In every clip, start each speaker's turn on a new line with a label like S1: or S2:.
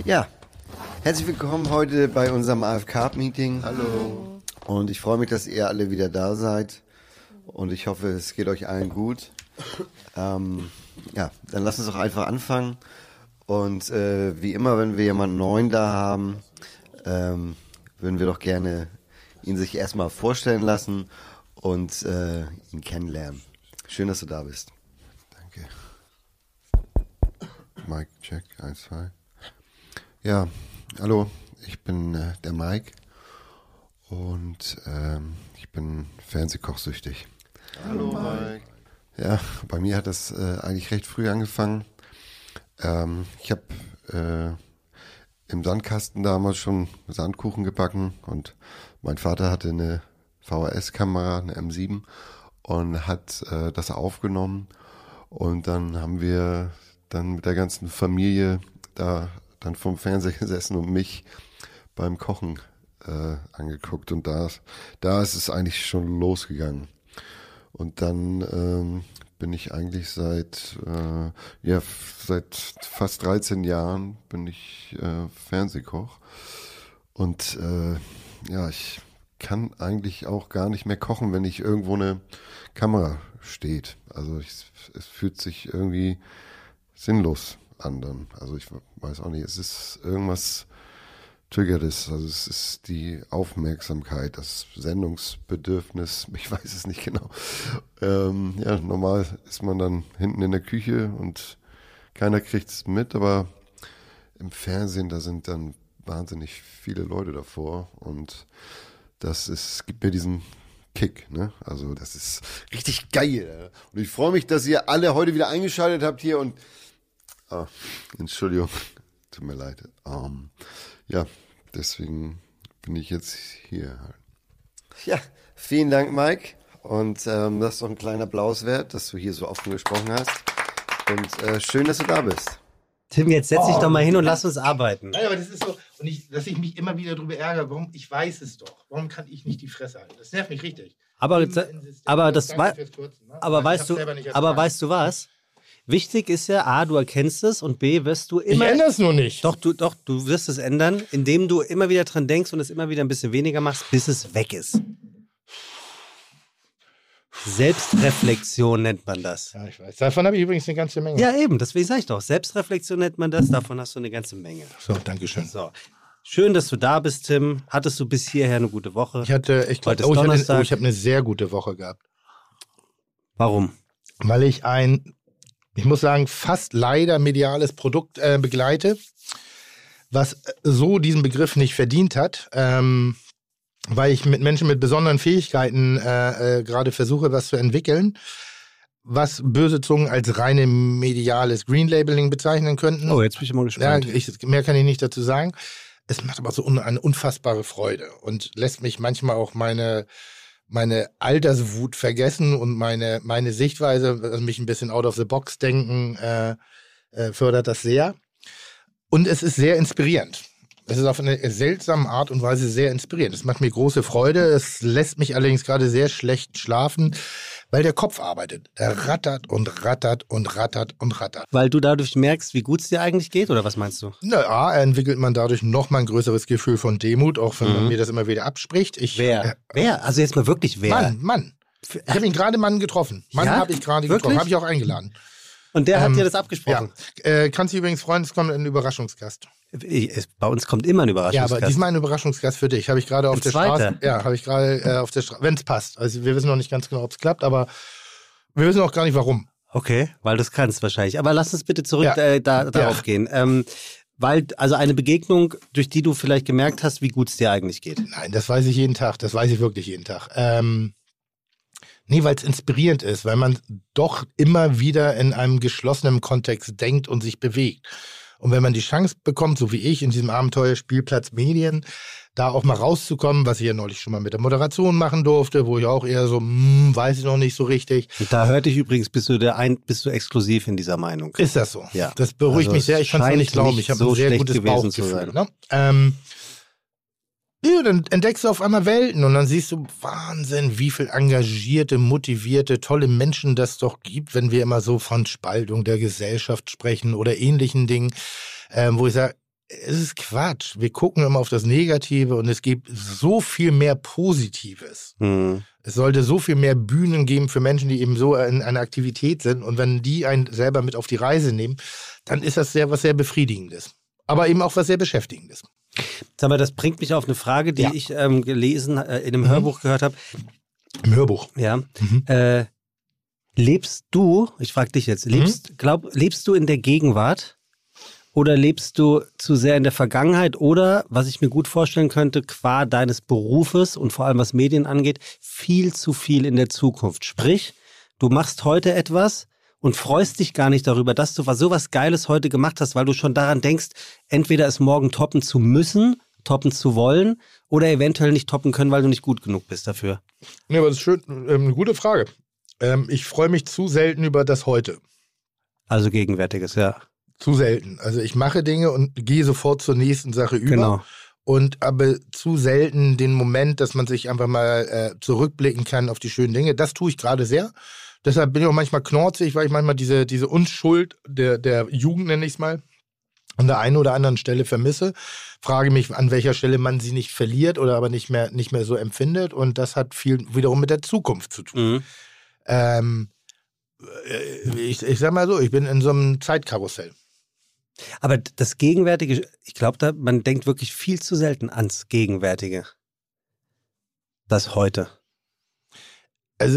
S1: Ja, herzlich willkommen heute bei unserem AFK-Meeting.
S2: Hallo.
S1: Und ich freue mich, dass ihr alle wieder da seid. Und ich hoffe, es geht euch allen gut. Ja, dann lasst uns doch einfach anfangen. Und wie immer, wenn wir jemanden Neuen da haben, würden wir doch gerne ihn sich erstmal vorstellen lassen und ihn kennenlernen. Schön, dass du da bist.
S2: Danke. Mike, check, 1, 2. Ja, hallo, ich bin der Mike und ich bin Fernsehkochsüchtig.
S1: Hallo, Mike.
S2: Ja, bei mir hat das eigentlich recht früh angefangen. Ich habe im Sandkasten damals schon Sandkuchen gebacken und mein Vater hatte eine VHS-Kamera, eine M7 und hat das aufgenommen und dann haben wir dann mit der ganzen Familie da dann vom Fernseher gesessen und mich beim Kochen angeguckt und da ist es eigentlich schon losgegangen. Und dann bin ich eigentlich seit fast 13 Jahren bin ich Fernsehkoch und ich kann eigentlich auch gar nicht mehr kochen, wenn nicht irgendwo eine Kamera steht. Also es fühlt sich irgendwie sinnlos an dann. Also ich weiß auch nicht, es ist irgendwas triggert es. Also es ist die Aufmerksamkeit, das Sendungsbedürfnis, ich weiß es nicht genau. Normal ist man dann hinten in der Küche und keiner kriegt es mit, aber im Fernsehen, da sind dann wahnsinnig viele Leute davor und gibt mir diesen Kick, ne? Also das ist richtig geil. Und ich freue mich, dass ihr alle heute wieder eingeschaltet habt hier und Entschuldigung, tut mir leid. Deswegen bin ich jetzt hier halt.
S1: Ja, vielen Dank, Mike. Und das ist doch ein kleiner Applaus wert, dass du hier so offen gesprochen hast. Und schön, dass du da bist.
S3: Tim, jetzt setz dich doch mal hin und lass uns arbeiten.
S4: Nein, aber das ist so, dass ich mich immer wieder darüber ärgere, ich weiß es doch, warum kann ich nicht die Fresse halten? Das nervt mich richtig.
S3: Weißt du was? Wichtig ist ja, du erkennst es und B, wirst du immer...
S4: Ich ändere es nur nicht.
S3: Doch, du wirst es ändern, indem du immer wieder dran denkst und es immer wieder ein bisschen weniger machst, bis es weg ist. Selbstreflexion nennt man das.
S4: Ja, ich weiß. Davon habe ich übrigens eine ganze Menge.
S3: Ja, eben, deswegen sage ich doch. Selbstreflexion nennt man das, davon hast du eine ganze Menge.
S4: So, danke schön.
S3: So. Schön, dass du da bist, Tim. Hattest du bis hierher eine gute Woche?
S4: Ich habe eine sehr gute Woche gehabt.
S3: Warum?
S4: Weil ich ich muss sagen, fast leider mediales Produkt begleite, was so diesen Begriff nicht verdient hat, weil ich mit Menschen mit besonderen Fähigkeiten gerade versuche, was zu entwickeln, was böse Zungen als reine mediales Green Labeling bezeichnen könnten.
S3: Oh, jetzt bin ich mal gespannt.
S4: Ja, mehr kann ich nicht dazu sagen. Es macht aber so eine unfassbare Freude und lässt mich manchmal auch meine Alterswut vergessen und meine Sichtweise, also mich ein bisschen out of the box denken, fördert das sehr. Und es ist sehr inspirierend. Es ist auf eine seltsame Art und Weise sehr inspirierend. Es macht mir große Freude. Es lässt mich allerdings gerade sehr schlecht schlafen, weil der Kopf arbeitet. Der rattert und rattert und rattert und rattert.
S3: Weil du dadurch merkst, wie gut es dir eigentlich geht, oder was meinst du?
S4: Entwickelt man dadurch nochmal ein größeres Gefühl von Demut, auch wenn man mir das immer wieder abspricht.
S3: Wer? Also jetzt mal wirklich wer?
S4: Mann. Ich habe ihn gerade getroffen. Habe ich gerade getroffen. Habe ich auch eingeladen.
S3: Und der hat dir das abgesprochen?
S4: Ja. Kannst du übrigens freuen, es kommt ein Überraschungsgast.
S3: Bei uns kommt immer ein Überraschungsgast.
S4: Ja, aber diesmal ein Überraschungsgast für dich. Habe ich gerade auf der Straße. Ja, habe ich gerade auf der Straße. Wenn es passt. Also wir wissen noch nicht ganz genau, ob es klappt, aber wir wissen auch gar nicht, warum.
S3: Okay, weil du es kannst wahrscheinlich. Aber lass uns bitte zurück darauf gehen. Also eine Begegnung, durch die du vielleicht gemerkt hast, wie gut es dir eigentlich geht.
S4: Nein, das weiß ich jeden Tag. Das weiß ich wirklich jeden Tag. Weil es inspirierend ist, weil man doch immer wieder in einem geschlossenen Kontext denkt und sich bewegt. Und wenn man die Chance bekommt, so wie ich in diesem Abenteuerspielplatz Medien, da auch mal rauszukommen, was ich ja neulich schon mal mit der Moderation machen durfte, wo ich auch eher so, weiß ich noch nicht so richtig.
S3: Und da hörte ich übrigens, bist du exklusiv in dieser Meinung.
S4: Ist das so?
S3: Ja.
S4: Das beruhigt mich sehr. Ich kann es nicht glauben. Ich habe so ein sehr gutes Bauchgefühl. Ne? Ja, dann entdeckst du auf einmal Welten und dann siehst du, Wahnsinn, wie viel engagierte, motivierte, tolle Menschen das doch gibt, wenn wir immer so von Spaltung der Gesellschaft sprechen oder ähnlichen Dingen, wo ich sage, Es ist Quatsch. Wir gucken immer auf das Negative und es gibt so viel mehr Positives. Es sollte so viel mehr Bühnen geben für Menschen, die eben so in einer Aktivität sind. Und wenn die einen selber mit auf die Reise nehmen, dann ist das was sehr Befriedigendes. Aber eben auch was sehr Beschäftigendes.
S3: Sag mal, das bringt mich auf eine Frage, die ich gelesen, in einem Hörbuch gehört habe.
S4: Im Hörbuch?
S3: Ja. Lebst du, ich frage dich jetzt, lebst du in der Gegenwart oder lebst du zu sehr in der Vergangenheit oder, was ich mir gut vorstellen könnte, qua deines Berufes und vor allem was Medien angeht, viel zu viel in der Zukunft? Sprich, du machst heute etwas und freust dich gar nicht darüber, dass du sowas Geiles heute gemacht hast, weil du schon daran denkst, entweder es morgen toppen zu müssen, toppen zu wollen oder eventuell nicht toppen können, weil du nicht gut genug bist dafür.
S4: Nee, aber das ist schön, eine gute Frage. Ich freue mich zu selten über das Heute.
S3: Also Gegenwärtiges, ja.
S4: Zu selten. Also ich mache Dinge und gehe sofort zur nächsten Sache über.
S3: Genau.
S4: Und aber zu selten den Moment, dass man sich einfach mal zurückblicken kann auf die schönen Dinge. Das tue ich gerade sehr. Deshalb bin ich auch manchmal knorzig, weil ich manchmal diese Unschuld der Jugend, nenne ich es mal, an der einen oder anderen Stelle vermisse. Frage mich, an welcher Stelle man sie nicht verliert oder aber nicht mehr so empfindet. Und das hat viel wiederum mit der Zukunft zu tun. Ich sag mal so, ich bin in so einem Zeitkarussell.
S3: Aber das Gegenwärtige, ich glaube, man denkt wirklich viel zu selten ans Gegenwärtige. Das Heute.
S4: Also,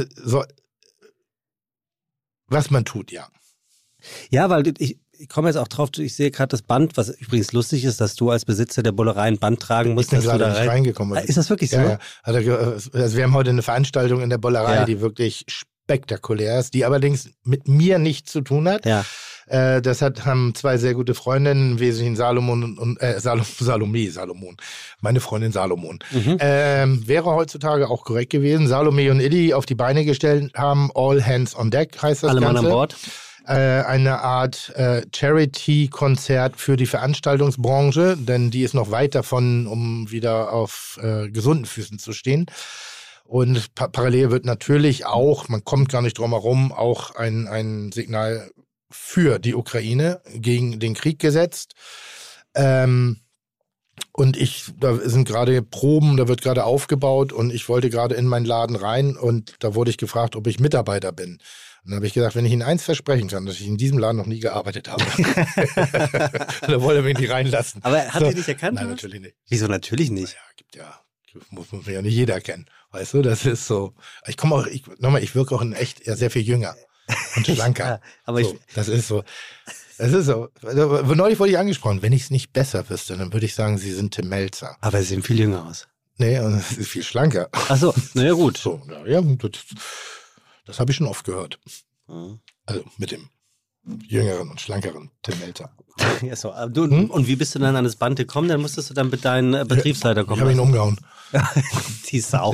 S4: was man tut, ja.
S3: Ja, weil ich komme jetzt auch drauf, ich sehe gerade das Band, was übrigens lustig ist, dass du als Besitzer der Bullerei ein Band tragen musst.
S4: Ich bin gerade nicht reingekommen.
S3: Ist das wirklich so?
S4: Ja. Also wir haben heute eine Veranstaltung in der Bullerei, die wirklich spektakulär ist, die allerdings mit mir nichts zu tun hat.
S3: Ja.
S4: Das haben zwei sehr gute Freundinnen, im Wesentlichen Salomon und Salomon, meine Freundin Salomon. Wäre heutzutage auch korrekt gewesen. Salome und Illy auf die Beine gestellt haben, All Hands on Deck heißt das
S3: Alle
S4: Ganze.
S3: Mann an Bord.
S4: Eine Art Charity-Konzert für die Veranstaltungsbranche, denn die ist noch weit davon, um wieder auf gesunden Füßen zu stehen. Und parallel wird natürlich auch, man kommt gar nicht drum herum, auch ein Signal für die Ukraine gegen den Krieg gesetzt. Und da sind gerade Proben, da wird gerade aufgebaut und ich wollte gerade in meinen Laden rein und da wurde ich gefragt, ob ich Mitarbeiter bin. Und dann habe ich gesagt, wenn ich Ihnen eins versprechen kann, dass ich in diesem Laden noch nie gearbeitet habe, dann wollte er mich nicht reinlassen.
S3: Aber hat er dich erkannt?
S4: Nein, natürlich nicht.
S3: Wieso natürlich nicht?
S4: Muss ja nicht jeder kennen. Weißt du, das ist so. Ich wirke auch in echt sehr viel jünger und schlanker.
S3: Ja, aber
S4: so, das ist so. Neulich wurde ich angesprochen, wenn ich es nicht besser wüsste, dann würde ich sagen, Sie sind Tim Melzer.
S3: Aber Sie sehen viel jünger aus.
S4: Nee, und es ist viel schlanker.
S3: Ach so, naja gut.
S4: So, ja, das habe ich schon oft gehört. Also mit dem jüngeren und schlankeren Tim Melzer.
S3: Ja, so. Und wie bist du dann an das Band gekommen? Dann musstest du dann mit deinem Betriebsleiter kommen.
S4: Ich habe ihn umgehauen.
S3: Die Sau.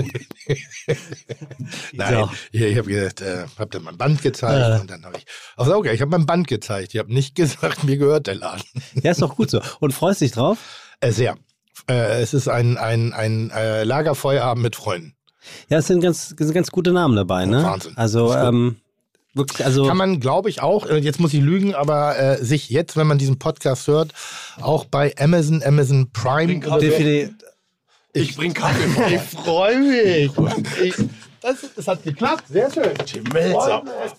S4: Nein, ich habe gesagt, habe dann mein Band gezeigt und dann habe ich, ich habe mein Band gezeigt. Ich habe nicht gesagt, mir gehört der Laden.
S3: Ja, ist doch gut so. Und freust dich drauf?
S4: Sehr. Es ist ein Lagerfeuerabend mit Freunden.
S3: Ja, es sind ganz gute Namen dabei, ne?
S4: Wahnsinn.
S3: Also, wirklich, also.
S4: Kann man, glaube ich, auch, jetzt muss ich lügen, aber sich jetzt, wenn man diesen Podcast hört, auch bei Amazon Prime.
S5: Ich bring Kaffee vor.
S4: Ich freue mich. Das hat geklappt. Sehr schön.
S5: Tim Melzer.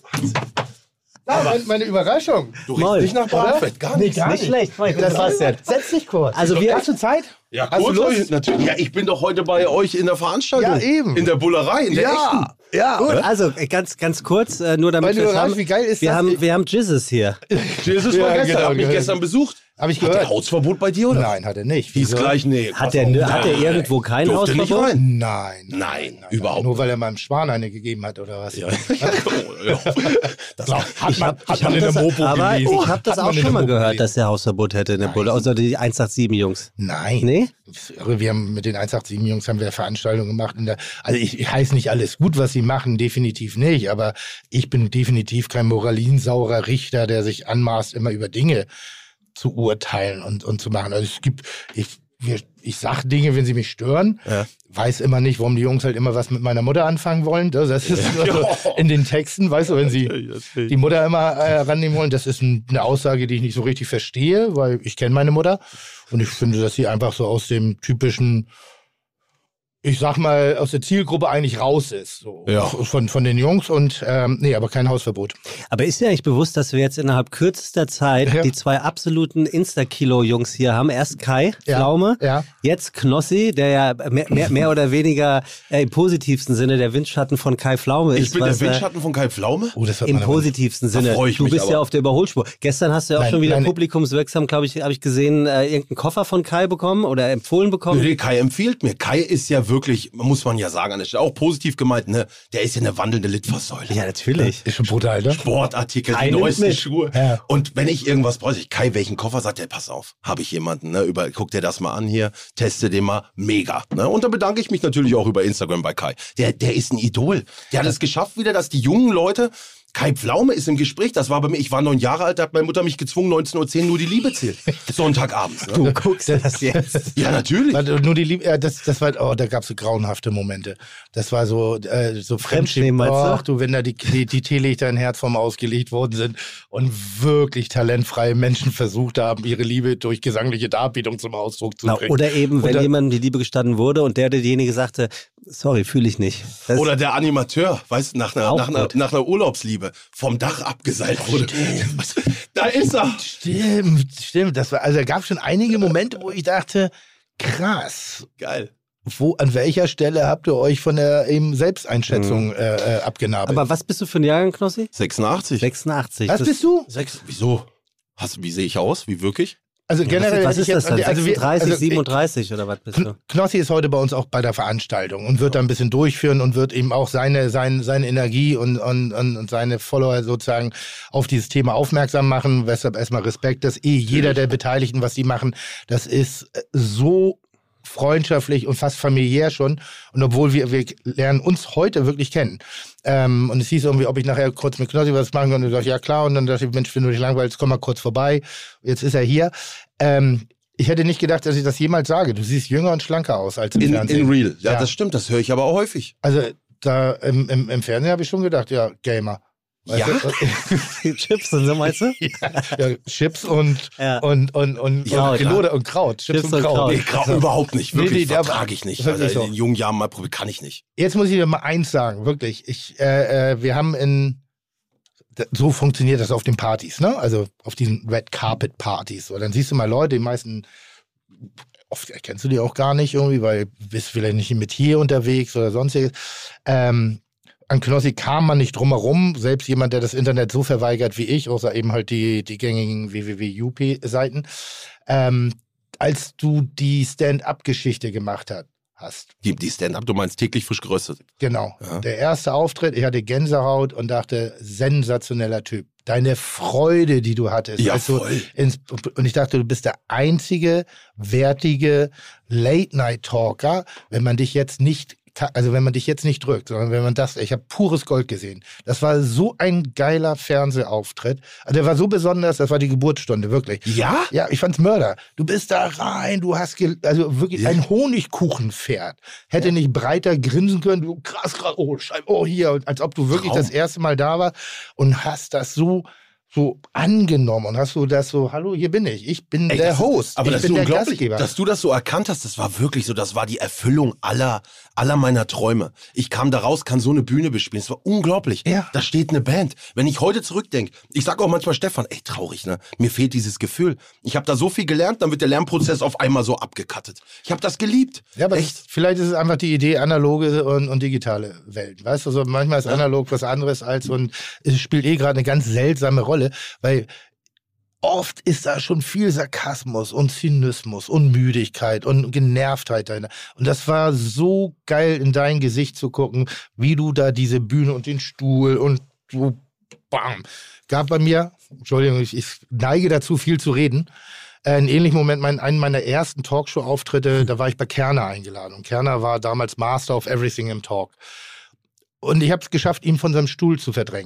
S4: Meine Überraschung.
S5: Du riechst nicht nach Bratfett, gar nicht.
S3: Nicht schlecht. Das war's ja.
S4: Setz dich kurz.
S3: Also
S4: hast du Zeit?
S5: Ja,
S4: Hast du
S5: kurz,
S4: Lust?
S5: natürlich. Ja, ich bin doch heute bei euch in der Veranstaltung.
S4: Ja, eben.
S5: In der Bullerei, in der echten.
S4: Ja.
S3: Gut, also ganz kurz, nur damit wir es haben.
S4: Wie geil ist
S3: wir
S4: das?
S3: Wir haben Jesus hier.
S5: Jesus war gestern,
S4: genau,
S5: hat mich
S4: genau.
S5: gestern besucht.
S4: Habe ich
S5: Hat
S4: gehört.
S5: der Hausverbot bei dir, oder?
S4: Nein, hat er nicht.
S5: Wie ist gleich? Nee.
S3: Hat er irgendwo kein
S5: Durfte nicht
S3: Hausverbot?
S5: rein?
S4: Nein,
S5: überhaupt
S4: Nur weil er meinem Schwan eine gegeben hat, oder was?
S5: Ja. Das
S4: Hat man in der Mopo
S3: Aber
S4: gelesen.
S3: ich habe das
S4: Hat man
S3: auch
S4: in der
S3: schon mal
S4: Mopo
S3: gehört,
S4: gelesen.
S3: dass der Hausverbot hätte in der Bulle. Außer die 187-Jungs.
S4: Nein.
S3: Nee?
S4: Wir haben mit den 187-Jungs haben wir Veranstaltungen gemacht. Also ich heiße nicht alles gut, was sie machen, definitiv nicht. Aber ich bin definitiv kein moralinsaurer Richter, der sich anmaßt, immer über Dinge zu urteilen und zu machen. Also ich sag Dinge, wenn sie mich stören.
S5: Ja.
S4: Weiß immer nicht, warum die Jungs halt immer was mit meiner Mutter anfangen wollen. Das ist so in den Texten, weißt du, wenn sie die Mutter immer rannehmen wollen. Das ist eine Aussage, die ich nicht so richtig verstehe, weil ich kenne meine Mutter. Und ich finde, dass sie einfach so aus dem typischen, ich sag mal, aus der Zielgruppe eigentlich raus ist. So.
S5: Ja.
S4: Von den Jungs und nee, aber kein Hausverbot.
S3: Aber ist dir eigentlich bewusst, dass wir jetzt innerhalb kürzester Zeit die zwei absoluten Insta-Kilo-Jungs hier haben? Erst Kai Pflaume, jetzt Knossi, der ja mehr oder weniger im positivsten Sinne der Windschatten von Kai Pflaume ist.
S5: Ich bin der Windschatten von Kai Pflaume?
S4: Oh, das
S3: Im positivsten Sinne.
S5: freu ich
S3: Du
S5: mich
S3: bist
S5: aber.
S3: ja auf der Überholspur. Gestern hast du ja auch schon wieder publikumswirksam, glaube ich, habe ich gesehen, irgendeinen Koffer von Kai bekommen oder empfohlen bekommen.
S5: Nee, Kai empfiehlt mir. Kai ist ja wirklich, muss man ja sagen, an der Stelle, auch positiv gemeint, ne? Der ist ja eine wandelnde Litfaßsäule.
S3: Ja, natürlich.
S4: Ist schon brutal, ne?
S5: Sportartikel,
S3: Kai
S5: die
S3: nimmt
S5: neuesten
S3: mit.
S5: Schuhe.
S4: Ja.
S5: Und wenn ich irgendwas brauche, Kai, welchen Koffer, sagt er, pass auf, habe ich jemanden, ne? Guck dir das mal an hier, teste den mal, mega. Ne? Und da bedanke ich mich natürlich auch über Instagram bei Kai. Der ist ein Idol. Der hat es geschafft wieder, dass die jungen Leute, Kai Pflaume ist im Gespräch, das war bei mir, ich war 9 Jahre alt, da hat meine Mutter mich gezwungen, 19:10 Uhr nur die Liebe zählt. Sonntagabends. Ne?
S3: Du guckst das jetzt.
S5: Ja, natürlich.
S4: Warte, nur die Liebe, das war, oh, da gab es so grauenhafte Momente. Das war so
S3: Fremdschämen, meinst du?
S4: Ach du, wenn da die Teelichter in Herzform ausgelegt worden sind und wirklich talentfreie Menschen versucht haben, ihre Liebe durch gesangliche Darbietung zum Ausdruck zu bringen.
S3: Oder eben, wenn
S4: Und
S3: jemandem die Liebe gestanden wurde und derjenige sagte, sorry, fühle ich nicht. Das
S5: Oder der Animateur, weißt du, nach
S3: Auch
S5: einer Urlaubsliebe vom Dach abgeseilt wurde. Da ist er.
S4: Stimmt. Das war, also da gab es schon einige Momente, wo ich dachte, krass.
S5: Geil.
S4: An welcher Stelle habt ihr euch von der eben Selbsteinschätzung abgenabelt?
S3: Aber was bist du für ein Jahrgang, Knossi?
S5: 86.
S3: 86.
S4: Was bist du?
S5: Wieso? Wie sehe ich aus? Wie wirklich?
S4: Also generell,
S3: Was ist das dann?
S4: also
S3: 36, 37 oder was bist du?
S4: Knossi ist heute bei uns auch bei der Veranstaltung und wird da ein bisschen durchführen und wird eben auch seine Energie und seine Follower sozusagen auf dieses Thema aufmerksam machen. Weshalb erstmal Respekt, dass jeder der Beteiligten, was die machen, das ist so freundschaftlich und fast familiär schon. Und obwohl wir lernen uns heute wirklich kennen. Und es hieß irgendwie, ob ich nachher kurz mit Knossi was machen kann. Und ich dachte, ja klar. Und dann dachte ich, Mensch, wenn du dich langweilst, komm mal kurz vorbei. Jetzt ist er hier. Ich hätte nicht gedacht, dass ich das jemals sage. Du siehst jünger und schlanker aus als im Fernsehen.
S5: In Real. Ja,
S4: Ja.
S5: das stimmt. Das höre ich aber auch häufig.
S4: Also da im Fernsehen habe ich schon gedacht, ja, Gamer. Weißt
S5: Ja?
S4: du?
S3: Chips und so, meinst du?
S4: Ja, Chips und
S3: Ja.
S4: Gelode und Kraut. Chips und Kraut.
S5: Nee, überhaupt nicht. Wirklich,
S4: der
S5: vertrage ich nicht.
S4: wirklich
S5: Also,
S4: so.
S5: in jungen Jahren mal probiert, kann ich nicht.
S4: Jetzt muss ich dir mal eins sagen, wirklich. Wir haben so funktioniert das auf den Partys, ne? Also auf diesen Red Carpet Partys. So, dann siehst du mal Leute, die meisten, oft erkennst du die auch gar nicht irgendwie, weil du bist vielleicht nicht mit hier unterwegs oder sonstiges. An Knossi kam man nicht drum herum. Selbst jemand, der das Internet so verweigert wie ich, außer eben halt die gängigen www.UP-Seiten, als du die Stand-up-Geschichte gemacht hast.
S5: Die Stand-up, du meinst täglich frisch geröstet.
S4: Genau.
S5: Ja.
S4: Der erste Auftritt, ich hatte Gänsehaut und dachte, sensationeller Typ. Deine Freude, die du hattest.
S5: Ja,
S4: als du
S5: voll.
S4: und ich dachte, du bist der einzige wertige Late-Night-Talker, wenn man dich jetzt nicht drückt, sondern wenn man ich habe pures Gold gesehen. Das war so ein geiler Fernsehauftritt. Also der war so besonders, das war die Geburtsstunde, wirklich.
S5: Ja?
S4: Ja, ich fand's Mörder. Du bist da rein, du hast also wirklich ein Honigkuchenpferd. Hätte nicht breiter grinsen können, du krass, oh Scheiße, oh hier, und als ob du wirklich
S5: Traum.
S4: das erste Mal da warst und hast das so angenommen und hast du das so, hallo, hier bin ich bin
S5: Ey,
S4: der Host,
S5: aber
S4: ich
S5: das
S4: bin
S5: ist
S4: der
S5: unglaublich,
S4: Gastgeber.
S5: dass du das so erkannt hast. Das war wirklich so, das war die Erfüllung aller meiner Träume. Ich kam da raus, kann so eine Bühne bespielen. Das war unglaublich.
S4: Ja.
S5: Da steht eine Band. Wenn ich heute zurückdenke, ich sag auch manchmal Stefan, ey, traurig, ne? Mir fehlt dieses Gefühl. Ich habe da so viel gelernt, dann wird der Lernprozess auf einmal so abgekattet. Ich habe das geliebt.
S4: Ja, aber
S5: echt.
S4: vielleicht ist es einfach die Idee, analoge und digitale Welt. Weißt du, so manchmal ist analog was anderes als und es spielt gerade eine ganz seltsame Rolle, weil oft ist da schon viel Sarkasmus und Zynismus und Müdigkeit und Genervtheit dahinter. Und das war so geil, in dein Gesicht zu gucken, wie du da diese Bühne und den Stuhl und so, bam. Gab bei mir, Entschuldigung, ich neige dazu, viel zu reden. Einen ähnlichen Moment, einen meiner ersten Talkshow-Auftritte, da war ich bei Kerner eingeladen. Und Kerner war damals Master of Everything im Talk. Und ich habe es geschafft, ihn von seinem Stuhl zu verdrängen.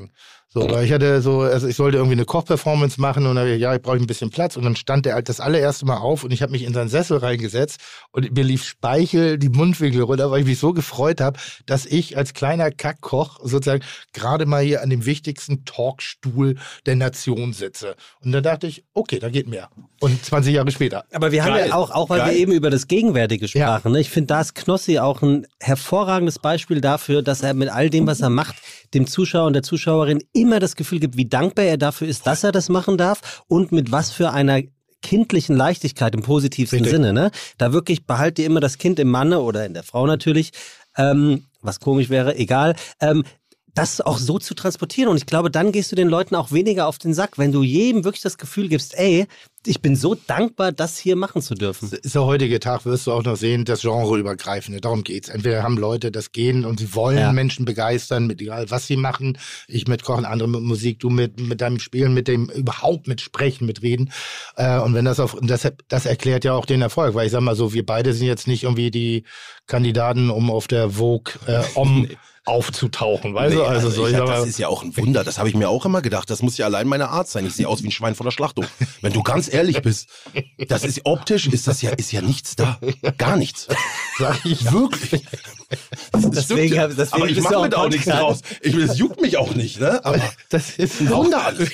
S4: So, weil ich hatte so, also ich sollte irgendwie eine Kochperformance machen und dann, ja, ich brauche ein bisschen Platz und dann stand der halt das allererste Mal auf und ich habe mich in seinen Sessel reingesetzt und mir lief Speichel die Mundwinkel runter, weil ich mich so gefreut habe, dass ich als kleiner Kackkoch sozusagen gerade mal hier an dem wichtigsten Talkstuhl der Nation sitze. Und dann dachte ich, okay, da geht mehr. Und 20 Jahre später.
S3: Aber wir haben ja auch weil wir eben über das Gegenwärtige sprachen, ne? Ich finde, da ist Knossi auch ein hervorragendes Beispiel dafür, dass er mit all dem, was er macht, dem Zuschauer und der Zuschauerin immer das Gefühl gibt, wie dankbar er dafür ist, dass er das machen darf und mit was für einer kindlichen Leichtigkeit im positivsten Sinne. Ne? Da wirklich behaltet ihr immer das Kind im Manne oder in der Frau natürlich, was komisch wäre, egal, das auch so zu transportieren. Und ich glaube, dann gehst du den Leuten auch weniger auf den Sack, wenn du jedem wirklich das Gefühl gibst, ey, ich bin so dankbar, das hier machen zu dürfen.
S4: Das ist der heutige Tag, wirst du auch noch sehen, das Genreübergreifende. Darum geht's. Entweder haben Leute das Gehen und sie wollen Menschen begeistern, mit egal was sie machen. Ich mit Kochen, andere mit Musik, du mit deinem Spielen, mit dem überhaupt mit Sprechen, mit Reden. Und wenn das erklärt ja auch den Erfolg, weil ich sag mal so, wir beide sind jetzt nicht irgendwie die Kandidaten, um auf der Vogue aufzutauchen, weißt du? Also so,
S5: das ist ja auch ein Wunder, das habe ich mir auch immer gedacht, das muss ja allein meine Art sein, ich sehe aus wie ein Schwein vor der Schlachtung. Wenn du ganz ehrlich bist, das ist optisch, ist ja nichts da, gar nichts.
S4: Sag ich
S5: wirklich.
S3: Deswegen
S5: aber ich mache mir da auch nichts draus. Das juckt mich auch nicht, ne? Aber
S4: das ist
S5: ein Wunder alles.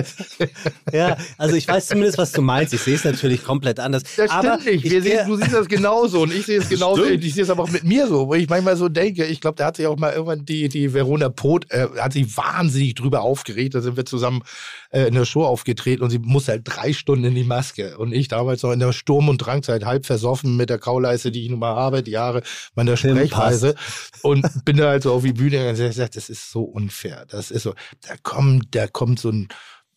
S3: Ja, also ich weiß zumindest, was du meinst. Ich sehe es natürlich komplett anders.
S4: Das
S3: aber
S4: stimmt nicht. Du siehst das genauso und ich sehe es genauso. Ich sehe es aber auch mit mir so, wo ich manchmal so denke, ich glaube, da hat sich auch mal irgendwann die Verona Poth, hat sich wahnsinnig drüber aufgeregt. Da sind wir zusammen in der Show aufgetreten und sie musste halt 3 Stunden in die Maske. Und ich damals noch in der Sturm- und Drangzeit halb versoffen mit der Kauleiste, die ich nun mal habe, die Jahre meiner Sprechweise. Und bin da halt so auf die Bühne und gesagt, das ist so unfair. Das ist so, da kommt so ein,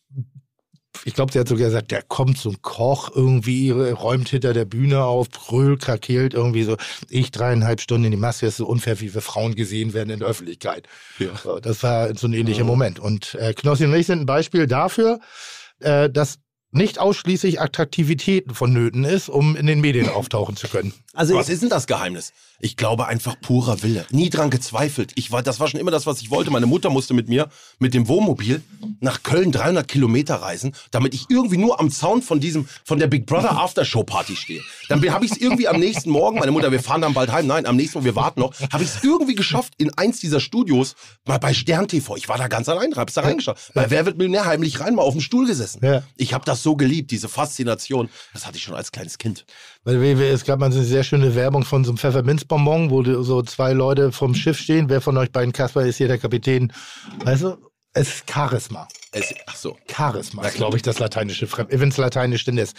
S4: ich glaube, sie hat sogar gesagt, da kommt so ein Koch irgendwie, räumt hinter der Bühne auf, brüllt, krakeelt irgendwie so. Ich 3,5 Stunden in die Maske, das ist so unfair, wie wir Frauen gesehen werden in der Öffentlichkeit. Ja. So, das war so ein ähnlicher Moment. Und Knossi und ich sind ein Beispiel dafür, dass nicht ausschließlich Attraktivität vonnöten ist, um in den Medien auftauchen zu können.
S5: Also was ist denn das Geheimnis? Ich glaube einfach purer Wille. Nie dran gezweifelt. Das war schon immer das, was ich wollte. Meine Mutter musste mit mir, mit dem Wohnmobil, nach Köln 300 Kilometer reisen, damit ich irgendwie nur am Zaun von der Big Brother Aftershow Party stehe. Dann habe ich es irgendwie am nächsten Morgen, meine Mutter, wir fahren dann bald heim. Nein, am nächsten Morgen, wir warten noch. Habe ich es irgendwie geschafft, in eins dieser Studios, mal bei Stern TV. Ich war da ganz allein, hab's da reingeschaut. Bei Wer wird Millionär heimlich rein, mal auf dem Stuhl gesessen. Ja. Ich habe das so geliebt, diese Faszination. Das hatte ich schon als kleines Kind.
S4: Weil es gab mal so eine sehr schöne Werbung von so einem Pfefferminzbonbon, wo so 2 Leute vom Schiff stehen. Wer von euch beiden, Kasper, ist hier der Kapitän? Weißt du, es ist Charisma.
S5: Ach so.
S4: Charisma ist, glaube ich, das lateinische wenn es lateinisch denn ist.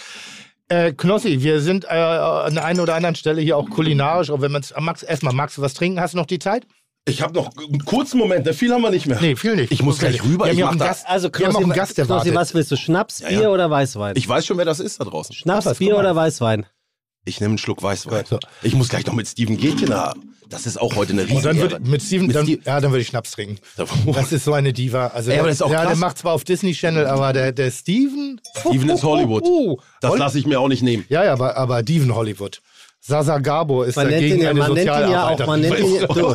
S4: Knossi, wir sind an der einen oder anderen Stelle hier auch kulinarisch. Auch wenn man erstmal, magst du was trinken? Hast du noch die Zeit?
S5: Ich habe noch einen kurzen Moment, viel haben wir nicht mehr.
S4: Nee, viel nicht.
S5: Ich muss gleich rüber.
S4: Wir haben noch einen Gast erwartet.
S3: Was willst du, Schnaps, Bier oder Weißwein?
S5: Ich weiß schon, wer das ist da draußen.
S3: Schnaps, Bier oder Weißwein?
S5: Ich nehme einen Schluck Weißwein. So. Ich muss gleich noch mit Steven Gätchen haben. Das ist auch heute eine Riesenehre.
S4: Dann würde ich Schnaps trinken. Das ist so eine Diva. Also
S5: aber das ist auch krass.
S4: Der macht zwar auf Disney Channel, aber der Steven...
S5: Steven ist Hollywood. Das lasse ich mir auch nicht nehmen.
S4: Ja, aber Steven Hollywood. Sasa Gabor ist dagegen eine Sozialarbeiterin.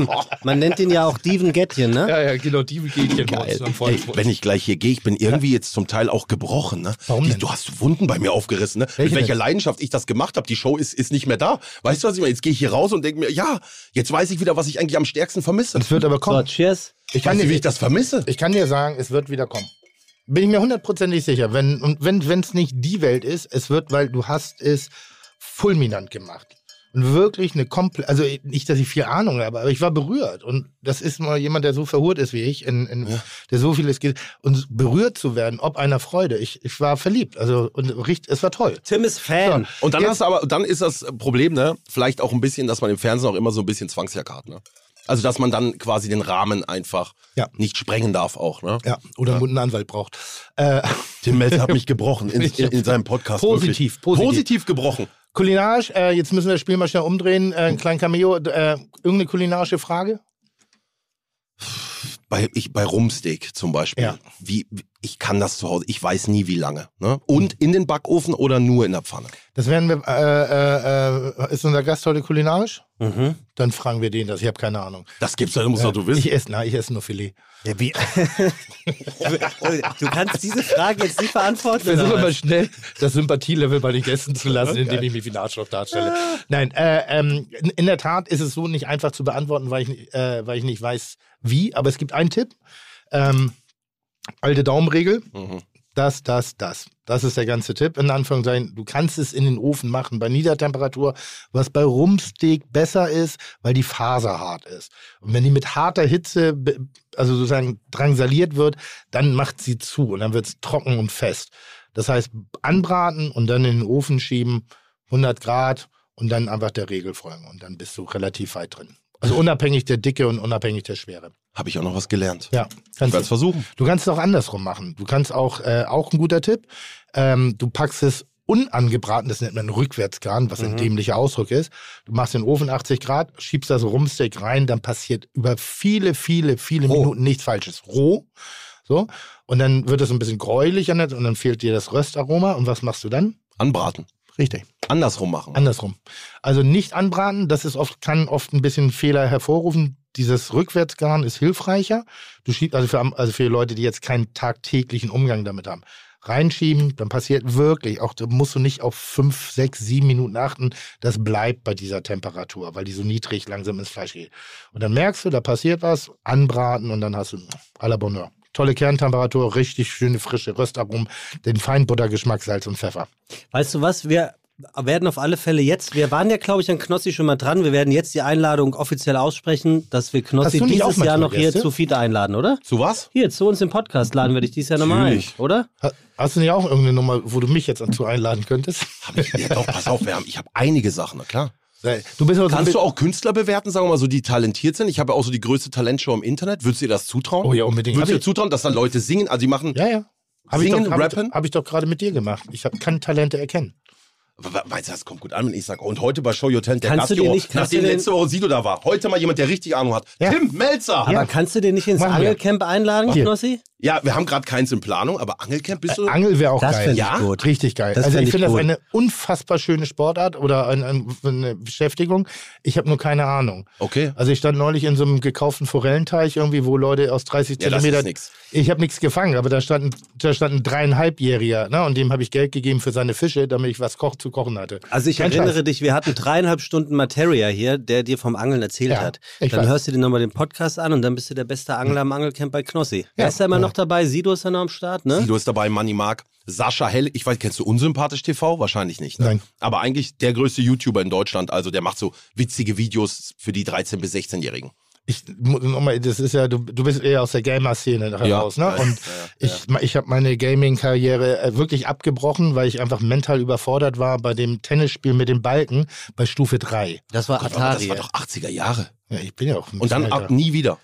S3: Man nennt ihn ja auch Steven Gätchen, ne?
S4: Ja, genau, Steven Gätchen.
S5: Wenn ich gleich hier gehe, ich bin irgendwie jetzt zum Teil auch gebrochen. Ne?
S4: Warum denn?
S5: Du hast Wunden bei mir aufgerissen. Ne? Mit welcher Leidenschaft ich das gemacht habe. Die Show ist nicht mehr da. Weißt du, was ich meine? Jetzt gehe ich hier raus und denke mir, ja, jetzt weiß ich wieder, was ich eigentlich am stärksten vermisse.
S4: Es wird aber kommen.
S3: So, cheers.
S5: Wie ich das vermisse?
S4: Ich kann dir sagen, es wird wieder kommen. Bin ich mir 100% sicher. Wenn es nicht die Welt ist, es wird, weil du hast es fulminant gemacht. Und wirklich eine also nicht, dass ich viel Ahnung habe, aber ich war berührt. Und das ist mal jemand, der so verhurt ist wie ich, der so vieles geht. Und berührt zu werden, ob einer Freude. Ich war verliebt. Also, es war toll.
S3: Tim ist Fan.
S5: So, und dann ist das Problem, ne, vielleicht auch ein bisschen, dass man im Fernsehen auch immer so ein bisschen Zwangsjacke hat, ne? Also, dass man dann quasi den Rahmen einfach nicht sprengen darf auch, ne?
S4: Ja, oder einen guten Anwalt braucht.
S5: Tim Melzer hat mich gebrochen in seinem Podcast.
S4: Positiv
S5: gebrochen.
S4: Kulinarisch, jetzt müssen wir das Spiel mal schnell umdrehen. Ein kleinen Cameo. Irgendeine kulinarische Frage?
S5: Bei Rumsteak zum Beispiel.
S4: Ja.
S5: ich kann das zu Hause, ich weiß nie wie lange. Ne? Und in den Backofen oder nur in der Pfanne?
S4: Das werden wir, ist unser Gast heute kulinarisch?
S3: Mhm.
S4: Dann fragen wir den das, ich habe keine Ahnung.
S5: Das gibt's ja, muss doch du wissen.
S4: Ich esse nur Filet.
S3: Ja, wie? Du kannst diese Frage jetzt nicht beantworten.
S4: Ich versuche
S3: oder
S4: immer
S3: was?
S4: schnell das Sympathielevel bei den Gästen zu lassen, indem ich mich wie ein Arschloch darstelle. Nein, in der Tat ist es so nicht einfach zu beantworten, weil ich nicht weiß, wie. Aber es gibt einen Tipp. Alte Daumenregel. Das. Das ist der ganze Tipp. In Anführungszeichen, du kannst es in den Ofen machen bei Niedertemperatur, was bei Rumpsteak besser ist, weil die Faser hart ist. Und wenn die mit harter Hitze, also sozusagen drangsaliert wird, dann macht sie zu und dann wird es trocken und fest. Das heißt, anbraten und dann in den Ofen schieben, 100 Grad und dann einfach der Regel folgen. Und dann bist du relativ weit drin. Also unabhängig der Dicke und unabhängig der Schwere.
S5: Habe ich auch noch was gelernt.
S4: Ja,
S5: Ich werde es versuchen.
S4: Du kannst es auch andersrum machen. Du kannst auch ein guter Tipp, du packst es unangebraten, das nennt man Rückwärtsgarn, was ein dämlicher Ausdruck ist. Du machst den Ofen 80 Grad, schiebst das Rumpsteak rein, dann passiert über viele Minuten nichts Falsches. Roh. So. Und dann wird es ein bisschen gräulich und dann fehlt dir das Röstaroma. Und was machst du dann?
S5: Anbraten.
S4: Richtig.
S5: Andersrum machen.
S4: Andersrum. Also nicht anbraten, das ist kann oft ein bisschen Fehler hervorrufen. Dieses Rückwärtsgarn ist hilfreicher. Du schiebst, also für Leute, die jetzt keinen tagtäglichen Umgang damit haben. Reinschieben, dann passiert wirklich, auch da musst du nicht auf 5, 6, 7 Minuten achten, das bleibt bei dieser Temperatur, weil die so niedrig langsam ins Fleisch geht. Und dann merkst du, da passiert was, anbraten und dann hast du à la Bonheur. Tolle Kerntemperatur, richtig schöne frische Röstaromen, den Feinbuttergeschmack, Salz und Pfeffer.
S3: Weißt du was, wir werden auf alle Fälle jetzt, wir waren ja, glaube ich, an Knossi schon mal dran, wir werden jetzt die Einladung offiziell aussprechen, dass wir Knossi dieses Jahr noch hier zu Feed einladen, oder?
S5: Zu was?
S3: Hier, zu uns im Podcast laden wir dich dieses Jahr nochmal ein, oder?
S4: Hast du nicht auch irgendeine Nummer, wo du mich jetzt dazu einladen könntest?
S5: Ja doch, pass auf, ich habe einige Sachen, na klar.
S4: Du bist
S5: Kannst du auch Künstler bewerten, sagen wir mal so, die talentiert sind? Ich habe ja auch so die größte Talentshow im Internet. Würdest du dir das zutrauen?
S4: Oh ja, unbedingt.
S5: Würdest du dir zutrauen, dass dann Leute singen? Also die machen
S4: Ja.
S5: Singen, Rappen?
S4: Habe ich doch gerade mit dir gemacht. Ich kann Talente erkennen.
S5: Weißt du, das kommt gut an, wenn ich sage, und heute bei Show Your Talent, der
S3: Kannst du dir nicht-
S5: nachdem letzte Woche Sido da war, heute mal jemand, der richtig Ahnung hat.
S4: Ja.
S5: Tim Melzer!
S3: Aber kannst du den nicht ins
S4: Machen wir.
S3: Angelcamp einladen,
S4: Hier.
S3: Knossi?
S5: Ja, wir haben gerade keins in Planung, aber Angelcamp bist du?
S4: Angel wäre auch
S3: Das
S4: geil.
S3: fänd ich
S5: Ja?
S3: gut.
S4: Richtig geil.
S3: Das
S4: Also
S3: fänd
S4: ich
S3: ich
S4: finde das
S3: gut.
S4: eine unfassbar schöne Sportart oder eine Beschäftigung. Ich habe nur keine Ahnung.
S5: Okay.
S4: Also ich stand neulich in so einem gekauften Forellenteich irgendwie, wo Leute aus 30
S5: Ja, das
S4: Zentimetern...
S5: ist nix.
S4: Ich habe nichts gefangen, aber da stand ein 3,5-Jähriger, ne? Und dem habe ich Geld gegeben für seine Fische, damit ich was zu kochen hatte.
S3: Also ich
S4: Kein
S3: erinnere
S4: Scheiß.
S3: dich, wir hatten 3,5 Stunden Materia hier, der dir vom Angeln erzählt
S4: Ja,
S3: hat.
S4: ich
S3: Dann
S4: weiß.
S3: hörst du dir nochmal den Podcast an und dann bist du der beste Angler am Angelcamp bei Knossi. Wer ist da immer noch dabei? Sido ist da noch am Start, ne?
S5: Sido ist dabei, Manni Mark, Sascha Hell, ich weiß, kennst du Unsympathisch TV? Wahrscheinlich nicht, ne?
S4: Nein.
S5: Aber eigentlich der größte YouTuber in Deutschland, also der macht so witzige Videos für die 13- bis 16-Jährigen.
S4: Das ist ja, du bist eher aus der Gamer-Szene heraus, ne?
S5: Ja.
S4: Und ich habe meine Gaming-Karriere wirklich abgebrochen, weil ich einfach mental überfordert war bei dem Tennisspiel mit dem Balken bei Stufe 3.
S3: Das war
S5: Aber
S3: Atari.
S5: das war doch 80er Jahre.
S4: Ja, ich bin ja auch ein
S5: Und dann
S4: bisschen
S5: ab
S4: älter.
S5: nie wieder.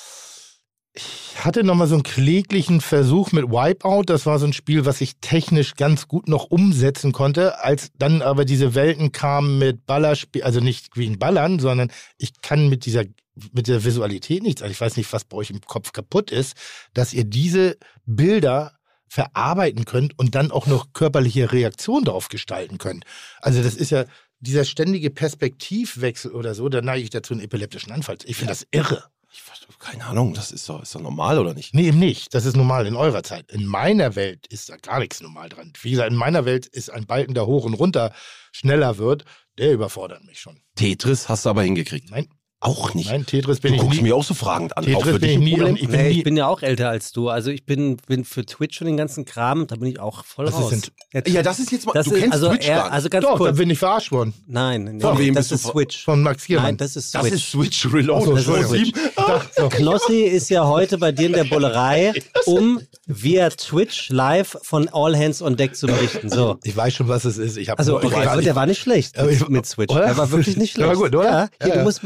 S4: Ich hatte nochmal so einen kläglichen Versuch mit Wipeout. Das war so ein Spiel, was ich technisch ganz gut noch umsetzen konnte. Als dann aber diese Welten kamen mit Ballerspiel, also nicht wie ein Ballern, sondern ich kann mit der Visualität nichts. Also ich weiß nicht, was bei euch im Kopf kaputt ist, dass ihr diese Bilder verarbeiten könnt und dann auch noch körperliche Reaktionen darauf gestalten könnt. Also das ist ja dieser ständige Perspektivwechsel oder so, da neige ich dazu, einen epileptischen Anfall. Ich finde das irre.
S5: Keine Ahnung, das ist doch normal, oder nicht?
S4: Nee, eben nicht. Das ist normal in eurer Zeit. In meiner Welt ist da gar nichts normal dran. Wie gesagt, in meiner Welt ist ein Balken, der hoch und runter schneller wird, der überfordert mich schon.
S5: Tetris hast du aber hingekriegt.
S4: Nein,
S5: Auch nicht.
S4: nein, Tetris bin
S5: Du
S4: ich
S5: guckst
S4: nie.
S5: mich auch so fragend an. Auch
S4: Tetris
S5: für
S4: bin
S5: dich
S4: ich
S5: ein
S4: nie.
S5: Problem?
S4: Ich bin
S3: Nee,
S4: nie.
S3: ich bin ja auch älter als du. Also ich bin für Twitch und den ganzen Kram, da bin ich auch voll
S4: Was ist
S3: raus.
S4: denn-
S3: Jetzt-
S5: Ja, das ist jetzt mal,
S3: das
S5: du
S3: ist,
S5: kennst
S3: also
S5: Twitch gar nicht.
S3: also ganz
S4: Doch, da
S3: kurz.
S4: bin ich verarscht worden.
S3: Nein,
S5: Von wem
S3: das
S5: bist
S3: ist
S5: du
S3: Switch.
S4: Von Max Giermann.
S3: Nein, das ist
S5: Das
S3: Switch.
S5: ist Switch Reload.
S4: Ach so,
S5: Show
S4: Entschuldigung.
S5: 7.
S3: Knossi ist ja heute bei dir in der Bullerei, um via Twitch live von All Hands on Deck zu berichten. So.
S4: Ich weiß schon, was es ist. Ich hab
S3: Also,
S4: nur- ich
S3: okay,
S4: weiß
S3: aber
S4: nicht.
S3: der war nicht schlecht
S4: Aber ich-
S3: mit Switch.
S4: oder?
S3: Der war wirklich nicht
S4: Der war
S3: schlecht.
S4: gut, oder?
S3: Ja, hier,
S4: Ja,
S3: du
S4: ja.
S3: musst mal bitte deinen Kopf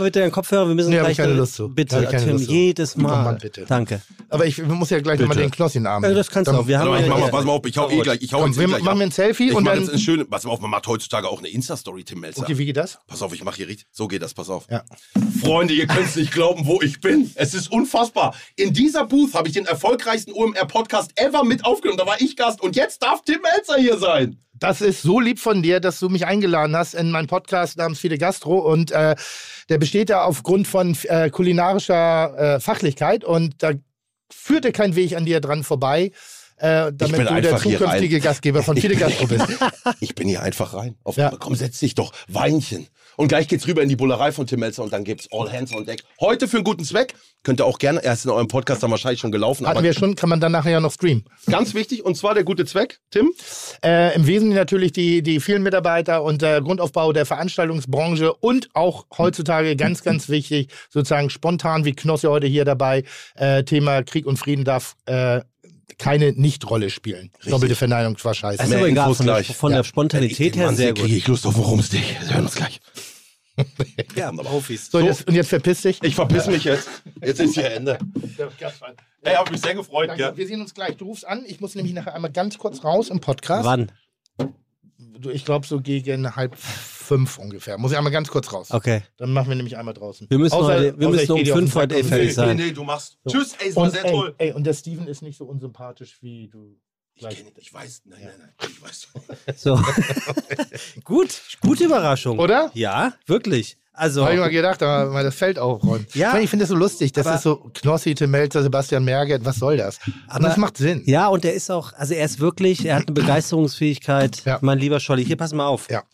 S3: Kopfhörer, wir müssen
S4: Nee, hab
S3: gleich...
S4: ich keine Lust zu.
S3: Bitte,
S4: Hab ich keine
S3: Tim,
S4: Lust zu.
S3: jedes Mal.
S4: Oh Mann, bitte.
S3: Danke.
S4: Aber ich muss ja gleich nochmal den Knossi in den Arm nehmen.
S3: Das kannst du auch. Wir haben
S5: Warte mal,
S3: ja-
S5: pass mal auf, ich hau gleich. Ich hau
S4: Komm,
S5: jetzt
S4: wir
S5: gleich
S4: machen
S5: ab.
S4: ein Selfie
S5: Ich
S4: und
S5: mach
S4: dann...
S5: jetzt ein schönes, pass mal auf, man macht heutzutage auch eine Insta-Story, Tim Melzer.
S4: Okay, wie geht das?
S5: Pass auf, ich mache hier richtig. So geht das, pass auf.
S4: Ja.
S5: Freunde, ihr könnt es nicht glauben, wo ich bin. Es ist unfassbar. In dieser Booth habe ich den erfolgreichsten OMR-Podcast ever mit aufgenommen. Da war ich Gast und jetzt darf Tim Melzer hier sein.
S4: Das ist so lieb von dir, dass du mich eingeladen hast in meinen Podcast namens Fide Gastro und der besteht ja aufgrund von kulinarischer Fachlichkeit und da führte kein Weg an dir dran vorbei, damit
S5: bin
S4: du der
S5: einfach hier
S4: zukünftige
S5: rein.
S4: Gastgeber von Fide Gastro bist.
S5: Ich bin hier einfach rein.
S4: Ja.
S5: Komm, setz dich doch. Weinchen. Und gleich geht's rüber in die Bullerei von Tim Melzer und dann gibt's All Hands on Deck. Heute für einen guten Zweck. Könnt ihr auch gerne, er ist in eurem Podcast dann wahrscheinlich schon gelaufen.
S4: Hatten
S5: aber
S4: wir schon, kann man dann nachher ja noch streamen.
S5: ganz wichtig, und zwar der gute Zweck, Tim.
S4: Im Wesentlichen natürlich die vielen Mitarbeiter und der Grundaufbau der Veranstaltungsbranche und auch heutzutage ganz, ganz wichtig, sozusagen spontan, wie Knossi heute hier dabei, Thema Krieg und Frieden darf keine Nicht-Rolle spielen. Doppelte Verneinung war scheiße.
S3: Das ist
S5: Mehr
S3: aber egal,
S5: Infos
S3: von der,
S5: gleich.
S3: von der Spontanität her sehr gut.
S5: Kriege ich Lust auf einen Rumsteak. Wir hören uns gleich.
S3: Ja, Profis.
S4: So, jetzt verpiss dich.
S5: Ich verpiss mich jetzt. Jetzt ist hier Ende. Ey, hab mich sehr gefreut,
S4: Danke.
S5: gell?
S4: Wir sehen uns gleich. Du rufst an. Ich muss nämlich nachher einmal ganz kurz raus im Podcast.
S3: Wann?
S4: Ich glaube so gegen 4:30 ungefähr. Muss ich einmal ganz kurz raus.
S3: Okay.
S4: Dann machen wir nämlich einmal draußen.
S3: Wir müssen
S4: Außer
S3: um
S4: ich geh dir auf den
S3: 5
S4: Sack
S3: heute
S4: und-
S3: fertig sein.
S5: Nee, du machst. Tschüss, ey, es war
S4: Und,
S5: sehr toll.
S4: und der Steven ist nicht so unsympathisch wie du.
S5: Ich weiß, nein, ich weiß.
S3: So. Gute Überraschung.
S4: Oder?
S3: Ja, wirklich. Also,
S4: Habe ich mal gedacht, aber mal das Feld aufräumen.
S3: Ja.
S4: Ich finde das so lustig. Das
S3: Aber-
S4: ist so Knossi, Tim Melzer, Sebastian Merget. Was soll das? Aber das macht Sinn.
S3: ja, und er ist auch, also er ist wirklich, er hat eine Begeisterungsfähigkeit.
S4: Ja.
S3: Mein lieber Scholli, hier pass mal auf.
S4: Ja.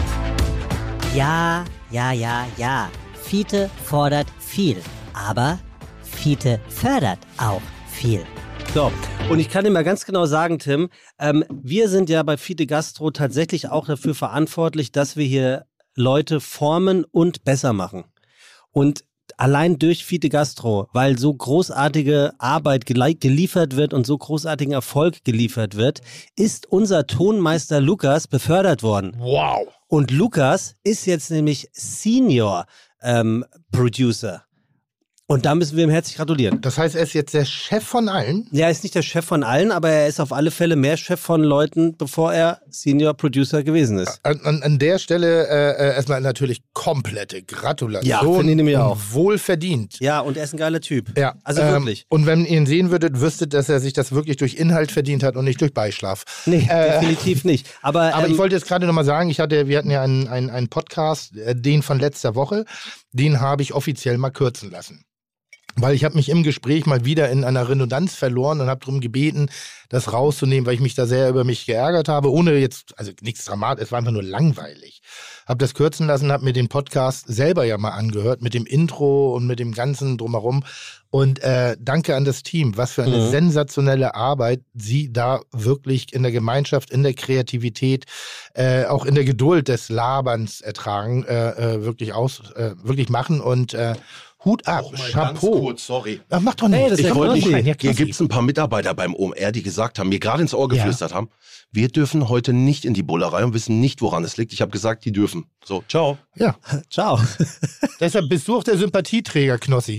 S6: Ja. Fiete fordert viel, aber Fiete fördert auch viel.
S3: So, und ich kann dir mal ganz genau sagen, Tim, wir sind ja bei Fide Gastro tatsächlich auch dafür verantwortlich, dass wir hier Leute formen und besser machen. Und allein durch Fide Gastro, weil so großartige Arbeit geliefert wird und so großartigen Erfolg geliefert wird, ist unser Tonmeister Lukas befördert worden.
S4: Wow.
S3: Und Lukas ist jetzt nämlich Senior Producer. Und da müssen wir ihm herzlich gratulieren.
S4: Das heißt, er ist jetzt der Chef von allen.
S3: Ja, er ist nicht der Chef von allen, aber er ist auf alle Fälle mehr Chef von Leuten, bevor er Senior Producer gewesen ist.
S4: An der Stelle erstmal natürlich komplette Gratulation.
S3: Ja, finde ich nämlich
S4: und
S3: auch.
S4: Wohlverdient.
S3: Ja, und er ist ein geiler Typ.
S4: Ja,
S3: Also wirklich.
S4: Und wenn ihr ihn sehen würdet, wüsstet, dass er sich das wirklich durch Inhalt verdient hat und nicht durch Beischlaf.
S3: Nee, definitiv nicht. Aber
S4: Ich wollte jetzt gerade nochmal sagen, wir hatten ja einen Podcast, den von letzter Woche, den habe ich offiziell mal kürzen lassen. Weil ich habe mich im Gespräch mal wieder in einer Redundanz verloren und habe darum gebeten, das rauszunehmen, weil ich mich da sehr über mich geärgert habe, ohne jetzt, also nichts Dramatisches, es war einfach nur langweilig. Habe das kürzen lassen, habe mir den Podcast selber ja mal angehört, mit dem Intro und mit dem ganzen Drumherum. Und danke an das Team, was für eine sensationelle Arbeit sie da wirklich in der Gemeinschaft, in der Kreativität, auch in der Geduld des Laberns ertragen, wirklich machen und Hut ab,
S5: Ganz
S4: Chapeau.
S5: kurz, sorry.
S4: Ach, mach doch nicht.
S3: Hey, das ist
S5: Ich
S3: ja
S5: wollte
S3: Knossi.
S5: nicht,
S4: Ja,
S5: hier
S4: Knossi.
S5: gibt es ein paar Mitarbeiter beim OMR, die gesagt haben, mir gerade ins Ohr geflüstert haben, wir dürfen heute nicht in die Bullerei und wissen nicht, woran es liegt. Ich habe gesagt, die dürfen. So, ciao.
S4: Ja,
S3: ciao.
S4: deshalb bist du auch der Sympathieträger, Knossi.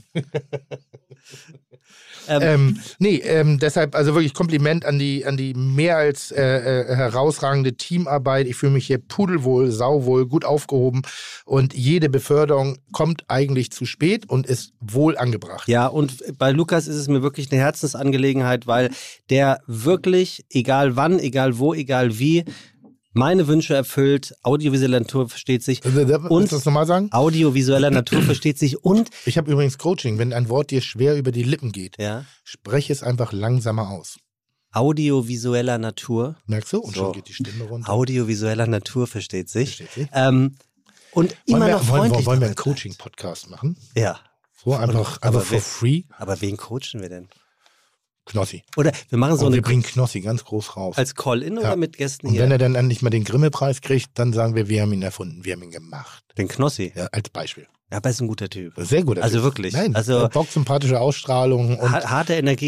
S4: Deshalb also wirklich Kompliment an die mehr als herausragende Teamarbeit. Ich fühle mich hier pudelwohl, sauwohl, gut aufgehoben und jede Beförderung kommt eigentlich zu spät und ist wohl angebracht.
S3: Ja, und bei Lukas ist es mir wirklich eine Herzensangelegenheit, weil der wirklich, egal wann, egal wo, egal wie, meine Wünsche erfüllt, audiovisueller Natur versteht sich
S4: Willst du das nochmal sagen?
S3: audiovisueller Natur versteht sich und
S4: Ich habe übrigens Coaching. Wenn ein Wort dir schwer über die Lippen geht,
S3: ja,
S4: spreche es einfach langsamer aus.
S3: audiovisueller Natur.
S4: Merkst du? Und
S3: So.
S4: schon geht die Stimme runter.
S3: Audiovisueller Natur versteht sich.
S4: Versteht sich.
S3: Und immer noch freundlich.
S4: wollen wir einen
S3: dabei bleibt.
S4: Coaching-Podcast machen?
S3: Ja.
S4: So einfach
S3: aber
S4: for free?
S3: Aber wen coachen wir denn?
S4: Knossi.
S3: Oder wir machen so
S4: Und
S3: eine
S4: wir bringen Knossi ganz groß raus.
S3: als Call-In oder
S4: Ja.
S3: mit Gästen
S4: Und
S3: hier?
S4: wenn er dann endlich mal den Grimme-Preis kriegt, dann sagen wir haben ihn erfunden, wir haben ihn gemacht.
S3: Den Knossi.
S4: Ja, als Beispiel.
S3: Ja, aber er ist ein guter Typ.
S4: Sehr gut.
S3: Also wirklich.
S4: Nein,
S3: Also
S4: bocksympathische Ausstrahlung und
S3: harte Energie.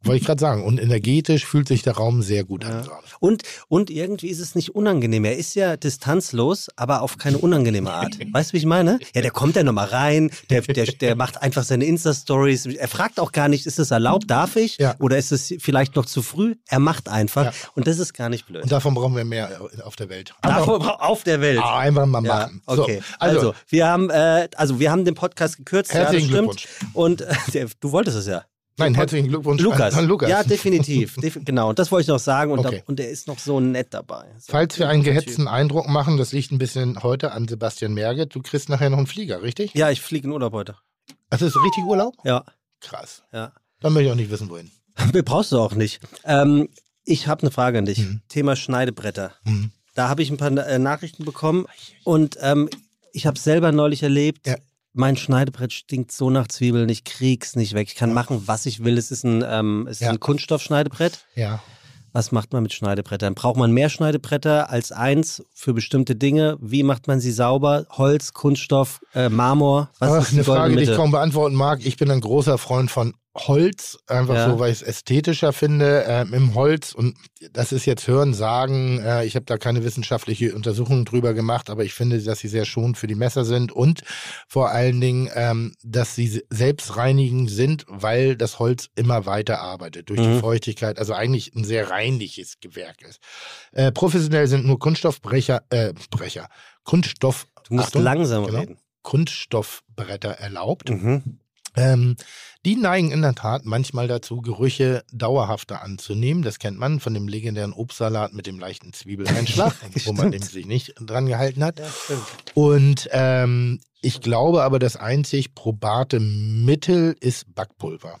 S4: wollte ich gerade sagen. Und energetisch fühlt sich der Raum sehr gut an.
S3: Und irgendwie ist es nicht unangenehm. Er ist ja distanzlos, aber auf keine unangenehme Art. Weißt du, wie ich meine? Ja, der kommt ja nochmal rein, der macht einfach seine Insta-Stories. Er fragt auch gar nicht, ist es erlaubt, darf ich?
S4: Ja.
S3: Oder ist es vielleicht noch zu früh? Er macht einfach.
S4: Ja.
S3: Und das ist gar nicht blöd.
S4: Und davon brauchen wir mehr auf der Welt.
S3: Auf der Welt.
S4: Einfach mal machen.
S3: Okay.
S4: So,
S3: Also, wir haben den Podcast gekürzt.
S4: Herzlichen
S3: ja, das
S4: Glückwunsch.
S3: stimmt. Und du wolltest es ja.
S4: Nein, herzlichen Glückwunsch
S3: Lukas.
S4: an Lukas.
S3: Ja, definitiv. Genau, und das wollte ich noch sagen. Und,
S4: Okay.
S3: und er ist noch so nett dabei. So.
S4: Falls wir einen gehetzten Eindruck machen, das liegt ein bisschen heute an Sebastian Merget, du kriegst nachher noch einen Flieger, richtig?
S3: Ja, ich fliege in Urlaub heute.
S4: Also ist richtig Urlaub?
S3: Ja.
S4: Krass.
S3: Ja.
S4: Dann möchte ich auch nicht wissen, wohin.
S3: Brauchst du auch nicht. Ich habe eine Frage an dich. Thema Schneidebretter. Da habe ich ein paar Nachrichten bekommen und ich habe es selber neulich erlebt.
S4: Ja.
S3: Mein Schneidebrett stinkt so nach Zwiebeln, ich krieg's nicht weg. Ich kann machen, was ich will. Es ist ein Kunststoffschneidebrett.
S4: Ja.
S3: Was macht man mit Schneidebrettern? Braucht man mehr Schneidebretter als eins für bestimmte Dinge? Wie macht man sie sauber? Holz, Kunststoff, Marmor? Was
S4: Ach,
S3: ist die
S4: eine
S3: goldene
S4: Frage, die ich
S3: Mitte?
S4: kaum beantworten mag. Ich bin ein großer Freund von Holz, einfach
S3: Ja.
S4: so, weil ich es ästhetischer finde, im Holz. Und das ist jetzt Hören, Sagen. Ich habe da keine wissenschaftliche Untersuchung drüber gemacht, aber ich finde, dass sie sehr schonend für die Messer sind und vor allen Dingen, dass sie selbstreinigend sind, weil das Holz immer weiter arbeitet durch die Feuchtigkeit. Also eigentlich ein sehr reinliches Gewerk ist. Professionell sind nur Kunststoffbrecher.
S3: Du musst
S4: Achtung,
S3: langsam
S4: genau.
S3: reden.
S4: Kunststoffbretter erlaubt.
S3: Mhm.
S4: Die neigen in der Tat manchmal dazu, Gerüche dauerhafter anzunehmen. Das kennt man von dem legendären Obstsalat mit dem leichten Zwiebeleinschlag, wo man dem sich nicht dran gehalten hat.
S3: Ja, stimmt.
S4: Und ich glaube aber, das einzig probate Mittel ist Backpulver.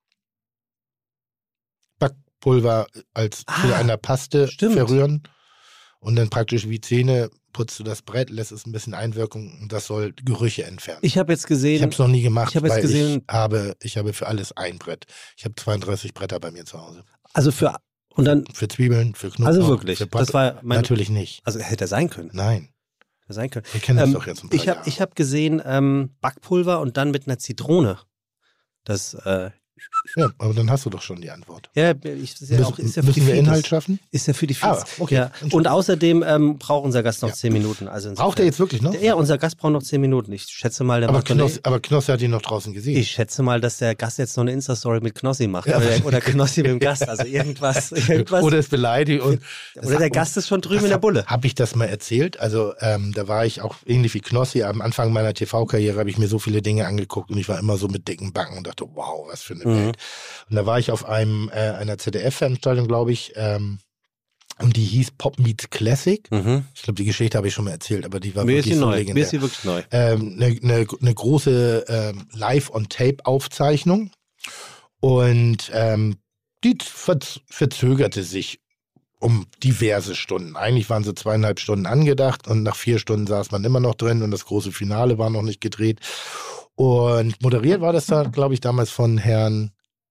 S4: Backpulver als zu einer Paste
S3: stimmt.
S4: verrühren und dann praktisch wie Zähne putzt du das Brett, lässt es ein bisschen einwirken und das soll Gerüche entfernen.
S3: Ich habe jetzt gesehen.
S4: Ich habe es noch nie gemacht,
S3: ich hab jetzt
S4: weil
S3: gesehen-
S4: ich habe für alles ein Brett. Ich habe 32 Bretter bei mir zu Hause.
S3: Also und dann,
S4: Für Zwiebeln, für Knoblauch,
S3: also wirklich.
S4: für
S3: Das war
S4: Natürlich nicht.
S3: Also hätte er sein können.
S4: Nein.
S3: Hätte sein können.
S4: Wir kennen das doch jetzt ein paar
S3: Ich
S4: Jahre.
S3: habe gesehen Backpulver und dann mit einer Zitrone. Das
S4: Ja, aber dann hast du doch schon die Antwort.
S3: ist ja für
S4: Müssen
S3: die
S4: wir
S3: Feeds.
S4: Inhalt schaffen?
S3: Ist ja für die Feeds.
S4: Okay.
S3: Ja. Und außerdem braucht unser Gast noch
S4: Ja.
S3: 10 Minuten. Also
S4: Braucht er jetzt wirklich noch?
S3: Ja, unser Gast braucht noch 10 Minuten. Ich schätze mal, der
S4: Aber
S3: macht noch
S4: Knossi hat ihn noch draußen gesehen.
S3: Ich schätze mal, dass der Gast jetzt noch eine Insta-Story mit Knossi macht.
S4: Ja.
S3: Oder Knossi mit dem Gast. Also irgendwas.
S4: Oder es beleidigt.
S3: Oder der Gast ist schon drüben in der Bulle.
S4: Habe ich das mal erzählt? Also da war ich auch ähnlich wie Knossi. Am Anfang meiner TV-Karriere habe ich mir so viele Dinge angeguckt und ich war immer so mit dicken Backen und dachte, wow, was für eine Welt. Und da war ich auf einer ZDF-Veranstaltung, glaube ich, und die hieß Pop Meets Classic. Ich glaube, die Geschichte habe ich schon mal erzählt, aber die war
S3: Mir ist
S4: wirklich
S3: sie
S4: so
S3: neu.
S4: legendär.
S3: Mir ist sie wirklich neu.
S4: Eine große Live-on-Tape-Aufzeichnung und die verzögerte sich um diverse Stunden. Eigentlich waren so 2,5 Stunden angedacht und nach 4 Stunden saß man immer noch drin und das große Finale war noch nicht gedreht. Und moderiert war das da, glaube ich, damals von Herrn,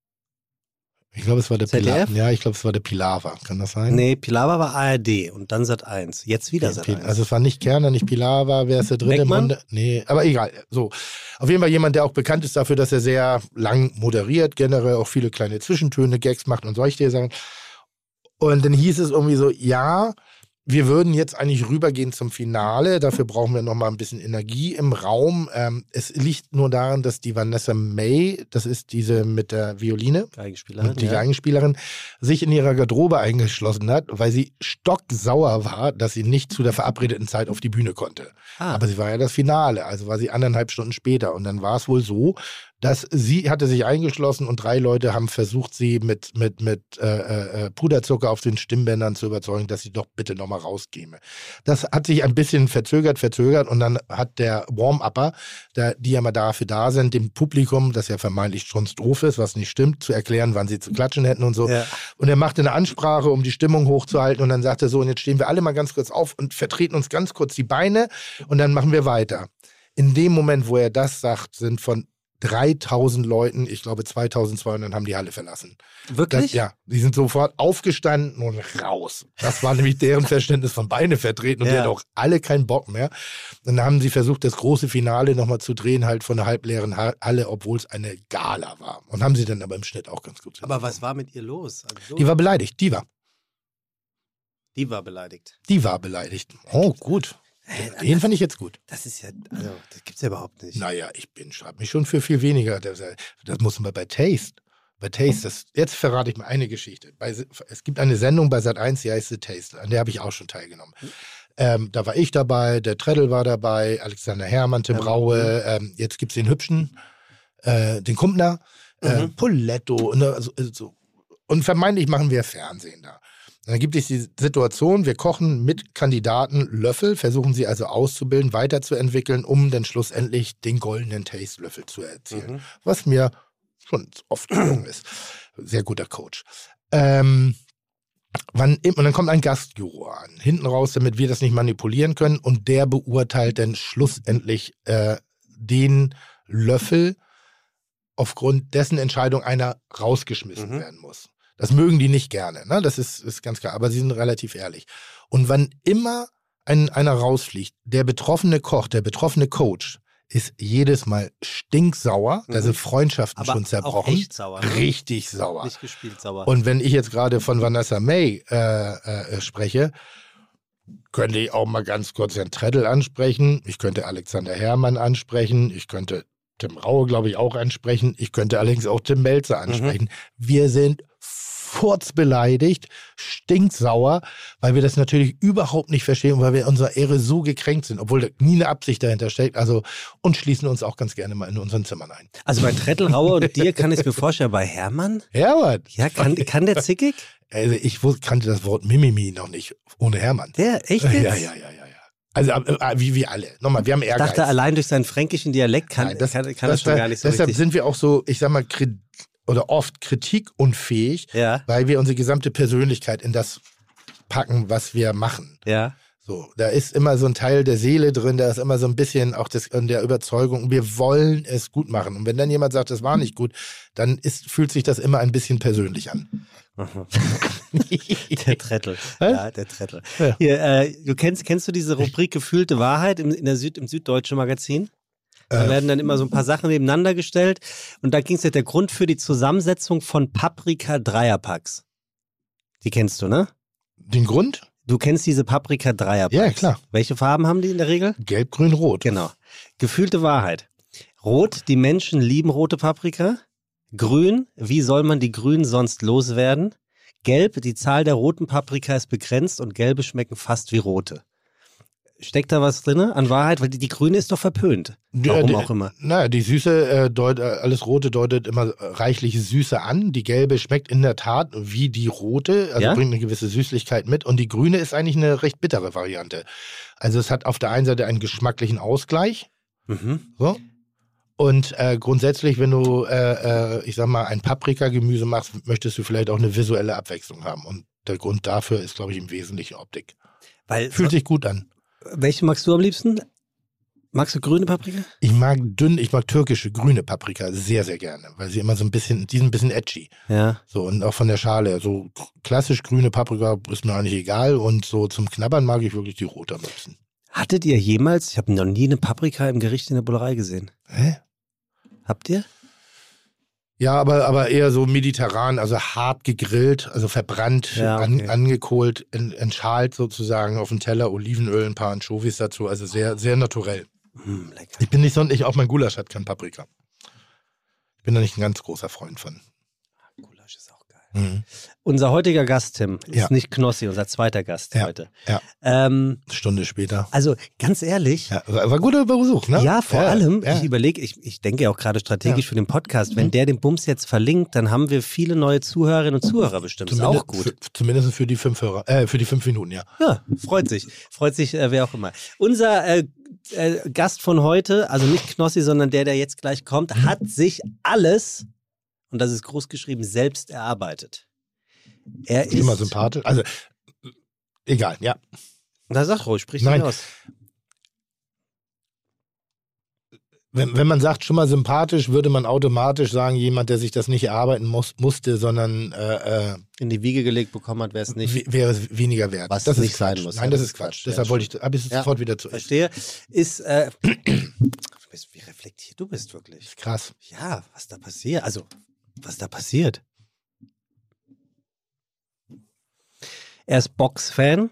S4: ich glaube, es war der
S3: ZDF?
S4: Pilawa. Ja, ich glaube, es war der Pilawa. Kann das sein?
S3: Nee, Pilawa war ARD und dann Sat.1. Jetzt wieder Sat.1.
S4: Also es war nicht Kerner, nicht Pilawa, wer ist der dritte im
S3: Beckmann?
S4: Bunde? Nee, aber egal. So. Auf jeden Fall jemand, der auch bekannt ist dafür, dass er sehr lang moderiert, generell auch viele kleine Zwischentöne, Gags macht und solche Sachen. Und dann hieß es irgendwie so, ja, wir würden jetzt eigentlich rübergehen zum Finale. Dafür brauchen wir nochmal ein bisschen Energie im Raum. Es liegt nur daran, dass die Vanessa May, das ist diese mit der Violine,
S3: Geigenspielerin.
S4: die Geigenspielerin, sich in ihrer Garderobe eingeschlossen hat, weil sie stocksauer war, dass sie nicht zu der verabredeten Zeit auf die Bühne konnte. Aber sie war ja das Finale, also war sie 1,5 Stunden später. Und dann war es wohl so, dass sie hatte sich eingeschlossen und 3 Leute haben versucht, sie mit Puderzucker auf den Stimmbändern zu überzeugen, dass sie doch bitte nochmal rauskäme. Das hat sich ein bisschen verzögert und dann hat der Warm-Upper, die ja mal dafür da sind, dem Publikum, das ja vermeintlich schon doof ist, was nicht stimmt, zu erklären, wann sie zu klatschen hätten und so.
S3: Ja.
S4: Und er machte eine Ansprache, um die Stimmung hochzuhalten und dann sagte er so, und jetzt stehen wir alle mal ganz kurz auf und vertreten uns ganz kurz die Beine und dann machen wir weiter. In dem Moment, wo er das sagt, sind von 3000 Leuten, ich glaube 2200 haben die Halle verlassen.
S3: Wirklich?
S4: Ja, die sind sofort aufgestanden und raus. Das war nämlich deren Verständnis von Beine vertreten und die hatten auch alle keinen Bock mehr. Dann haben sie versucht, das große Finale nochmal zu drehen, halt von einer halbleeren Halle, obwohl es eine Gala war. Und haben sie dann aber im Schnitt auch ganz gut
S3: Aber was war mit ihr los? Also
S4: Die war beleidigt,
S3: Die war beleidigt.
S4: Die war beleidigt. Oh, gut. Den fand ich jetzt gut.
S3: Das ist ja, also, das gibt's ja überhaupt nicht.
S4: Naja, ich schreibe mich schon für viel weniger. Das muss man bei Taste. Bei Taste, jetzt verrate ich mal eine Geschichte. Es gibt eine Sendung bei Sat.1, die heißt The Taste. An der habe ich auch schon teilgenommen. Da war ich dabei, der Treddle war dabei, Alexander Herrmann, Tim Raue. Jetzt gibt es den Hübschen, den Kumpner, Poletto. Und vermeintlich machen wir Fernsehen da. Dann gibt es die Situation, wir kochen mit Kandidaten Löffel, versuchen sie also auszubilden, weiterzuentwickeln, um dann schlussendlich den goldenen Taste-Löffel zu erzielen. Was mir schon oft gelungen ist. Sehr guter Coach. Und dann kommt ein Gastjuror an, hinten raus, damit wir das nicht manipulieren können, und der beurteilt dann schlussendlich den Löffel, aufgrund dessen Entscheidung einer rausgeschmissen werden muss. Das mögen die nicht gerne, ne? Das ist ganz klar, aber sie sind relativ ehrlich. Und wann immer einer rausfliegt, der betroffene Koch, der betroffene Coach ist jedes Mal stinksauer, da sind Freundschaften
S3: aber
S4: schon zerbrochen.
S3: Auch echt sauer. Ne?
S4: Richtig sauer.
S3: Nicht gespielt sauer.
S4: Und wenn ich jetzt gerade von Vanessa May spreche, könnte ich auch mal ganz kurz Herrn Treddle ansprechen. Ich könnte Alexander Herrmann ansprechen. Ich könnte Tim Raue, glaube ich, auch ansprechen. Ich könnte allerdings auch Tim Melzer ansprechen. Wir sind furzbeleidigt, stinksauer, weil wir das natürlich überhaupt nicht verstehen und weil wir unserer Ehre so gekränkt sind, obwohl da nie eine Absicht dahinter steckt. Also, und schließen uns auch ganz gerne mal in unseren Zimmern ein.
S3: Also bei Treddle, Raue und dir kann ich es mir vorstellen, bei Hermann?
S4: Hermann?
S3: Ja, kann der zickig?
S4: Also ich kannte das Wort Mimimi noch nicht ohne Hermann.
S3: Der, echt jetzt?
S4: Ja. Also wie alle. Nochmal, wir haben
S3: Ich
S4: Ehrgeiz.
S3: dachte, allein durch seinen fränkischen Dialekt kann das schon gar nicht so
S4: deshalb
S3: richtig.
S4: sind wir auch so, ich sag mal, oft kritikunfähig, weil wir unsere gesamte Persönlichkeit in das packen, was wir machen.
S3: Ja.
S4: So, da ist immer so ein Teil der Seele drin, da ist immer so ein bisschen auch in der Überzeugung, wir wollen es gut machen. Und wenn dann jemand sagt, das war nicht gut, dann fühlt sich das immer ein bisschen persönlich an.
S3: Der Treddle. Ja, der Treddle. Ja. Hier, kennst du diese Rubrik Gefühlte Wahrheit im Süddeutschen Magazin? Da werden dann immer so ein paar Sachen nebeneinander gestellt. Und da ging es ja der Grund für die Zusammensetzung von Paprika-Dreierpacks. Die kennst du, ne?
S4: Den Grund?
S3: Du kennst diese Paprika-Dreierpacks.
S4: Ja, klar.
S3: Welche Farben haben die in der Regel?
S4: Gelb, Grün, Rot.
S3: Genau. Gefühlte Wahrheit. Rot, die Menschen lieben rote Paprika. Grün, wie soll man die Grünen sonst loswerden? Gelb, die Zahl der roten Paprika ist begrenzt und gelbe schmecken fast wie rote. Steckt da was drin an Wahrheit? Weil die Grüne ist doch verpönt. Warum auch immer.
S4: Naja, die Süße, alles Rote deutet immer reichliche Süße an. Die Gelbe schmeckt in der Tat wie die Rote, also bringt eine gewisse Süßlichkeit mit. Und die Grüne ist eigentlich eine recht bittere Variante. Also es hat auf der einen Seite einen geschmacklichen Ausgleich. So. Und grundsätzlich, wenn du, ich sag mal, ein Paprikagemüse machst, möchtest du vielleicht auch eine visuelle Abwechslung haben. Und der Grund dafür ist, glaube ich, im Wesentlichen Optik. Fühlt sich gut an.
S3: Welche magst du am liebsten? Magst du grüne Paprika?
S4: Ich mag türkische grüne Paprika sehr, sehr gerne, weil sie immer so die sind ein bisschen edgy.
S3: Ja.
S4: So, und auch von der Schale. So klassisch grüne Paprika ist mir eigentlich egal und so zum Knabbern mag ich wirklich die rote am liebsten.
S3: Hattet ihr jemals, ich habe noch nie eine Paprika im Gericht in der Bullerei gesehen.
S4: Hä?
S3: Habt ihr?
S4: Ja, aber eher so mediterran, also hart gegrillt, also verbrannt, angekohlt, entschalt sozusagen auf dem Teller, Olivenöl, ein paar Anchovies dazu, also sehr, sehr naturell.
S3: Lecker.
S4: Ich bin nicht sonderlich, auch mein Gulasch hat kein Paprika. Ich bin da nicht ein ganz großer Freund von.
S3: Gulasch ist auch geil. Unser heutiger Gast, Tim, ist nicht Knossi, unser zweiter Gast heute.
S4: Ja. Stunde später.
S3: Also ganz ehrlich.
S4: Ja, war guter Besuch, ne?
S3: Ja, vor allem, ich überlege, ich denke auch gerade strategisch für den Podcast, wenn der den Bums jetzt verlinkt, dann haben wir viele neue Zuhörerinnen und Zuhörer bestimmt. Ist auch gut.
S4: Zumindest für die 5 Minuten, ja.
S3: Ja, freut sich. Freut sich, wer auch immer. Unser Gast von heute, also nicht Knossi, sondern der jetzt gleich kommt, hat sich alles, und das ist groß geschrieben, selbst erarbeitet. Er ist
S4: immer sympathisch. Also, egal, ja.
S3: Na, sag ruhig, sprich nicht aus.
S4: Wenn man sagt, schon mal sympathisch, würde man automatisch sagen, jemand, der sich das nicht erarbeiten musste, sondern
S3: in die Wiege gelegt bekommen hat, wäre es nicht.
S4: Wäre es weniger wert.
S3: Was
S4: das
S3: nicht
S4: ist
S3: sein
S4: Quatsch.
S3: muss.
S4: Nein,
S3: Ja,
S4: das
S3: das
S4: ist
S3: ist
S4: Quatsch.
S3: Quatsch.
S4: Deshalb habe ich es sofort wieder zu.
S3: Verstehe. Ist, wie reflektiert du bist wirklich.
S4: Krass.
S3: Ja, was da passiert. Also, was da passiert. Er ist Box-Fan.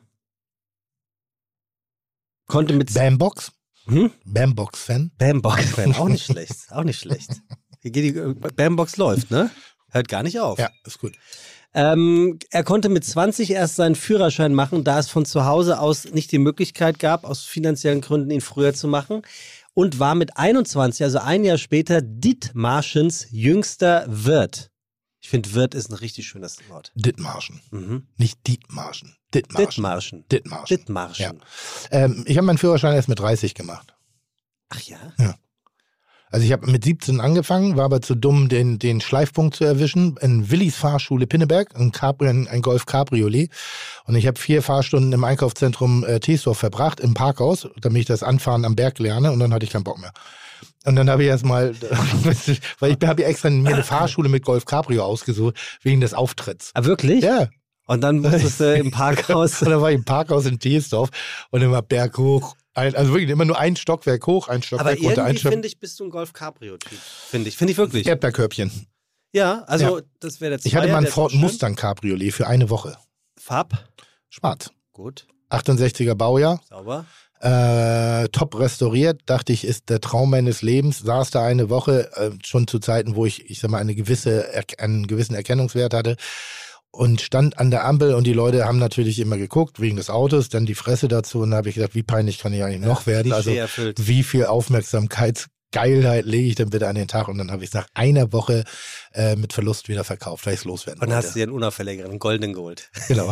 S3: Konnte mit
S4: Bambox?
S3: Hm?
S4: Bambox-Fan?
S3: Bambox-Fan, auch nicht schlecht. Auch nicht schlecht. Bambox läuft, ne? Hört gar nicht auf.
S4: Ja, ist gut.
S3: Er konnte mit 20 erst seinen Führerschein machen, da es von zu Hause aus nicht die Möglichkeit gab, aus finanziellen Gründen ihn früher zu machen. Und war mit 21, also ein Jahr später, Dithmarschens jüngster Wirt. Ich finde, Wirt ist ein richtig schönes Wort.
S4: Dithmarschen.
S3: Mhm.
S4: Nicht Dithmarschen.
S3: Dithmarschen.
S4: Dithmarschen.
S3: Dithmarschen.
S4: Ja. Ich habe meinen Führerschein erst mit 30 gemacht.
S3: Ach ja?
S4: Ja. Also ich habe mit 17 angefangen, war aber zu dumm, den Schleifpunkt zu erwischen. In Willis Fahrschule Pinneberg, ein Golf Cabriolet. Und ich habe 4 Fahrstunden im Einkaufszentrum Teesdorf verbracht, im Parkhaus, damit ich das Anfahren am Berg lerne. Und dann hatte ich keinen Bock mehr. Und dann habe ich erstmal, weil ich habe ja extra mir eine Fahrschule mit Golf Cabrio ausgesucht, wegen des Auftritts.
S3: Ah, wirklich?
S4: Ja.
S3: Und dann musstest du im Parkhaus.
S4: Und dann war ich im Parkhaus in Teesdorf und immer berghoch. Also wirklich immer nur ein Stockwerk hoch, ein Stockwerk
S3: Aber
S4: runter, ein
S3: irgendwie,
S4: Stockwerk.
S3: finde ich, bist du ein Golf Cabrio-Typ. Finde ich wirklich.
S4: Erdbeerkörbchen.
S3: Ja, also
S4: Ja.
S3: das wäre der
S4: Ich hatte mal
S3: Zweier,
S4: einen
S3: der ist
S4: Ford
S3: schön.
S4: Mustang Cabriolet für eine Woche.
S3: Farb.
S4: Schwarz.
S3: Gut,
S4: 68er Baujahr.
S3: sauber.
S4: Top restauriert, dachte ich, ist der Traum meines Lebens. Saß da eine Woche, schon zu Zeiten, wo ich sag mal, einen gewissen Erkennungswert hatte. Und stand an der Ampel und die Leute haben natürlich immer geguckt, wegen des Autos, dann die Fresse dazu. Und da habe ich gedacht, wie peinlich kann ich eigentlich noch werden? Also
S3: Klischee erfüllt.
S4: wie viel Aufmerksamkeitsgeilheit lege ich denn bitte an den Tag? Und dann habe ich es nach einer Woche mit Verlust wieder verkauft, weil ich es loswerden
S3: Und
S4: wollte.
S3: hast dir einen unauffälligeren, einen goldenen geholt.
S4: Genau.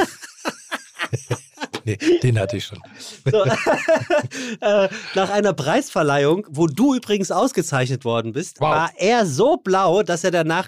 S4: Nee, den hatte ich schon.
S3: So, nach einer Preisverleihung, wo du übrigens ausgezeichnet worden bist,
S4: Wow.
S3: war er so blau, dass er danach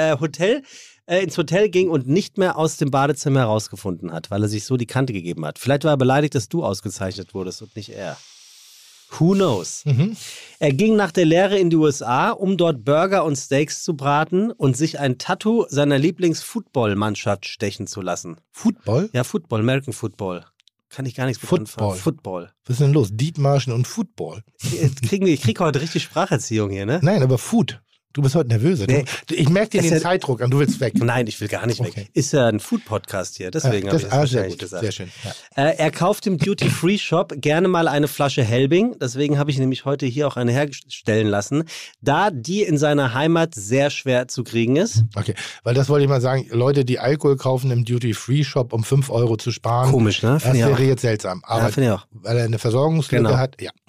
S3: ins Hotel ging und nicht mehr aus dem Badezimmer herausgefunden hat, weil er sich so die Kante gegeben hat. Vielleicht war er beleidigt, dass du ausgezeichnet wurdest und nicht er. Who knows? Er ging nach der Lehre in die USA, um dort Burger und Steaks zu braten und sich ein Tattoo seiner Lieblings-Football-Mannschaft stechen zu lassen.
S4: Football?
S3: Ja, Football, American Football. Kann ich gar nichts mit
S4: Football.
S3: anfangen. Football.
S4: Was ist denn los? Dithmarschen und Football?
S3: Ich krieg heute richtig Spracherziehung hier, ne?
S4: Nein, aber Food. Du bist heute nervös.
S3: Nee.
S4: Ich merke dir
S3: Es
S4: den
S3: ist-
S4: Zeitdruck an, du willst weg.
S3: Nein, ich will gar nicht weg.
S4: Okay.
S3: Ist ja ein Food-Podcast hier, deswegen habe ich das
S4: sehr
S3: wahrscheinlich
S4: gut,
S3: gesagt.
S4: sehr schön. Ja.
S3: Er kauft im Duty-Free-Shop gerne mal eine Flasche Helbing. Deswegen habe ich nämlich heute hier auch eine herstellen lassen, da die in seiner Heimat sehr schwer zu kriegen ist.
S4: Okay, weil das wollte ich mal sagen, Leute, die Alkohol kaufen im Duty-Free-Shop, um 5 Euro zu sparen,
S3: Komisch, ne?
S4: das
S3: Finde ich
S4: wäre
S3: auch.
S4: jetzt seltsam. Aber
S3: Ja, finde ich auch.
S4: weil er eine Versorgungslücke
S3: Genau.
S4: hat, ja.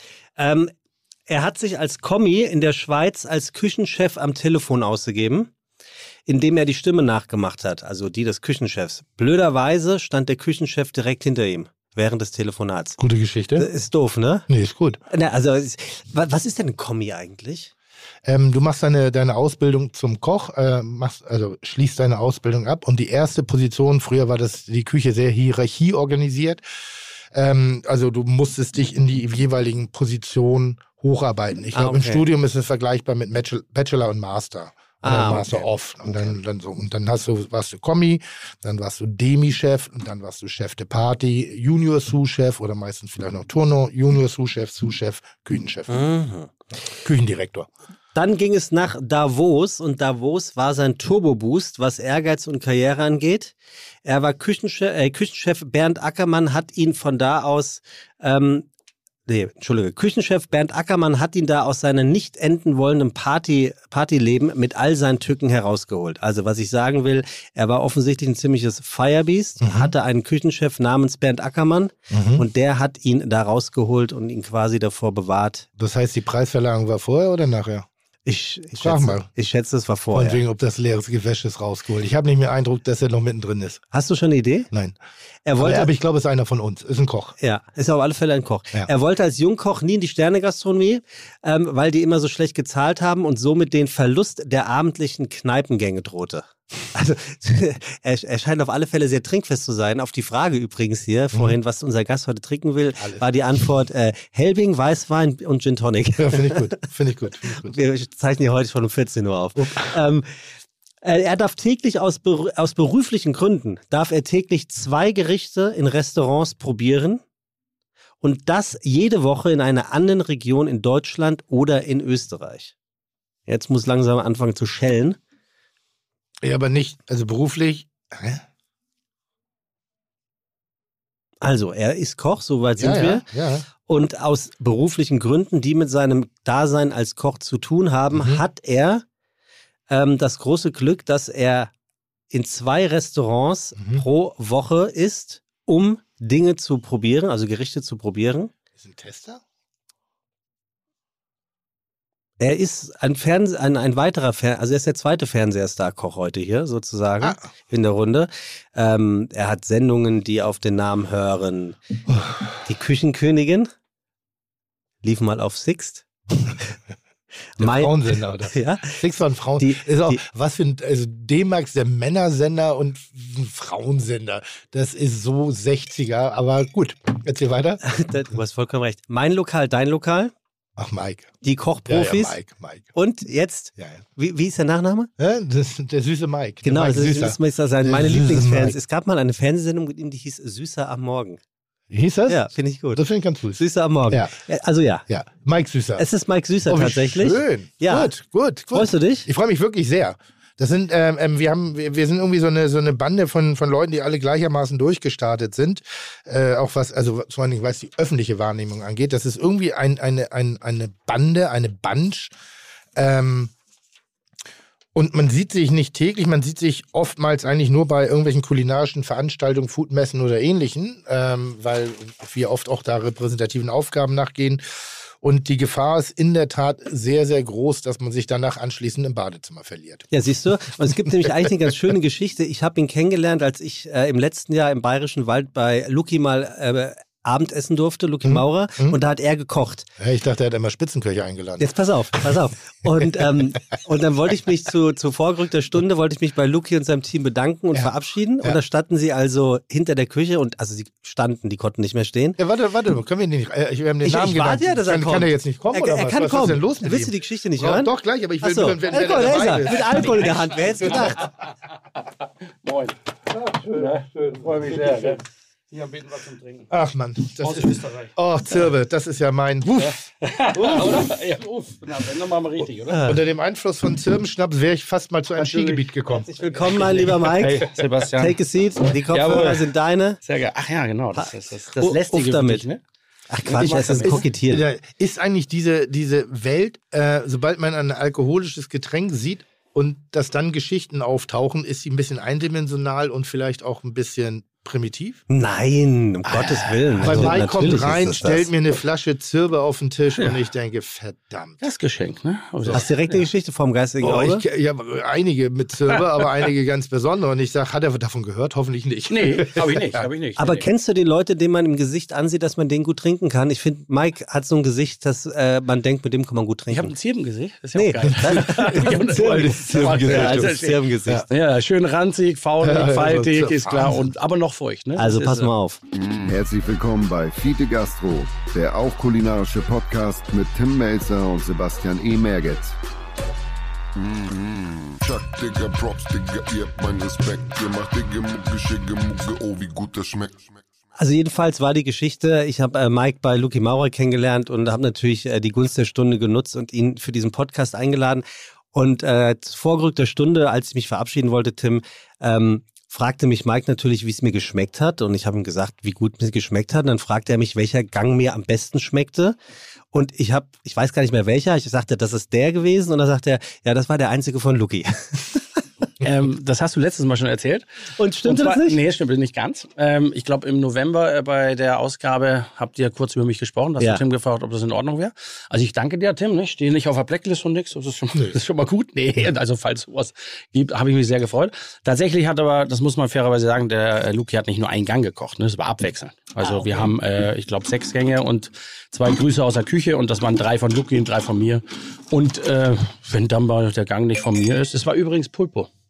S3: Er hat sich als Kommi in der Schweiz als Küchenchef am Telefon ausgegeben, indem er die Stimme nachgemacht hat, also die des Küchenchefs. Blöderweise stand der Küchenchef direkt hinter ihm während des Telefonats.
S4: Gute Geschichte.
S3: Ist doof, ne?
S4: Nee, ist gut.
S3: Na, also, was ist denn ein Kommi eigentlich?
S4: Du machst deine Ausbildung zum Koch, schließt deine Ausbildung ab und die erste Position, früher war das die Küche sehr hierarchieorganisiert, also du musstest dich in die jeweiligen Positionen hocharbeiten. Ich glaube, im
S3: okay.
S4: Studium ist es vergleichbar mit Bachelor und Master. Oder Master
S3: okay.
S4: of. Und dann so. Und dann warst du Kommi, dann warst du Demi-Chef und dann warst du Chef de Party, Junior-Sous-Chef oder meistens vielleicht noch Turno, Junior-Sous-Chef, Sous-Chef, Küchenchef, Küchendirektor.
S3: Dann ging es nach Davos und Davos war sein Turbo-Boost, was Ehrgeiz und Karriere angeht. Er war Küchenchef Bernd Ackermann hat ihn von da aus, Küchenchef Bernd Ackermann hat ihn da aus seiner nicht enden wollenden Partyleben mit all seinen Tücken herausgeholt. Also was ich sagen will, er war offensichtlich ein ziemliches Firebeast, hatte einen Küchenchef namens Bernd Ackermann und der hat ihn da rausgeholt und ihn quasi davor bewahrt.
S4: Das heißt, die Preisverleihung war vorher oder nachher?
S3: Ich
S4: Frag mal.
S3: schätze, es war
S4: Von
S3: vorher.
S4: wegen, ob das leeres Gewäsch ist rausgeholt. Ich habe nicht mehr Eindruck, dass er noch mittendrin ist.
S3: Hast du schon eine Idee?
S4: Nein.
S3: Er wollte,
S4: Aber ich glaube, es ist einer von uns. Ist ein Koch.
S3: ja, ist auf alle Fälle ein Koch.
S4: Ja.
S3: Er wollte als Jungkoch nie in die Sternegastronomie, weil die immer so schlecht gezahlt haben und somit den Verlust der abendlichen Kneipengänge drohte. Also er scheint auf alle Fälle sehr trinkfest zu sein. Auf die Frage übrigens hier vorhin, was unser Gast heute trinken will, war die Antwort Helbing, Weißwein und Gin Tonic.
S4: Ja, finde ich gut.
S3: Wir zeichnen hier heute schon um 14 Uhr auf. Er darf täglich aus beruflichen Gründen, darf er täglich 2 Gerichte in Restaurants probieren und das jede Woche in einer anderen Region in Deutschland oder in Österreich. Jetzt muss langsam anfangen zu schellen.
S4: Ja, aber nicht, also beruflich.
S3: Also, er ist Koch, soweit sind wir.
S4: Ja.
S3: Und aus beruflichen Gründen, die mit seinem Dasein als Koch zu tun haben, hat er das große Glück, dass er in 2 Restaurants pro Woche ist, um Dinge zu probieren, also Gerichte zu probieren.
S4: Ist ein Tester?
S3: Er ist ein weiterer also er ist der zweite Fernsehstar-Koch heute hier sozusagen in der Runde. Er hat Sendungen, die auf den Namen hören. Die Küchenkönigin lief mal auf Sixt.
S4: Frauensender, oder?
S3: Ja.
S4: Six von Frauen. Was für ein, also D-Max, der Männersender und ein Frauensender. Das ist so 60er, aber gut. Erzähl weiter.
S3: Du hast vollkommen recht. Mein Lokal, dein Lokal.
S4: Ach, Mike.
S3: Die Kochprofis.
S4: Ja, Mike.
S3: Und jetzt, wie ist der Nachname?
S4: Ja, der süße Mike.
S3: Genau,
S4: Mike
S3: das muss sein. Meine Lieblingsfans. Es gab mal eine Fernsehsendung mit ihm, die hieß Süßer am Morgen.
S4: Hieß das?
S3: Ja, finde ich gut.
S4: Das finde ich ganz gut.
S3: Süßer am Morgen.
S4: Ja.
S3: Also ja.
S4: Ja, Mike Süßer.
S3: Es ist Mike Süßer tatsächlich.
S4: Schön.
S3: Ja.
S4: Gut.
S3: Freust du dich?
S4: Ich freue mich wirklich sehr. Das sind, wir sind irgendwie so eine Bande von Leuten, die alle gleichermaßen durchgestartet sind. Auch was, also vor allem, was die öffentliche Wahrnehmung angeht. Das ist irgendwie eine Bande, eine Bunch. Und man sieht sich nicht täglich, man sieht sich oftmals eigentlich nur bei irgendwelchen kulinarischen Veranstaltungen, Foodmessen oder Ähnlichen, weil wir oft auch da repräsentativen Aufgaben nachgehen. Und die Gefahr ist in der Tat sehr, sehr groß, dass man sich danach anschließend im Badezimmer verliert.
S3: Ja, siehst du? Und es gibt nämlich eigentlich eine ganz schöne Geschichte. Ich habe ihn kennengelernt, als ich im letzten Jahr im Bayerischen Wald bei Luki mal Abendessen durfte, Luki Maurer, und da hat er gekocht.
S4: Ja, ich dachte, er hat immer Spitzenköche eingeladen.
S3: Jetzt pass auf. Und dann wollte ich mich zu vorgerückter Stunde, bei Luki und seinem Team bedanken und verabschieden. Und da standen sie also hinter der Küche und, also sie standen, die konnten nicht mehr stehen.
S4: Ja, warte, können wir nicht, wir haben den Namen genannt.
S3: Ja, dass er kommt.
S4: Kann er jetzt nicht kommen, oder
S3: er
S4: was?
S3: kann
S4: Was
S3: kommen.
S4: ist denn los mit
S3: Willst
S4: ihm?
S3: du die Geschichte nicht hören?
S4: Doch, gleich, aber ich will
S3: Achso,
S4: wenn der dabei ist.
S3: mit Alkohol in der Hand, wer hätte es gedacht?
S7: Moin. Schön, freue mich sehr. Hier am Beten was zum Trinken.
S4: Ach Mann,
S7: aus Österreich.
S4: Oh, Zirbe, das ist ja mein.
S7: Ja, na, wenn dann machen wir richtig, oder?
S4: Unter dem Einfluss von Zirbenschnaps wäre ich fast mal zu einem Skigebiet gekommen.
S3: Herzlich willkommen, mein lieber Mike.
S7: Hey, Sebastian.
S3: Take a seat. Die Kopfhörer sind deine.
S7: Sehr geil. Ach ja, genau. Das ist das
S3: Lästige
S7: Lästige
S3: damit.
S7: für dich, ne?
S3: Ach Quatsch, das ist ein Kokettieren.
S4: Ist eigentlich diese Welt, sobald man ein alkoholisches Getränk sieht und dass dann Geschichten auftauchen, ist sie ein bisschen eindimensional und vielleicht auch ein bisschen primitiv?
S3: Nein, um Gottes Willen.
S4: Weil Mike kommt
S3: natürlich
S4: rein,
S3: ist das
S4: stellt mir eine Flasche Zirbe auf den Tisch und ich denke, verdammt.
S7: Das Geschenk, ne? Also,
S3: Hast du direkt eine Geschichte vom geistigen Auge?
S4: Ja, einige mit Zirbe, aber einige ganz besondere. Und ich sage, hat er davon gehört? Hoffentlich nicht.
S7: Nee, habe ich nicht.
S3: Aber kennst du die Leute, denen man im Gesicht ansieht, dass man den gut trinken kann? Ich finde, Mike hat so ein Gesicht, dass man denkt, mit dem kann man gut trinken.
S7: Ich habe ein Zirbengesicht. Das ist ja
S3: Nee,
S7: auch geil.
S3: das ist Zirbengesicht.
S7: Ja, schön ranzig, faulig, faltig,
S4: so
S7: ist klar. Aber noch feucht, ne?
S3: Also
S7: Das
S3: pass
S7: ist,
S3: mal auf.
S2: Herzlich willkommen bei Fiete Gastro, der auch kulinarische Podcast mit Tim Melzer und Sebastian E. Merget.
S8: Chuck, Digga, Props, Digga, ihr habt meinen Respekt. Ihr macht Digga, Mucke, Schicke, Mucke, oh, wie gut das schmeckt.
S3: Also jedenfalls war die Geschichte, ich habe Mike bei Luki Maurer kennengelernt und habe natürlich die Gunst der Stunde genutzt und ihn für diesen Podcast eingeladen. Und zu vorgerückter Stunde, als ich mich verabschieden wollte, Tim, fragte mich Mike natürlich, wie es mir geschmeckt hat. Und ich habe ihm gesagt, wie gut mir geschmeckt hat. Und dann fragte er mich, welcher Gang mir am besten schmeckte. Und ich weiß gar nicht mehr welcher. Ich sagte, das ist der gewesen. Und dann sagte er, ja, das war der einzige von Luki.
S7: Das hast du letztes Mal schon erzählt.
S3: Und stimmte das nicht?
S7: Nee, stimmt nicht ganz. Ich glaube, im November bei der Ausgabe habt ihr kurz über mich gesprochen. Da hast du Tim gefragt, ob das in Ordnung wäre. Also ich danke dir, Tim. Ich stehe nicht auf der Blacklist und nichts. Das ist schon mal gut. Nee, also falls sowas gibt, habe ich mich sehr gefreut. Tatsächlich hat aber, das muss man fairerweise sagen, der Luki hat nicht nur einen Gang gekocht. Ne? Das war abwechselnd. Also wir haben, ich glaube, 6 Gänge und 2 Grüße aus der Küche. Und das waren 3 von Luki und 3 von mir. Und wenn dann mal der Gang nicht von mir ist, es war übrigens Pulpo.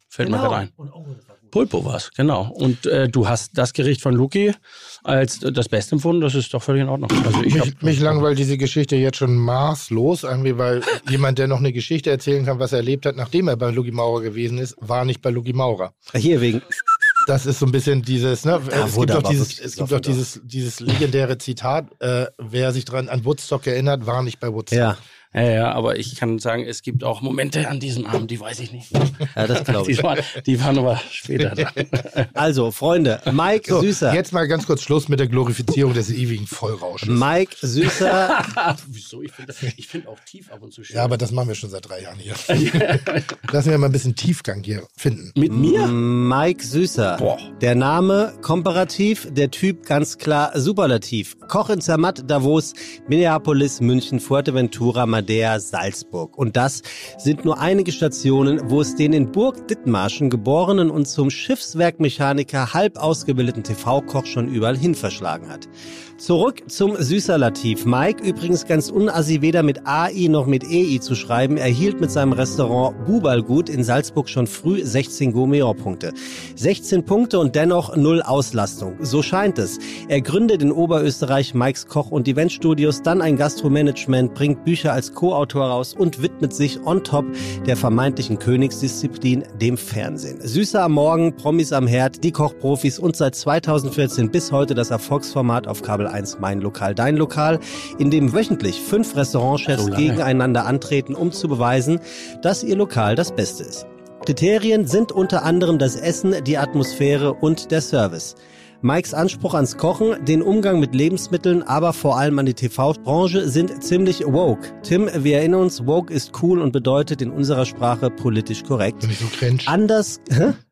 S7: Fällt mir gerade ein. Pulpo war's, genau. Und du hast das Gericht von Luki als das Beste empfunden, das ist doch völlig in Ordnung. Also
S4: mich langweilt diese Geschichte jetzt schon maßlos, irgendwie, weil jemand, der noch eine Geschichte erzählen kann, was er erlebt hat, nachdem er bei Luki Maurer gewesen ist, war nicht bei Luki Maurer.
S3: Hier wegen...
S4: Das ist so ein bisschen dieses, ne? Es gibt doch dieses legendäre Zitat, wer sich dran an Woodstock erinnert, war nicht bei Woodstock.
S7: Ja, aber ich kann sagen, es gibt auch Momente an diesem Abend, die weiß ich nicht.
S3: Ja, das glaube ich.
S7: Die waren aber später da.
S3: Also, Freunde, Mike Süßer.
S4: Jetzt mal ganz kurz Schluss mit der Glorifizierung des ewigen Vollrausches.
S3: Mike Süßer.
S7: Wieso? Ich finde auch tief ab und zu schön.
S4: Ja, aber das machen wir schon seit 3 Jahren hier. Lassen wir mal ein bisschen Tiefgang hier finden.
S7: Mit mir?
S3: Mike Süßer.
S7: Boah.
S3: Der Name komparativ, der Typ ganz klar superlativ. Koch in Zermatt, Davos, Minneapolis, München, Fuerteventura, Madeira, Salzburg. Und das sind nur einige Stationen, wo es den in Burg Dithmarschen geborenen und zum Schiffswerkmechaniker halb ausgebildeten TV-Koch schon überall hin verschlagen hat. Zurück zum Süßerlativ. Mike, übrigens ganz unassi weder mit AI noch mit EI zu schreiben, erhielt mit seinem Restaurant Bubalgut in Salzburg schon früh 16 Gourmet-Punkte. 16 Punkte und dennoch 0 Auslastung. So scheint es. Er gründet in Oberösterreich Mikes Koch- und Eventstudios, dann ein Gastromanagement, bringt Bücher als Co-Autor raus und widmet sich on top der vermeintlichen Königsdisziplin, dem Fernsehen. Süßer am Morgen, Promis am Herd, die Kochprofis und seit 2014 bis heute das Erfolgsformat auf Kabel 1 Mein Lokal, Dein Lokal, in dem wöchentlich 5 Restaurantchefs gegeneinander antreten, um zu beweisen, dass ihr Lokal das Beste ist. Kriterien sind unter anderem das Essen, die Atmosphäre und der Service. Mikes Anspruch ans Kochen, den Umgang mit Lebensmitteln, aber vor allem an die TV-Branche sind ziemlich woke. Tim, wir erinnern uns, woke ist cool und bedeutet in unserer Sprache politisch korrekt.
S4: Bin ich so cringe?
S3: Anders,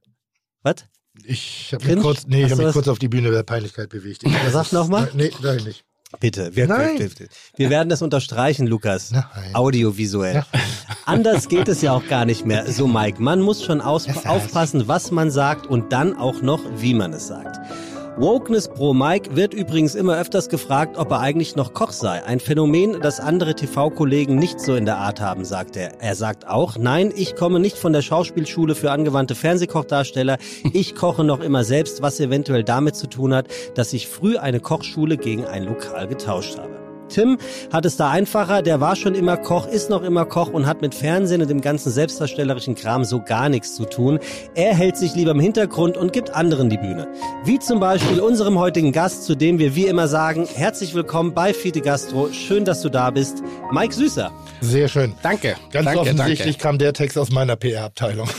S3: was?
S4: Ich habe mich kurz auf die Bühne der Peinlichkeit bewegt.
S3: Sag nochmal?
S4: Nee, sag ich nicht.
S3: Bitte, wir werden das unterstreichen, Lukas.
S4: Nein.
S3: Audiovisuell.
S4: Nein.
S3: Anders geht es ja auch gar nicht mehr. So, Mike, man muss schon aufpassen, was man sagt und dann auch noch, wie man es sagt. Wokeness pro Mike wird übrigens immer öfters gefragt, ob er eigentlich noch Koch sei. Ein Phänomen, das andere TV-Kollegen nicht so in der Art haben, sagt er. Er sagt auch, nein, ich komme nicht von der Schauspielschule für angewandte Fernsehkochdarsteller. Ich koche noch immer selbst, was eventuell damit zu tun hat, dass ich früh eine Kochschule gegen ein Lokal getauscht habe. Tim hat es da einfacher, der war schon immer Koch, ist noch immer Koch und hat mit Fernsehen und dem ganzen selbstdarstellerischen Kram so gar nichts zu tun. Er hält sich lieber im Hintergrund und gibt anderen die Bühne. Wie zum Beispiel unserem heutigen Gast, zu dem wir wie immer sagen, herzlich willkommen bei Fide Gastro, schön, dass du da bist, Mike Süßer.
S4: Sehr schön.
S7: Danke.
S4: Ganz offensichtlich kam der Text aus meiner PR-Abteilung.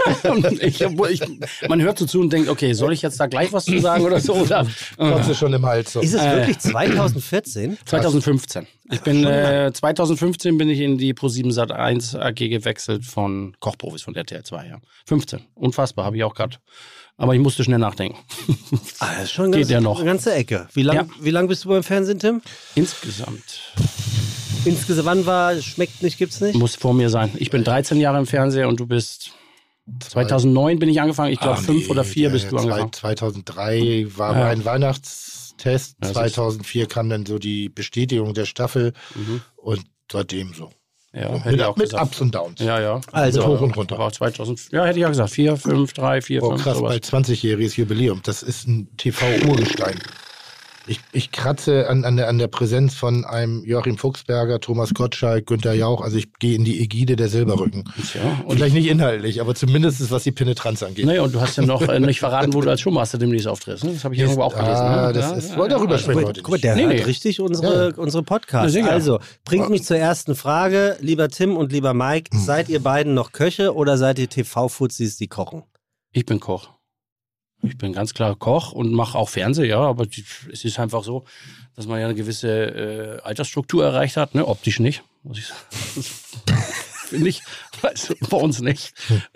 S7: Man hört so zu und denkt, okay, soll ich jetzt da gleich was zu sagen oder so? Oder?
S4: Kotze schon im Hals. So.
S3: Ist es wirklich 2014?
S7: 2015. Ich bin 2015 bin ich in die ProSieben Sat.1 AG gewechselt von Kochprofis von RTL 2. Ja. 15. Unfassbar, habe ich auch gerade. Aber ich musste schnell nachdenken.
S3: Das ist schon
S7: Geht ja noch.
S3: Eine ganze Ecke. Wie lang bist du beim Fernsehen, Tim?
S7: Insgesamt,
S3: wann war schmeckt nicht, gibt's nicht?
S7: muss vor mir sein. Ich bin 13 Jahre im Fernsehen und du bist 2009 bin ich angefangen. Ich glaube 5 oder 4 bist du angefangen.
S4: 2003 war mein Weihnachtstest. 2004 kam dann so die Bestätigung der Staffel und seitdem so.
S7: Ja, hätte ich auch
S4: mit
S7: gesagt.
S4: Ups und Downs.
S7: Ja.
S3: Also
S4: mit hoch und runter.
S7: War 2000, ja, hätte ich auch gesagt. 4, 5, 3, 4, 5.
S4: Krass,
S7: sowas.
S4: bald 20-jähriges Jubiläum. Das ist ein TV-Urgestein. Ich kratze an der Präsenz von einem Joachim Fuchsberger, Thomas Gottschalk, Günther Jauch. Also ich gehe in die Ägide der Silberrücken.
S7: Ja,
S4: und vielleicht nicht inhaltlich, aber zumindest was die Penetranz angeht.
S7: Naja, und du hast ja noch nicht verraten, wo du als Showmaster demnächst auftrittst. Ne? Das habe ich irgendwo auch gelesen.
S4: Wollen darüber sprechen heute
S3: Guck mal, der hört richtig unsere Podcasts.
S7: Ja,
S3: also, bringt mich zur ersten Frage. Lieber Tim und lieber Mike, seid ihr beiden noch Köche oder seid ihr TV-Fuzis, die kochen?
S7: Ich bin Koch. Ich bin ganz klar Koch und mache auch Fernsehen, ja, aber es ist einfach so, dass man ja eine gewisse Altersstruktur erreicht hat, ne? Optisch nicht, muss ich sagen. Finde ich, also bei uns nicht.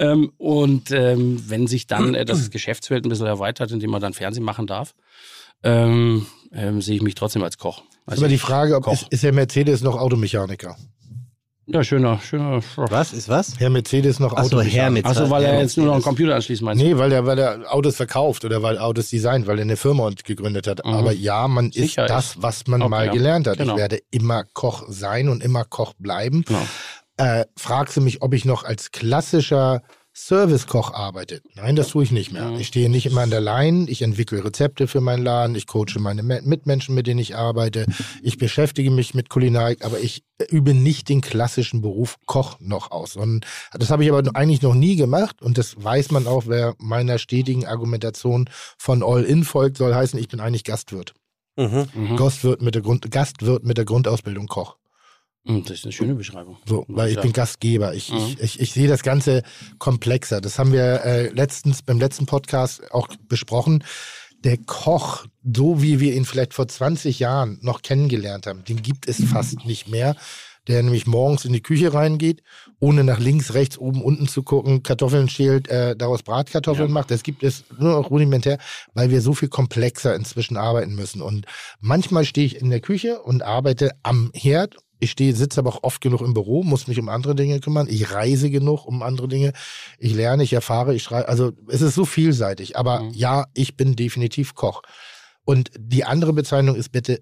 S7: Wenn sich dann das Geschäftsfeld ein bisschen erweitert, indem man dann Fernsehen machen darf, sehe ich mich trotzdem als Koch.
S4: Also immer die Frage, ist der Mercedes noch Automechaniker?
S7: Ja, schöner.
S3: Was? Ist was?
S4: Herr Mercedes noch Automechaniker.
S7: Achso, weil er jetzt nur noch einen Computer anschließt, meinst du?
S4: Nee, weil er Autos verkauft oder weil Autos designt, weil er eine Firma gegründet hat. Aber ja, man ist das, was man mal gelernt hat. Genau. Ich werde immer Koch sein und immer Koch bleiben. Genau. Fragst du mich, ob ich noch als klassischer Servicekoch arbeite. Nein, das tue ich nicht mehr. Ich stehe nicht immer an der Line, ich entwickle Rezepte für meinen Laden, ich coache meine Mitmenschen, mit denen ich arbeite, ich beschäftige mich mit Kulinarik, aber ich übe nicht den klassischen Beruf Koch noch aus. Und das habe ich aber eigentlich noch nie gemacht und das weiß man auch, wer meiner stetigen Argumentation von All-In folgt, soll heißen, ich bin eigentlich Gastwirt. Gastwirt mit der Grundausbildung Koch.
S7: Das ist eine schöne Beschreibung.
S4: So, weil ich bin Gastgeber. Ich sehe das Ganze komplexer. Das haben wir beim letzten Podcast auch besprochen. Der Koch, so wie wir ihn vielleicht vor 20 Jahren noch kennengelernt haben, den gibt es fast nicht mehr. Der nämlich morgens in die Küche reingeht, ohne nach links, rechts, oben, unten zu gucken, Kartoffeln schält, daraus Bratkartoffeln macht. Das gibt es nur noch rudimentär, weil wir so viel komplexer inzwischen arbeiten müssen. Und manchmal stehe ich in der Küche und arbeite am Herd. Sitze aber auch oft genug im Büro, muss mich um andere Dinge kümmern. Ich reise genug um andere Dinge. Ich lerne, ich erfahre, ich schreibe. Also es ist so vielseitig. Aber ja, ich bin definitiv Koch. Und die andere Bezeichnung ist bitte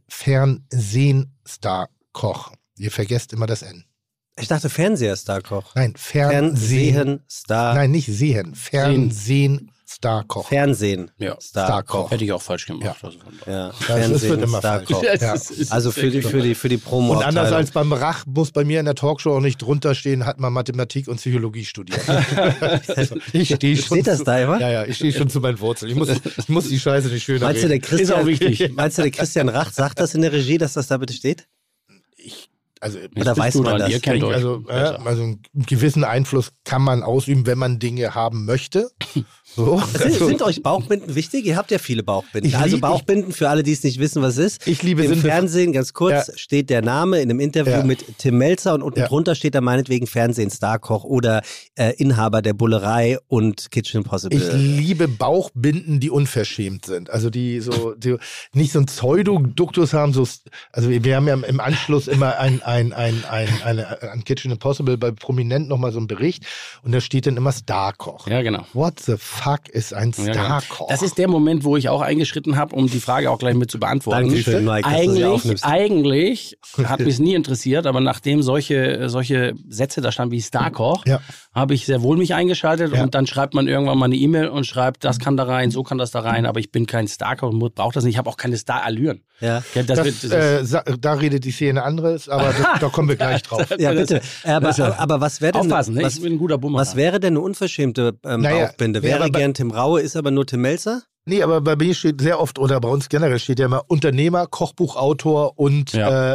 S4: Fernsehstar-Koch. Ihr vergesst immer das N.
S3: Ich dachte Fernseher-Star-Koch.
S4: Nein,
S3: Fernsehen-Star.
S4: Nein, nicht sehen. Fernsehen-Star-Koch.
S3: Fernsehen.
S7: Ja.
S4: Star-Koch.
S7: Hätte ich auch falsch gemacht.
S3: Ja.
S4: Das wird immer falsch.
S3: Ja. Also für die Promo.
S4: Und anders als beim Rach muss bei mir in der Talkshow auch nicht drunter stehen, hat man Mathematik und Psychologie studiert. Ich stehe schon.
S3: Steht das da immer?
S4: Ja, ich stehe schon zu meinen Wurzeln. Ich muss die Scheiße nicht schöner
S3: Meinst du,
S4: reden.
S3: Ist auch wichtig. Meinst du, der Christian Rach sagt das in der Regie, dass das da bitte steht? Oder weiß man das?
S7: Ihr kennt euch.
S4: Also einen gewissen Einfluss kann man ausüben, wenn man Dinge haben möchte. So.
S3: Sind euch Bauchbinden wichtig? Ihr habt ja viele Bauchbinden. Also Bauchbinden, für alle, die es nicht wissen, was es ist.
S4: Ich liebe
S3: Im Fernsehen, ganz kurz, steht der Name in einem Interview mit Tim Melzer und unten drunter steht da meinetwegen Fernsehen-Starkoch oder Inhaber der Bullerei und Kitchen Impossible.
S4: Ich liebe Bauchbinden, die unverschämt sind. Also die nicht so ein Pseudoduktus haben. Also wir haben ja im Anschluss immer an Kitchen Impossible bei Prominent nochmal so einen Bericht und da steht dann immer Starkoch.
S7: Ja, genau.
S4: What the fuck ist ein Starkoch?
S7: Das ist der Moment, wo ich auch eingeschritten habe, um die Frage auch gleich mit zu beantworten.
S3: Dankeschön, Mike,
S7: Eigentlich hat mich es nie interessiert, aber nachdem solche Sätze da standen wie Starkoch, habe ich sehr wohl mich eingeschaltet und dann schreibt man irgendwann mal eine E-Mail und schreibt, das kann da rein, so kann das da rein, aber ich bin kein Starkoch und brauche das nicht. Ich habe auch keine Star-Allüren.
S3: Ja.
S4: Da redet die Szene anderes, aber da kommen wir gleich drauf.
S3: Ja, bitte. Aber was wäre denn...
S7: Aufpassen, ich bin ein guter Bumerang.
S3: Was wäre denn eine unverschämte Bauchbinde? Wäre gern Tim Raue, ist aber nur Tim Melzer?
S4: Nee, aber bei mir steht sehr oft, oder bei uns generell steht ja immer Unternehmer, Kochbuchautor und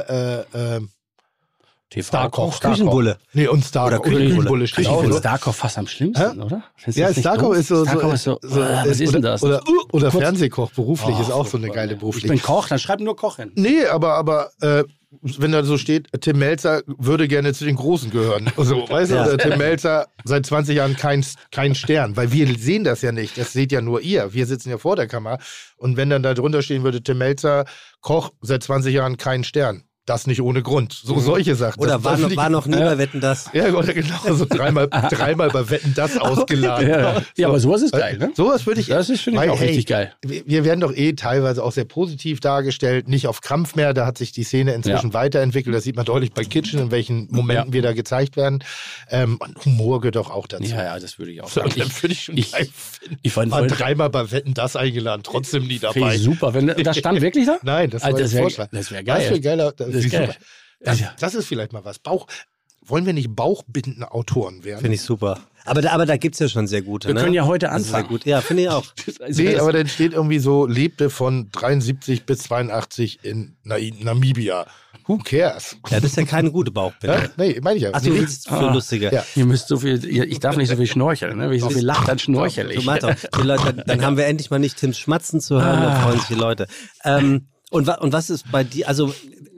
S7: Starkoch.
S3: Küchenbulle.
S4: Nee, und Starkoch.
S3: Oder
S4: Küchenbulle
S7: steht auch. Ich finde Starkoch fast am schlimmsten, oder?
S4: Ja, Starkoch ist so...
S7: was ist denn das?
S4: Oder Fernsehkoch, beruflich ist auch so eine geile beruflich.
S7: Ich bin Koch, dann schreib nur Koch hin.
S4: Nee, aber wenn da so steht, Tim Melzer würde gerne zu den Großen gehören. Also, weißt du, oder Tim Melzer seit 20 Jahren kein Stern, weil wir sehen das ja nicht. Das seht ja nur ihr. Wir sitzen ja vor der Kamera. Und wenn dann da drunter stehen würde, Tim Melzer, Koch, seit 20 Jahren kein Stern. Das nicht ohne Grund. So solche Sachen.
S3: Oder war noch nie bei Wetten, das?
S4: Ja, genau. So dreimal bei Wetten, das ausgeladen.
S7: Ja, aber sowas ist geil, ne?
S4: Sowas finde ich
S7: auch richtig geil.
S4: Wir werden doch teilweise auch sehr positiv dargestellt. Nicht auf Krampf mehr. Da hat sich die Szene inzwischen weiterentwickelt. Das sieht man deutlich bei Kitchen, in welchen Momenten wir da gezeigt werden. Und Humor gehört doch auch dazu.
S7: Ja, das würde ich auch sagen.
S4: Das würde ich schon geil finden. Ich war dreimal bei Wetten, das eingeladen. Trotzdem nie dabei.
S7: Super. Das stand wirklich da?
S4: Nein, das war der Vorschlag.
S7: Das wäre geil.
S4: Das wäre geiler.
S7: Geil.
S4: Das ist vielleicht mal was. Wollen wir nicht Bauchbinden-Autoren werden?
S3: Finde ich super. Aber da gibt es ja schon sehr gute.
S7: Wir können ja heute anfangen.
S3: Sehr gut. Ja, finde ich auch.
S4: Aber dann steht irgendwie so, lebte von 73 bis 82 in Namibia. Who cares?
S3: Ja, das ist ja keine gute Bauchbinde.
S4: Nee, meine ich ja.
S3: Ach, du willst für lustige.
S4: Ja.
S7: Ihr müsst so viel, ich darf nicht so viel schnorcheln, ne? Wenn ich so viel lache, dann schnorchel ich.
S3: Die Leute, dann haben wir endlich mal nicht Tims Schmatzen zu hören, dann freuen sich die Leute. Und was ist bei dir, also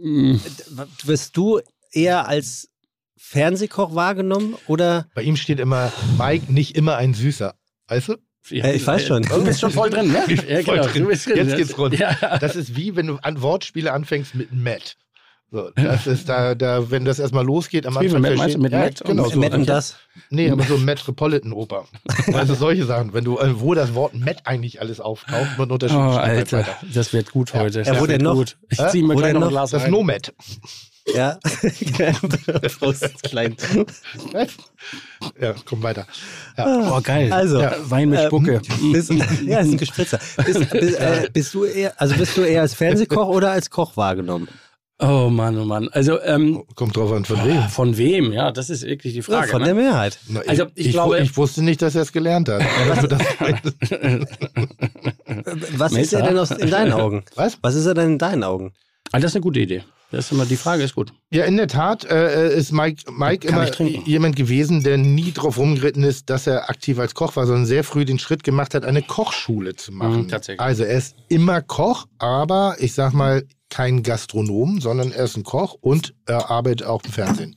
S3: wirst du eher als Fernsehkoch wahrgenommen oder?
S4: Bei ihm steht immer, Mike, nicht immer ein Süßer. Weißt du?
S3: Ich weiß schon.
S7: Du bist schon voll drin, ne?
S4: Ja, genau.
S7: Du bist drin.
S4: Jetzt geht's rund.
S7: Ja.
S4: Das ist wie, wenn du an Wortspiele anfängst mit Matt. So, das ist da, wenn das erstmal losgeht, am Anfang
S7: meinst du mit Matt?
S4: Genau, so.
S3: Matt und das?
S4: Nee, aber so Metropolitan Oper. Also solche Sachen, wenn du, wo das Wort Matt eigentlich alles auftaucht, mit unterschiedlichen
S7: Alter, das wird gut heute.
S3: Ja, wo denn noch?
S7: Gut. Ich zieh mir gleich noch ein Glas
S4: Das
S7: rein.
S4: Nomad.
S3: Ja. Prost, klein.
S4: Ja, komm weiter. Ja.
S7: Oh, geil.
S3: Also,
S7: Wein mit Spucke.
S3: ist ein Gespritzer. Bist du eher als Fernsehkoch oder als Koch wahrgenommen?
S7: Oh Mann. Also,
S4: Kommt drauf an, von wem?
S7: von wem? Ja, das ist wirklich die Frage.
S3: Ja, von der Mehrheit.
S4: Na,
S7: Also, ich glaube-
S4: ich wusste nicht, dass er es gelernt hat.
S3: Was ist er denn in deinen Augen? Was ist er denn in deinen Augen?
S7: Das ist eine gute Idee. Das ist immer, die Frage ist gut.
S4: Ja, in der Tat ist Mike immer
S7: ich trinken?
S4: jemand gewesen, der nie drauf rumgeritten ist, dass er aktiv als Koch war, sondern sehr früh den Schritt gemacht hat, eine Kochschule zu machen.
S7: Tatsächlich.
S4: Also er ist immer Koch, aber ich sag mal kein Gastronom, sondern er ist ein Koch und er arbeitet auch im Fernsehen.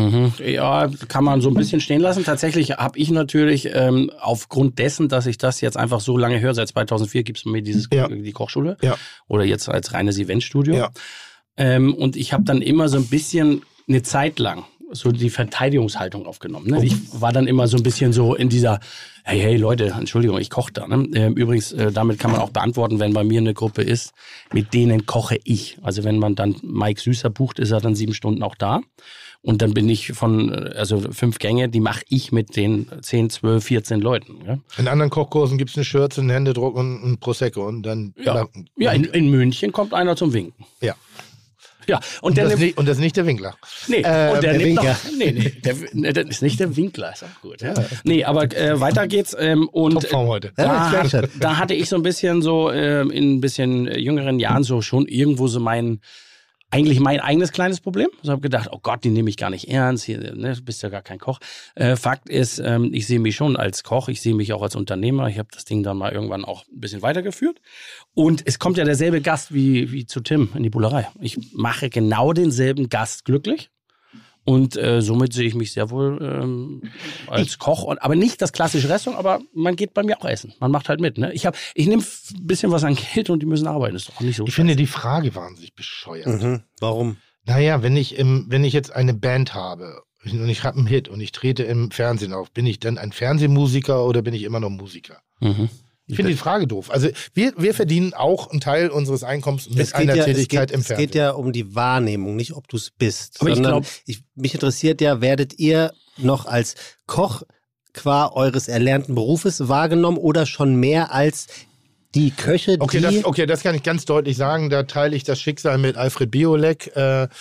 S7: Ja, kann man so ein bisschen stehen lassen. Tatsächlich habe ich natürlich aufgrund dessen, dass ich das jetzt einfach so lange höre, seit 2004 gibt es mir die Kochschule oder jetzt als reines Eventstudio.
S4: Ja.
S7: Und ich habe dann immer so ein bisschen eine Zeit lang so die Verteidigungshaltung aufgenommen. Ne? Ich war dann immer so ein bisschen so in dieser, hey Leute, Entschuldigung, ich koche da. Ne? Übrigens, damit kann man auch beantworten, wenn bei mir eine Gruppe ist, mit denen koche ich. Also wenn man dann Mike Süßer bucht, ist er dann 7 Stunden auch da. Und dann bin ich also 5 Gänge, die mache ich mit den 10, 12, 14 Leuten. Ja?
S4: In anderen Kochkursen gibt es eine Schürze, einen Händedruck und ein Prosecco. Und dann
S7: in München kommt einer zum Winken.
S4: Ja.
S7: Ja, und
S4: das ist nicht der Winkler.
S7: Nee, und der nimmt
S3: Winker.
S7: noch, das ist nicht der Winkler, ist auch gut. Ja. Nee, aber weiter geht's. Und
S4: Topform heute.
S7: Da hatte ich so ein bisschen so in ein bisschen jüngeren Jahren so schon irgendwo so mein eigenes kleines Problem. So habe gedacht, oh Gott, die nehme ich gar nicht ernst. Hier, ne, du bist ja gar kein Koch. Fakt ist, ich sehe mich schon als Koch, ich sehe mich auch als Unternehmer. Ich habe das Ding dann mal irgendwann auch ein bisschen weitergeführt. Und es kommt ja derselbe Gast wie zu Tim in die Bullerei. Ich mache genau denselben Gast glücklich. Und somit sehe ich mich sehr wohl als Koch. Aber nicht das klassische Restaurant, aber man geht bei mir auch essen. Man macht halt mit. Ne? Ich nehme ein bisschen was an Geld und die müssen arbeiten. Das ist doch nicht so.
S4: Ich finde die Frage wahnsinnig bescheuert.
S3: Warum?
S4: Naja, wenn ich jetzt eine Band habe und ich habe einen Hit und ich trete im Fernsehen auf, bin ich dann ein Fernsehmusiker oder bin ich immer noch Musiker? Ich finde die Frage doof. Also wir verdienen auch einen Teil unseres Einkommens mit einer Tätigkeit im Fernsehen.
S3: Es geht ja um die Wahrnehmung, nicht ob du es bist.
S7: Aber
S3: sondern mich interessiert ja, werdet ihr noch als Koch qua eures erlernten Berufes wahrgenommen oder schon mehr als die Köche, die...
S4: Das kann ich ganz deutlich sagen. Da teile ich das Schicksal mit Alfred Biolek.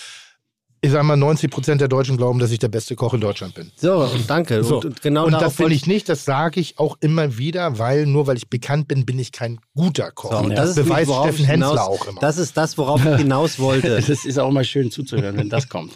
S4: Ich sag mal, 90% der Deutschen glauben, dass ich der beste Koch in Deutschland bin.
S3: So, danke.
S4: So.
S3: Und genau
S4: und
S3: darauf
S4: das will ich nicht, das sage ich auch immer wieder, nur weil ich bekannt bin, bin ich kein guter Koch.
S3: So, und
S4: das beweist Steffen Hensler auch immer.
S3: Das ist das, worauf ich hinaus wollte.
S7: Das ist auch immer schön zuzuhören, wenn das kommt.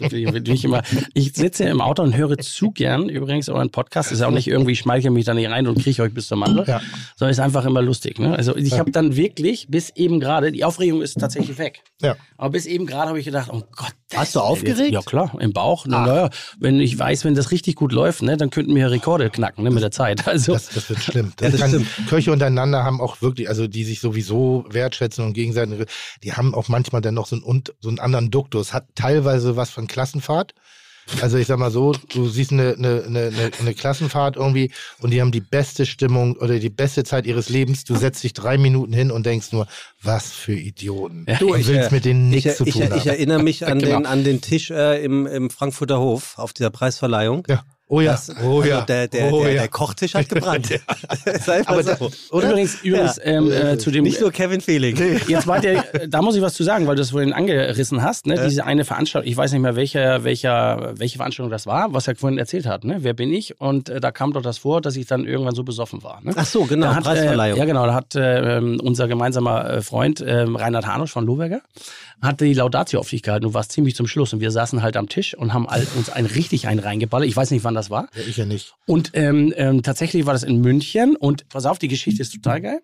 S7: Ich sitze im Auto und höre zu gern, übrigens euren Podcast, ist auch nicht irgendwie, ich schmeichel mich da nicht rein und kriege euch bis zum Mandel, sondern ist einfach immer lustig. Ne? Also ich habe dann wirklich bis eben gerade, die Aufregung ist tatsächlich weg.
S4: Ja.
S7: Aber bis eben gerade habe ich gedacht, oh Gott.
S3: Hast du aufgeregt?
S7: Ja klar, im Bauch. Naja, wenn ich weiß, wenn das richtig gut läuft, ne, dann könnten wir Rekorde knacken, ne, mit der Zeit. Also
S4: das wird schlimm. Köche untereinander haben auch wirklich, also die sich sowieso wertschätzen und gegenseitig, die haben auch manchmal dann noch so einen anderen Duktus. Hat teilweise was von Klassenfahrt. Also ich sag mal so, du siehst eine Klassenfahrt irgendwie und die haben die beste Stimmung oder die beste Zeit ihres Lebens. Du setzt dich 3 Minuten hin und denkst nur, was für Idioten. Du willst mit denen nichts zu tun haben.
S3: Ich erinnere mich an den Tisch im Frankfurter Hof auf dieser Preisverleihung.
S4: Ja. Oh ja,
S3: Der Kochtisch hat gebrannt.
S7: Aber so. Übrigens zu dem...
S3: Nicht nur Kevin Feeling.
S7: Jetzt da muss ich was zu sagen, weil du es vorhin angerissen hast, ne? Diese eine Veranstaltung, ich weiß nicht mehr, welche Veranstaltung das war, was er vorhin erzählt hat, ne? Wer bin ich? Und da kam doch das vor, dass ich dann irgendwann so besoffen war. Ne?
S3: Ach so, genau, Preisverleihung.
S7: Ja genau, da hat unser gemeinsamer Freund Reinhard Hanusch von Lohberger hat die Laudatio auf dich gehalten. Du warst ziemlich zum Schluss und wir saßen halt am Tisch und haben uns richtig einen reingeballert. Ich weiß nicht, wann das war.
S4: Ja, ich ja nicht.
S7: Und tatsächlich war das in München und pass auf, die Geschichte ist total geil.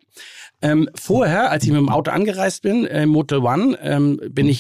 S7: Vorher, als ich mit dem Auto angereist bin, Motel One, haben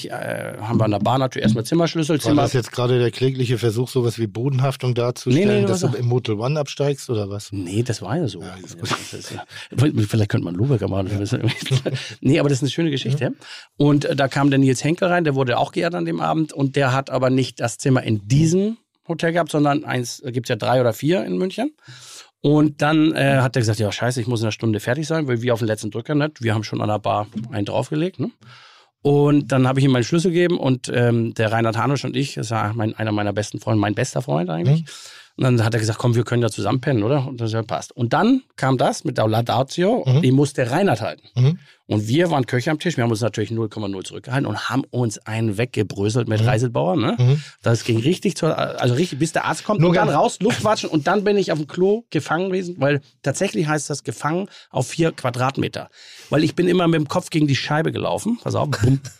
S7: wir an der Bar natürlich erstmal Zimmerschlüssel.
S4: War das jetzt gerade der klägliche Versuch, sowas wie Bodenhaftung darzustellen, dass du im Motel One absteigst oder was?
S7: Nee, das war ja so. Ja, vielleicht könnte man Lohberger machen. Nee, aber das ist eine schöne Geschichte. Und da kam der Nils Henkel rein, der wurde auch geehrt an dem Abend und der hat aber nicht das Zimmer in diesem Hotel gehabt, sondern gibt es ja 3 oder 4 in München. Und dann hat er gesagt, ja scheiße, ich muss in einer Stunde fertig sein, weil wir auf den letzten Drücker nicht. Wir haben schon an der Bar einen draufgelegt. Ne? Und dann habe ich ihm meinen Schlüssel gegeben und der Reinhard Hanusch und ich, das ist ja einer meiner besten Freunde, mein bester Freund eigentlich. Und dann hat er gesagt, komm, wir können ja zusammen pennen, oder? Und das passt. Und dann kam das mit der Laudatio, die musste Reinhard halten. Und wir waren Köche am Tisch, wir haben uns natürlich 0,0 zurückgehalten und haben uns einen weggebröselt mit Reiselbauer. Ne? Das ging richtig, richtig, bis der Arzt kommt und dann raus, Luft watschen und dann bin ich auf dem Klo gefangen gewesen, weil tatsächlich heißt das gefangen auf 4 Quadratmeter. Weil ich bin immer mit dem Kopf gegen die Scheibe gelaufen. Pass auf.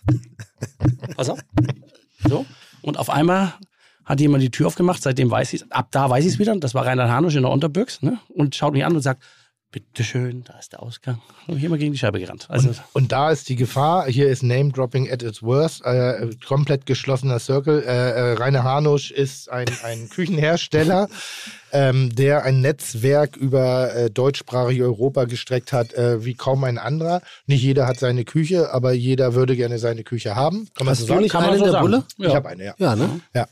S7: Pass auf. So. Und auf einmal hat jemand die Tür aufgemacht, seitdem weiß ich es. Ab da weiß ich es wieder. Das war Reinhard Hanusch in der Unterbüchs, ne? Und schaut mich an und sagt, bitteschön, da ist der Ausgang. Und ich immer gegen die Scheibe gerannt. Also
S4: und da ist die Gefahr, hier ist Name-Dropping at its worst, komplett geschlossener Circle. Rainer Hanusch ist ein Küchenhersteller, der ein Netzwerk über deutschsprachige Europa gestreckt hat, wie kaum ein anderer. Nicht jeder hat seine Küche, aber jeder würde gerne seine Küche haben. Kann man
S3: Hast
S4: so
S3: du
S4: sagen?
S3: nicht eine in der Bulle?
S4: Ich habe eine, ja.
S3: Ja, ne?
S4: Ja.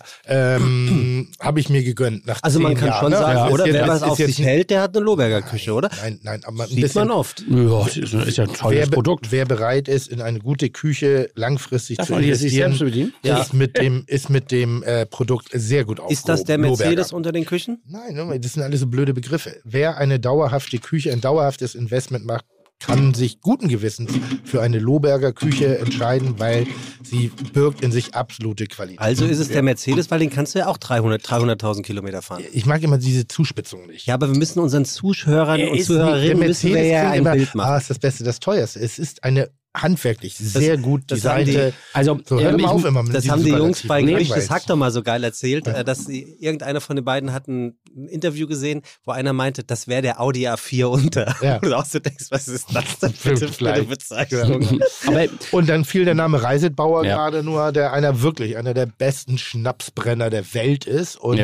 S4: Habe ich mir gegönnt. Nach
S3: Also man
S4: 10
S3: kann
S4: Jahren,
S3: schon
S4: ne?
S3: sagen,
S4: Also
S3: oder
S4: ist
S3: wer
S4: jetzt-
S3: was
S4: ist
S3: auf
S4: jetzt
S3: sich hält, der hat eine Lohberger Küche, oder?
S4: Nein, aber ein
S3: Sieht
S4: bisschen,
S3: man oft.
S7: ja, ist ja ein tolles Produkt.
S4: Wer bereit ist, in eine gute Küche langfristig
S7: Darf
S4: zu
S7: man hier sich
S4: investieren,
S7: selbst bedienen?
S4: ist mit dem Produkt sehr gut aufgehoben.
S3: Ist das der
S4: Lohberger.
S3: Mercedes unter den Küchen?
S4: Nein, das sind alles so blöde Begriffe. Wer eine dauerhafte Küche, ein dauerhaftes Investment macht, kann sich guten Gewissens für eine Lohberger Küche entscheiden, weil sie birgt in sich absolute Qualität.
S3: Also ist es der Mercedes, weil den kannst du ja auch 300.000 Kilometer fahren.
S4: Ich mag immer diese Zuspitzung nicht.
S3: Ja, aber wir müssen unseren Zuhörern und
S4: Der
S3: Zuhörerinnen müssen wir ja
S4: klingt
S3: ein
S4: immer,
S3: Bild machen.
S4: ist das Beste, das Teuerste. Es ist eine handwerklich sehr gut
S3: das haben
S4: designte.
S7: Also,
S4: So, hör doch mal auf immer mit
S3: Das
S4: diesem
S3: haben die Jungs bei
S4: Superlativ.
S3: Gericht des
S4: Langweilig.
S3: Hack doch mal so geil erzählt, dass irgendeiner von den beiden hat ein Interview gesehen, wo einer meinte, das wäre der Audi A4 unter.
S4: Ja.
S3: Und du auch so denkst, was ist das denn bitte für eine Bezeichnung?
S7: aber
S4: Und dann fiel der Name Reisetbauer
S7: Ja.
S4: gerade nur, der einer der besten Schnapsbrenner der Welt ist und,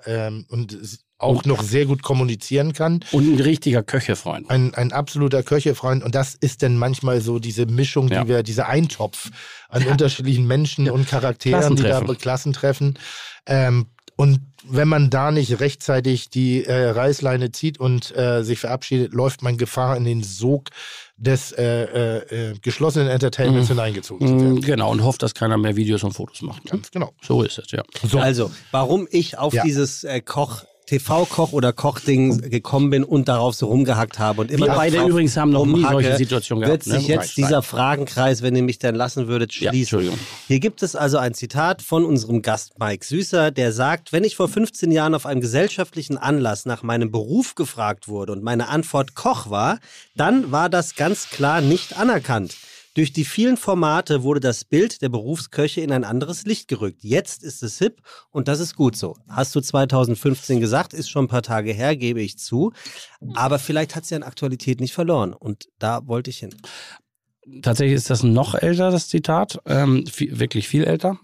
S4: und auch noch sehr gut kommunizieren kann.
S7: und ein richtiger Köchefreund.
S4: Ein absoluter Köchefreund. Und das ist dann manchmal so diese Mischung, dieser Eintopf an unterschiedlichen Menschen und Charakteren, die da Klassentreffen. Und wenn man da nicht rechtzeitig die Reißleine zieht und sich verabschiedet, läuft man Gefahr, in den Sog des geschlossenen Entertainments hineingezogen zu werden.
S7: Genau, und hofft, dass keiner mehr Videos und Fotos macht. Ne?
S4: Ganz genau.
S7: So ist es, ja.
S4: So.
S3: Also, warum ich auf dieses TV-Koch oder Kochding gekommen bin und darauf so rumgehackt habe und immer
S7: Wir beide
S3: drauf
S7: übrigens haben noch nie
S3: rumhacke,
S7: solche Situationen gehabt.
S3: wird sich jetzt dieser Fragenkreis, wenn ihr mich dann lassen würdet,
S7: Ja,
S3: schließen.
S7: Entschuldigung.
S3: Hier gibt es also ein Zitat von unserem Gast Mike Süßer, der sagt, wenn ich vor 15 Jahren auf einem gesellschaftlichen Anlass nach meinem Beruf gefragt wurde und meine Antwort Koch war, dann war das ganz klar nicht anerkannt. Durch die vielen Formate wurde das Bild der Berufsköche in ein anderes Licht gerückt. Jetzt ist es hip und das ist gut so. Hast du 2015 gesagt, ist schon ein paar Tage her, gebe ich zu. Aber vielleicht hat es ja an Aktualität nicht verloren und da wollte ich hin.
S7: Tatsächlich ist das noch älter, das Zitat. Wirklich viel älter.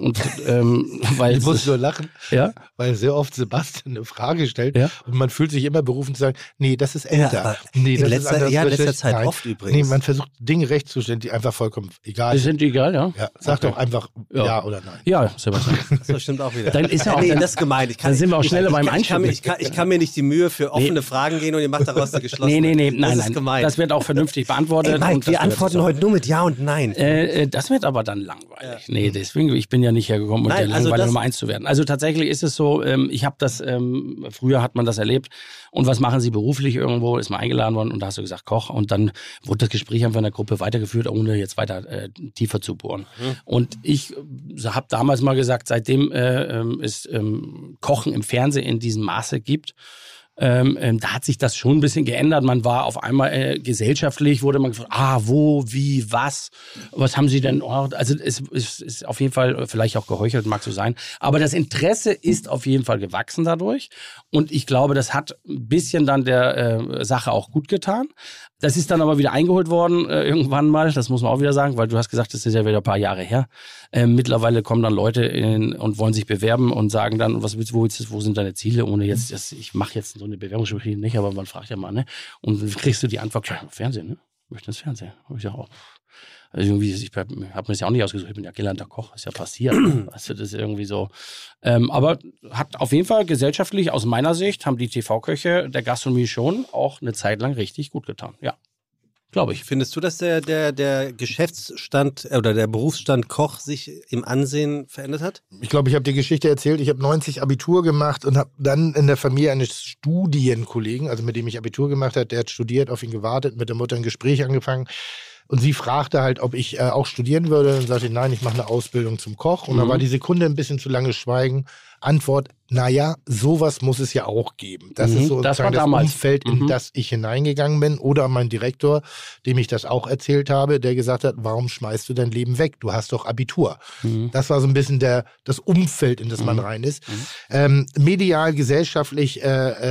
S7: Weil
S4: Ich muss nur lachen,
S7: ja?
S4: weil sehr oft Sebastian eine Frage stellt
S7: Ja.
S4: und man fühlt sich immer berufen zu sagen, nee, das ist älter.
S3: aber
S4: Nee,
S3: in
S4: das
S3: letzter-
S4: ist anders.
S3: ja, in
S4: Das
S3: letzter
S4: ist-
S3: Zeit
S4: nein.
S3: oft übrigens.
S4: Nee, man versucht Dinge recht zu stellen, die einfach vollkommen egal
S7: Die
S4: sind.
S7: sind egal, ja?
S4: Ja, sag
S7: Okay.
S4: doch einfach
S7: Ja.
S4: ja oder nein.
S7: Ja, Sebastian.
S3: Das stimmt auch wieder.
S7: Dann ist ja auch
S3: nee,
S7: dann-
S3: das ist gemein.
S7: dann sind wir auch schneller beim
S3: ich kann,
S7: Einstieg.
S3: ich kann mir nicht die Mühe für offene Fragen gehen und ihr macht daraus eine geschlossene.
S7: Nee,
S3: das
S7: nein,
S3: ist gemein.
S7: Das wird auch vernünftig beantwortet.
S3: Ey, Mike,
S7: und das
S3: wir
S7: gehört
S3: antworten
S7: zusammen.
S3: heute nur mit Ja und Nein.
S7: Das wird aber dann langweilig. Nee, deswegen, ich bin ja nicht hergekommen, um
S3: Nein,
S7: der
S3: also
S7: Langweiler
S3: das-
S7: Nummer 1 zu werden. Also tatsächlich ist es so, ich habe das, früher hat man das erlebt. Und was machen Sie beruflich irgendwo? Ist mal eingeladen worden und da hast du gesagt Koch. Und dann wurde das Gespräch einfach in der Gruppe weitergeführt, ohne jetzt weiter tiefer zu bohren. Und ich habe damals mal gesagt, seitdem es Kochen im Fernsehen in diesem Maße gibt, da hat sich das schon ein bisschen geändert. Man war auf einmal gesellschaftlich, wurde man gefragt, wo, wie, was haben Sie denn? Also es ist auf jeden Fall vielleicht auch geheuchelt, mag so sein. Aber das Interesse ist auf jeden Fall gewachsen dadurch. Und ich glaube, das hat ein bisschen dann der Sache auch gut getan. Das ist dann aber wieder eingeholt worden irgendwann mal, das muss man auch wieder sagen, weil du hast gesagt, das ist ja wieder ein paar Jahre her. Mittlerweile kommen dann Leute und wollen sich bewerben und sagen dann, wo sind deine Ziele? Ohne jetzt, ich mache jetzt so eine Bewerbungsgespräche nicht, aber man fragt ja mal, ne? Und dann kriegst du die Antwort, ja, Fernsehen, ne? Ich möchte ins Fernsehen. Und ich sage auch, also irgendwie, ich habe mir das ja auch nicht ausgesucht, ich bin ja gelernter Koch, ist ja passiert. Weißt du, das ist irgendwie so. Aber hat auf jeden Fall gesellschaftlich, aus meiner Sicht, haben die TV-Köche der Gastronomie schon auch eine Zeit lang richtig gut getan, ja. Glaube ich.
S3: Findest du, dass der Geschäftsstand oder der Berufsstand Koch sich im Ansehen verändert hat?
S4: Ich glaube, ich habe die Geschichte erzählt. Ich habe 90 Abitur gemacht und habe dann in der Familie eines Studienkollegen, also mit dem ich Abitur gemacht habe, der hat studiert, auf ihn gewartet, mit der Mutter ein Gespräch angefangen. Und sie fragte halt, ob ich auch studieren würde. Und sagte, nein, ich mache eine Ausbildung zum Koch. Und dann war die Sekunde ein bisschen zu lange Schweigen. Antwort, naja, sowas muss es ja auch geben. Das ist so das Umfeld, in das ich hineingegangen bin. Oder mein Direktor, dem ich das auch erzählt habe, der gesagt hat, warum schmeißt du dein Leben weg? Du hast doch Abitur. Das war so ein bisschen das Umfeld, in das man rein ist. Medial, gesellschaftlich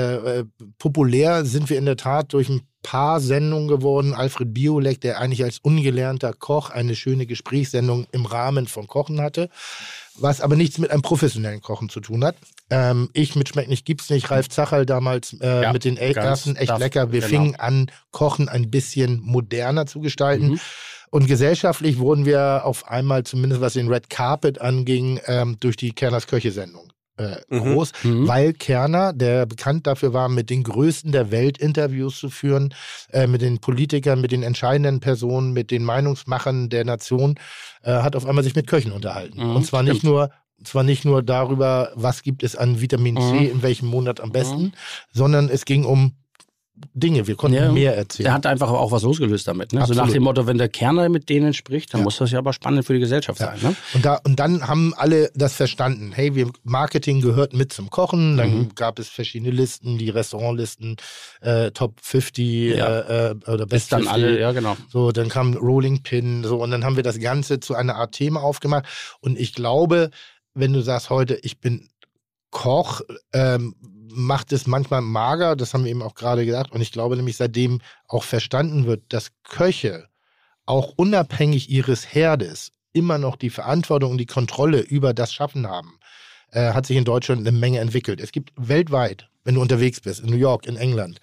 S4: populär sind wir in der Tat durch ein paar Sendungen geworden. Alfred Biolek, der eigentlich als ungelernter Koch eine schöne Gesprächssendung im Rahmen von Kochen hatte, was aber nichts mit einem professionellen Kochen zu tun hat. Ich mit Schmeckt nicht, gibt's nicht, Ralf Zacherl damals mit den ersten echt lecker. Wir fingen an, Kochen ein bisschen moderner zu gestalten. Und gesellschaftlich wurden wir auf einmal, zumindest was den Red Carpet anging, durch die Kerners Köche-Sendung groß, weil Kerner, der bekannt dafür war, mit den Größten der Welt Interviews zu führen, mit den Politikern, mit den entscheidenden Personen, mit den Meinungsmachern der Nation, hat auf einmal sich mit Köchen unterhalten. Und zwar nicht nur darüber, was gibt es an Vitamin C in welchem Monat am besten, sondern es ging um Dinge, wir konnten mehr erzählen.
S7: Der hat einfach auch was losgelöst damit. Ne? So nach dem Motto, wenn der Kerner mit denen spricht, dann muss das ja aber spannend für die Gesellschaft sein. Ne?
S4: Und dann haben alle das verstanden. Hey, Marketing gehört mit zum Kochen. Dann gab es verschiedene Listen, die Restaurantlisten, Top 50 oder Best 50.
S7: Dann alle, ja genau.
S4: So, dann kam Rolling Pin, so, und dann haben wir das Ganze zu einer Art Thema aufgemacht. Und ich glaube, wenn du sagst heute, ich bin Koch, macht es manchmal mager, das haben wir eben auch gerade gesagt. Und ich glaube nämlich, seitdem auch verstanden wird, dass Köche auch unabhängig ihres Herdes immer noch die Verantwortung und die Kontrolle über das Schaffen haben, hat sich in Deutschland eine Menge entwickelt. Es gibt weltweit, wenn du unterwegs bist, in New York, in England,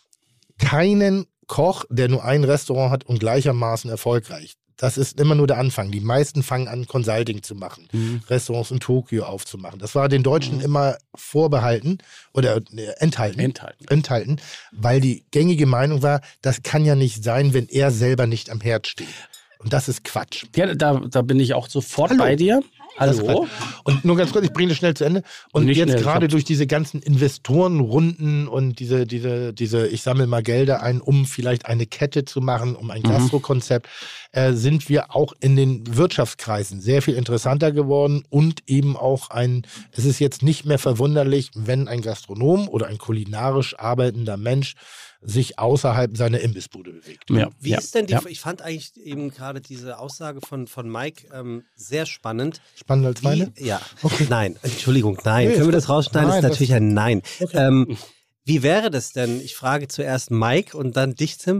S4: keinen Koch, der nur ein Restaurant hat und gleichermaßen erfolgreich. Das ist immer nur der Anfang. Die meisten fangen an, Consulting zu machen, Restaurants in Tokio aufzumachen. Das war den Deutschen immer vorbehalten oder enthalten, weil die gängige Meinung war, das kann ja nicht sein, wenn er selber nicht am Herd steht. Und das ist Quatsch.
S7: Ja, da bin ich auch sofort bei dir. Hallo.
S4: Und nur ganz kurz, ich bringe das schnell zu Ende. Und jetzt gerade durch diese ganzen Investorenrunden und diese, ich sammle mal Gelder ein, um vielleicht eine Kette zu machen, um ein Gastrokonzept, sind wir auch in den Wirtschaftskreisen sehr viel interessanter geworden und eben auch es ist jetzt nicht mehr verwunderlich, wenn ein Gastronom oder ein kulinarisch arbeitender Mensch sich außerhalb seiner Imbissbude bewegt.
S3: Ja. Wie ist denn ich fand eigentlich eben gerade diese Aussage von Mike sehr spannend.
S4: Spannender als meine?
S3: Ja. Okay. Nein, Entschuldigung, nein. Können wir das rausschneiden? Das ist natürlich ein Nein. Okay. Wie wäre das denn? Ich frage zuerst Mike und dann dich, Tim.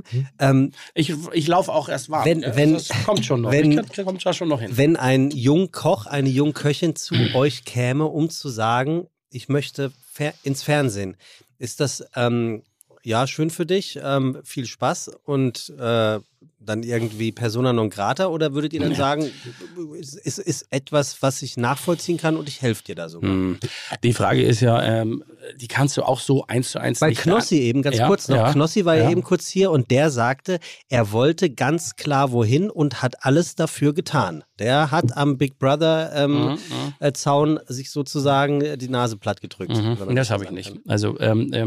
S7: Ich laufe auch erst warm. Das kommt schon noch. Kommt schon noch hin.
S3: Wenn ein Jungkoch, eine Jungköchin zu euch käme, um zu sagen, ich möchte ins Fernsehen, ist das schön für dich, viel Spaß und dann irgendwie Persona non grata, oder würdet ihr dann sagen, es ist etwas, was ich nachvollziehen kann und ich helfe dir da sogar?
S7: Die Frage ist ja, die kannst du auch so 1:1
S3: Weil
S7: nicht
S3: Knossi eben, ganz kurz noch,
S7: ja.
S3: Knossi war ja eben kurz hier und der sagte, er wollte ganz klar wohin und hat alles dafür getan. Der hat am Big Brother Zaun sich sozusagen die Nase platt gedrückt.
S7: Das habe ich nicht. Also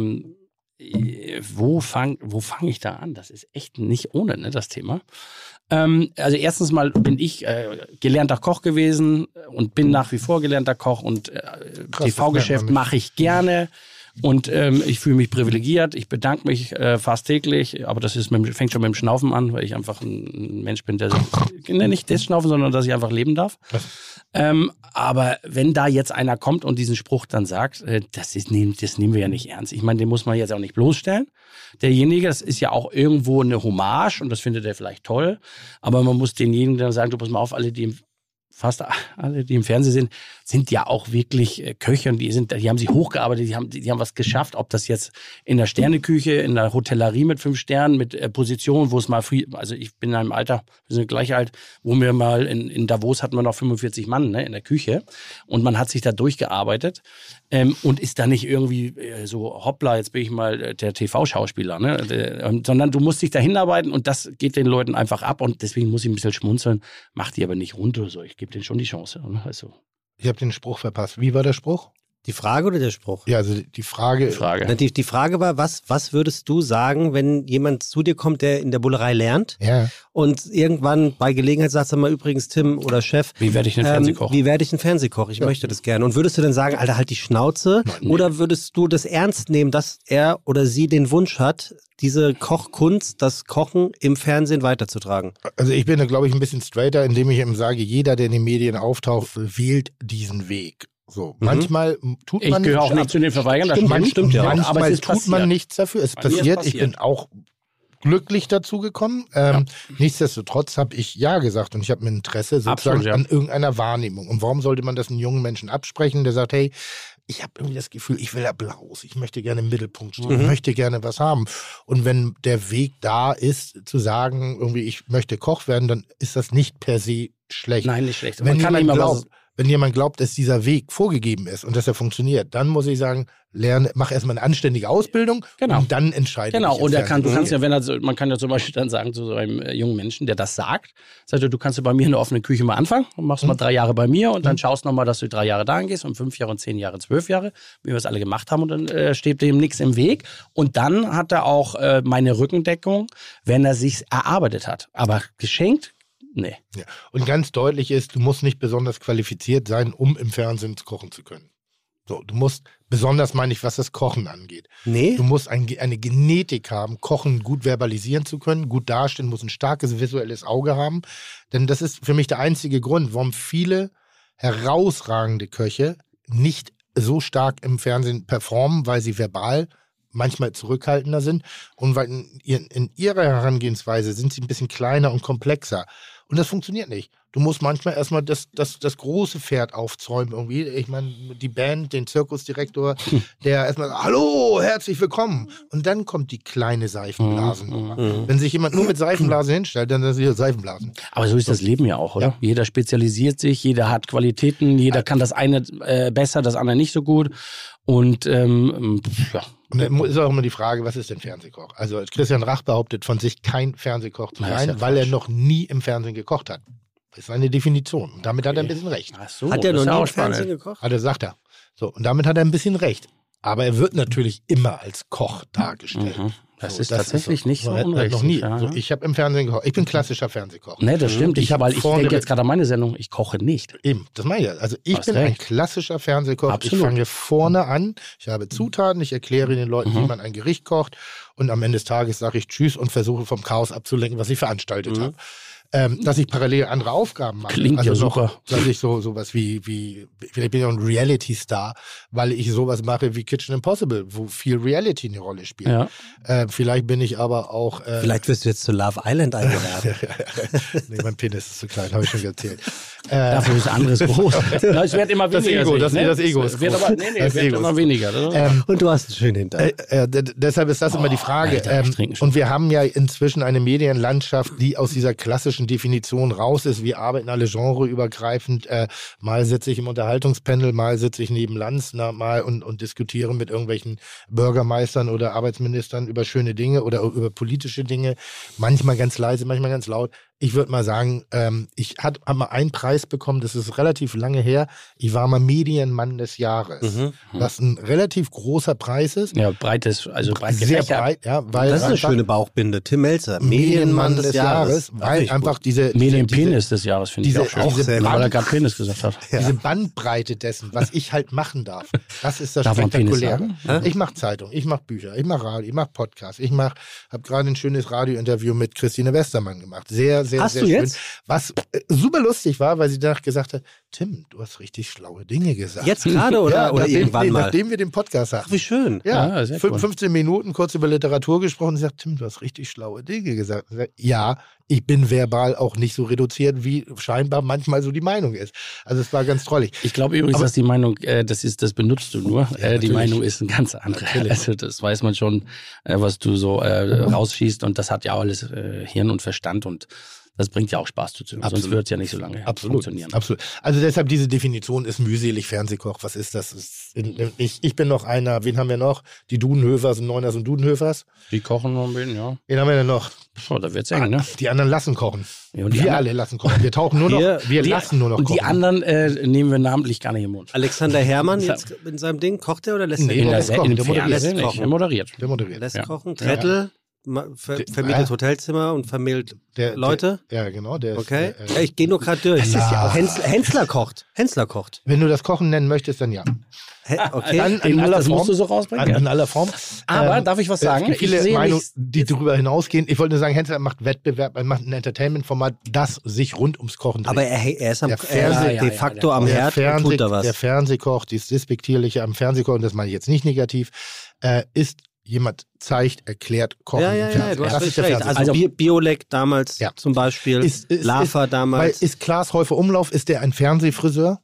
S7: wo fang ich da an? Das ist echt nicht ohne, ne, das Thema. Also erstens mal bin ich gelernter Koch gewesen und bin nach wie vor gelernter Koch und TV-Geschäft mache ich gerne. Und ich fühle mich privilegiert, ich bedanke mich fast täglich, aber das fängt schon mit dem Schnaufen an, weil ich einfach ein Mensch bin, der nicht das Schnaufen, sondern dass ich einfach leben darf. Aber wenn da jetzt einer kommt und diesen Spruch dann sagt, das nehmen wir ja nicht ernst. Ich meine, den muss man jetzt auch nicht bloßstellen. Derjenige, das ist ja auch irgendwo eine Hommage und das findet er vielleicht toll, aber man muss denjenigen dann sagen, du pass mal auf, alle, die fast alle, die im Fernsehen sind ja auch wirklich Köche und die haben sich hochgearbeitet, die haben was geschafft, ob das jetzt in der Sterneküche, in der Hotellerie mit 5 Sternen, mit Positionen, wo es mal früh, also ich bin in einem Alter, wir sind gleich alt, wo wir mal in Davos hatten wir noch 45 Mann, ne, in der Küche und man hat sich da durchgearbeitet und ist da nicht irgendwie so, hoppla, jetzt bin ich mal der TV-Schauspieler, ne, sondern du musst dich da hinarbeiten und das geht den Leuten einfach ab und deswegen muss ich ein bisschen schmunzeln, mach die aber nicht runter, so, ich gebe denen schon die Chance. Also.
S4: Ich habe den Spruch verpasst. Wie war der Spruch?
S3: Die Frage oder der Spruch?
S4: Ja, also die Frage.
S3: Die Frage war, was würdest du sagen, wenn jemand zu dir kommt, der in der Bullerei lernt und irgendwann bei Gelegenheit sagt, sag mal übrigens, Tim oder Chef,
S7: wie werde ich ein Fernsehkoch?
S3: Ich möchte das gerne. Und würdest du dann sagen, Alter, halt die Schnauze? Nein, oder würdest du das ernst nehmen, dass er oder sie den Wunsch hat, diese Kochkunst, das Kochen im Fernsehen weiterzutragen?
S4: Also ich bin da, glaube ich, ein bisschen straighter, indem ich ihm sage, jeder, der in den Medien auftaucht, wählt diesen Weg. So, manchmal tut man...
S7: Ich gehöre auch nicht zu den Verweigern, das stimmt ja.
S4: Manchmal
S7: aber es
S4: tut man nichts dafür, es passiert. Ich bin auch glücklich dazu gekommen. Nichtsdestotrotz habe ich ja gesagt und ich habe ein Interesse sozusagen an irgendeiner Wahrnehmung. Und warum sollte man das einem jungen Menschen absprechen, der sagt, hey, ich habe irgendwie das Gefühl, ich will Applaus, ich möchte gerne im Mittelpunkt stehen, ich möchte gerne was haben. Und wenn der Weg da ist, zu sagen, irgendwie, ich möchte Koch werden, dann ist das nicht per se schlecht.
S7: Nein, nicht schlecht.
S4: Wenn jemand glaubt, dass dieser Weg vorgegeben ist und dass er funktioniert, dann muss ich sagen, mach erstmal eine anständige Ausbildung und dann entscheide ich.
S7: Genau, und man kann ja zum Beispiel dann sagen zu so einem jungen Menschen, der das sagt, du kannst du bei mir in der offenen Küche mal anfangen und machst mal 3 Jahre bei mir und dann schaust nochmal, dass du 3 Jahre dahin gehst und 5 Jahre und 10 Jahre, 12 Jahre, wie wir es alle gemacht haben und dann steht dem nichts im Weg. Und dann hat er auch meine Rückendeckung, wenn er sich's erarbeitet hat. Aber geschenkt? Nee.
S4: Ja. Und ganz deutlich ist, du musst nicht besonders qualifiziert sein, um im Fernsehen kochen zu können. So, du musst, besonders meine ich, was das Kochen angeht.
S3: Nee.
S4: Du musst eine Genetik haben, Kochen gut verbalisieren zu können, gut dastehen, musst ein starkes visuelles Auge haben. Denn das ist für mich der einzige Grund, warum viele herausragende Köche nicht so stark im Fernsehen performen, weil sie verbal manchmal zurückhaltender sind und weil in ihrer Herangehensweise sind sie ein bisschen kleiner und komplexer. Und das funktioniert nicht. Du musst manchmal erstmal das große Pferd aufzäumen irgendwie. Ich meine, die Band, den Zirkusdirektor, der erstmal hallo, herzlich willkommen. Und dann kommt die kleine Seifenblasennummer. Wenn sich jemand nur mit Seifenblasen hinstellt, dann sind es Seifenblasen.
S7: Aber so ist das Leben ja auch, oder? Ja. Jeder spezialisiert sich, jeder hat Qualitäten, jeder kann das eine besser, das andere nicht so gut. Und Und
S4: dann ist auch immer die Frage, was ist denn Fernsehkoch? Also Christian Rach behauptet von sich, kein Fernsehkoch zu sein, weil er noch nie im Fernsehen gekocht hat. Das ist eine Definition. Und damit hat er ein bisschen recht.
S7: Ach so,
S3: hat er noch nie im Fernsehen gekocht?
S4: Sagt er. So, und damit hat er ein bisschen recht. Aber er wird natürlich immer als Koch dargestellt.
S7: Das ist tatsächlich nicht so unrecht.
S4: Noch nie. Ja. So, ich habe im Fernsehen gekocht. Ich bin klassischer Fernsehkoch.
S7: Nee, das stimmt. Ich denke jetzt gerade an meine Sendung. Ich koche nicht.
S4: Eben, das meine ich ja. Also ich bin ein klassischer Fernsehkoch. Absolut. Ich fange vorne an. Ich habe Zutaten. Ich erkläre den Leuten, wie man ein Gericht kocht. Und am Ende des Tages sage ich Tschüss und versuche vom Chaos abzulenken, was ich veranstaltet habe. Dass ich parallel andere Aufgaben mache.
S7: Klingt ja super.
S4: Dass ich sowas wie, vielleicht bin ich auch ein Reality-Star, weil ich sowas mache wie Kitchen Impossible, wo viel Reality eine Rolle spielt. Ja. Vielleicht bin ich aber auch...
S3: vielleicht wirst du jetzt zu Love Island eingeladen.
S4: Nee, mein Penis ist zu klein, habe ich schon erzählt.
S7: Dafür ist anderes groß. Es wird immer weniger.
S4: Das Ego ist groß.
S7: Es wird immer weniger.
S3: Und du hast einen schönen Hintern.
S4: Deshalb ist das immer die Frage.
S7: Alter,
S4: und wir haben ja inzwischen eine Medienlandschaft, die aus dieser klassischen Definition raus ist. Wir arbeiten alle genreübergreifend. Mal sitze ich im Unterhaltungspanel, mal sitze ich neben Lanz, mal und diskutiere mit irgendwelchen Bürgermeistern oder Arbeitsministern über schöne Dinge oder über politische Dinge. Manchmal ganz leise, manchmal ganz laut. Ich würde mal sagen, ich habe mal einen Preis bekommen, das ist relativ lange her. Ich war mal Medienmann des Jahres, was ein relativ großer Preis ist.
S7: Ja, breit gefächert.
S4: Sehr breit, ja. Weil
S3: das ist eine schöne Bauchbinde. Tim Melzer, Medienmann des Jahres.
S4: Weil einfach
S7: Medienpenis des Jahres finde ich auch schön. Weil er gerade Penis gesagt hat.
S4: Ja. Diese Bandbreite dessen, was ich halt machen darf, das ist das Spektakuläre. Ich mache Zeitung, ich mache Bücher, ich mache Radio, ich mache Podcasts, habe gerade ein schönes Radiointerview mit Christine Westermann gemacht. Sehr
S3: Hast du
S4: schön.
S3: jetzt?
S4: Was super lustig war, weil sie danach gesagt hat, Tim, du hast richtig schlaue Dinge gesagt.
S3: Jetzt gerade oder irgendwann mal?
S4: Nachdem wir den Podcast hatten.
S3: Ach, wie schön.
S4: Ja, 15 Minuten kurz über Literatur gesprochen und sie sagt, Tim, du hast richtig schlaue Dinge gesagt. Ja, ich bin verbal auch nicht so reduziert, wie scheinbar manchmal so die Meinung ist. Also es war ganz trollig.
S7: Ich glaube übrigens, dass die Meinung, das benutzt du nur. Die Meinung ist eine ganz andere.
S4: Natürlich.
S7: Also das weiß man schon, was du so rausschießt. Und das hat ja auch alles Hirn und Verstand und das bringt ja auch Spaß zu tun. Sonst wird es ja nicht so lange funktionieren.
S4: Absolut. Also deshalb diese Definition ist mühselig, Fernsehkoch. Was ist das? Ich bin noch einer, wen haben wir noch? Die Dudenhöfers und Neuners und Dudenhöfers.
S7: Die kochen noch ein bisschen, ja.
S4: Wen haben wir denn noch?
S7: Oh, da wird's eng, ne?
S4: Die anderen lassen kochen.
S7: Ja, und
S4: Wir alle lassen kochen. Wir tauchen nur noch, lassen nur noch
S7: und
S4: kochen.
S7: die anderen nehmen wir namentlich gar nicht im Mund.
S3: Alexander Herrmann jetzt in seinem Ding, kocht er oder lässt er
S4: Nee, der
S3: kochen?
S4: lässt kochen. Der
S7: Fernsehen
S4: moderiert.
S7: nicht. Er moderiert.
S4: Der moderiert.
S3: Lässt
S7: Ja.
S3: kochen. Trettel vermietet Hotelzimmer und vermittelt Leute.
S4: Ja, genau. Der
S3: Okay.
S4: Ist,
S3: Ich gehe nur gerade durch. Hensler kocht. Wenn
S4: wenn du das Kochen nennen möchtest, dann ja.
S3: Okay.
S4: Dann in aller
S7: das
S4: Form.
S7: musst du so rausbringen.
S4: In aller Form.
S7: Aber darf ich was sagen?
S4: Es gibt viele
S7: Ich sehe
S4: Meinungen,
S7: nicht-
S4: die darüber hinausgehen. Ich wollte nur sagen, Hensler macht Wettbewerb, er macht ein Entertainment-Format, das sich rund ums Kochen dreht.
S3: Aber er ist
S4: Der Fernseh-
S3: de facto am Herd und tut da was.
S4: Der Fernsehkoch, dieses Despektierliche am Fernsehkoch, und das meine ich jetzt nicht negativ, ist jemand zeigt, erklärt, kochen im Fernsehen.
S3: du hast
S4: Das
S3: völlig
S4: ist der
S3: recht.
S4: Fernsehen.
S3: Also Biolek damals
S4: Ja.
S3: zum Beispiel, Lava damals.
S4: Weil ist Klaas Häufer Umlauf, ist der ein Fernsehfriseur?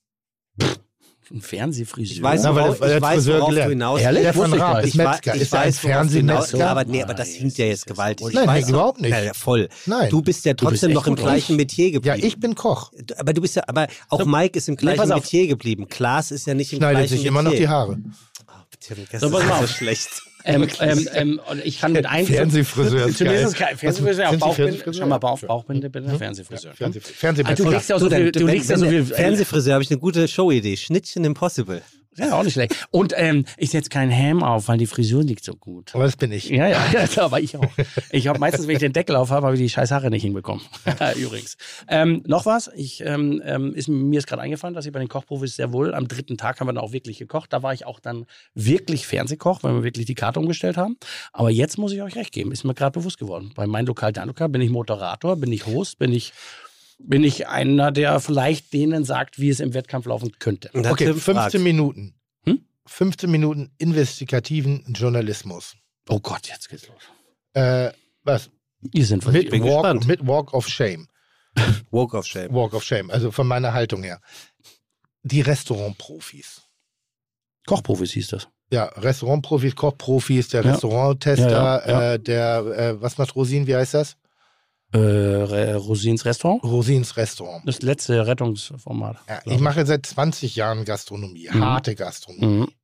S7: Ein Fernsehfriseur.
S3: Ich weiß,
S4: Ja, weil
S3: worauf,
S4: der
S3: ich weiß,
S4: Friseur
S3: worauf du
S4: gelernt.
S3: hinaus
S7: Ehrlich?
S3: willst.
S4: Stefan
S7: wusste ich
S4: Raab
S7: gar
S4: ist
S7: nicht.
S4: Metzger.
S3: Ich
S4: Ist er ein
S3: weiß, worauf du hinaus
S4: Fernsehmetzger?
S3: willst. Aber das hinkt ja jetzt gewaltig. Ich
S4: Nein,
S3: weiß
S4: nee, überhaupt nicht.
S3: Ja, voll.
S4: Nein.
S3: Du bist ja trotzdem
S7: echt
S3: noch im
S7: gut
S3: gleichen Metier
S4: Ja,
S3: geblieben.
S4: ich bin Koch.
S3: Aber auch Mike ist im gleichen
S7: pass auf.
S3: Metier geblieben. Klaas ist ja nicht im
S4: Schneidet
S3: gleichen
S4: sich immer noch
S3: Metier.
S4: die Haare.
S3: Tim, das
S7: So, pass
S3: ist
S7: mal
S3: so
S7: auf.
S3: schlecht.
S7: Und ich kann mit
S4: Fernsehfriseur ist
S7: Zunächst
S4: geil.
S7: ist kein Fernsehfriseur,
S4: Sind Sie
S7: Bauchbinde.
S4: Fernsehfriseur?
S7: Schau mal, Bauchbinde, bitte. Fernsehfriseur.
S4: Fernsehmetzger.
S7: Du legst ja so viel,
S3: Fernsehfriseur habe ich eine gute Showidee. Schnittchen Impossible.
S7: Ja, auch nicht schlecht. Und ich setze keinen Helm auf, weil die Frisur liegt so gut.
S4: Aber das bin ich.
S7: Ja, aber ich auch. Ich habe meistens, wenn ich den Deckel auf habe ich die scheiß Haare nicht hinbekommen. Übrigens. Noch was? Mir ist gerade eingefallen, dass ich bei den Kochprofis sehr wohl, am 3. Tag haben wir dann auch wirklich gekocht. Da war ich auch dann wirklich Fernsehkoch, weil wir wirklich die Karte umgestellt haben. Aber jetzt muss ich euch recht geben, ist mir gerade bewusst geworden. Bei Mein Lokal, Dein Lokal bin ich Moderator, bin ich Host, bin ich einer, der vielleicht denen sagt, wie es im Wettkampf laufen könnte.
S3: Und dann
S4: Okay,
S3: Tim
S4: 15
S3: fragt.
S4: Minuten. 15 Minuten investigativen Journalismus.
S7: Oh Gott, jetzt geht's los.
S4: Was?
S7: Ihr sind was.
S3: bin gespannt.
S4: Mit Walk of Shame.
S3: Walk of Shame.
S4: Walk of Shame, also von meiner Haltung her. Die Restaurantprofis.
S7: Kochprofis hieß das.
S4: Ja, Restaurantprofis, Kochprofis, der
S7: Ja.
S4: Restauranttester,
S7: Ja.
S4: was macht Rosin, wie heißt das?
S7: Rosins Restaurant.
S4: Rosins Restaurant.
S7: Das letzte Rettungsformat.
S4: Ja, ich mache seit 20 Jahren Gastronomie, harte Gastronomie.
S7: Mhm.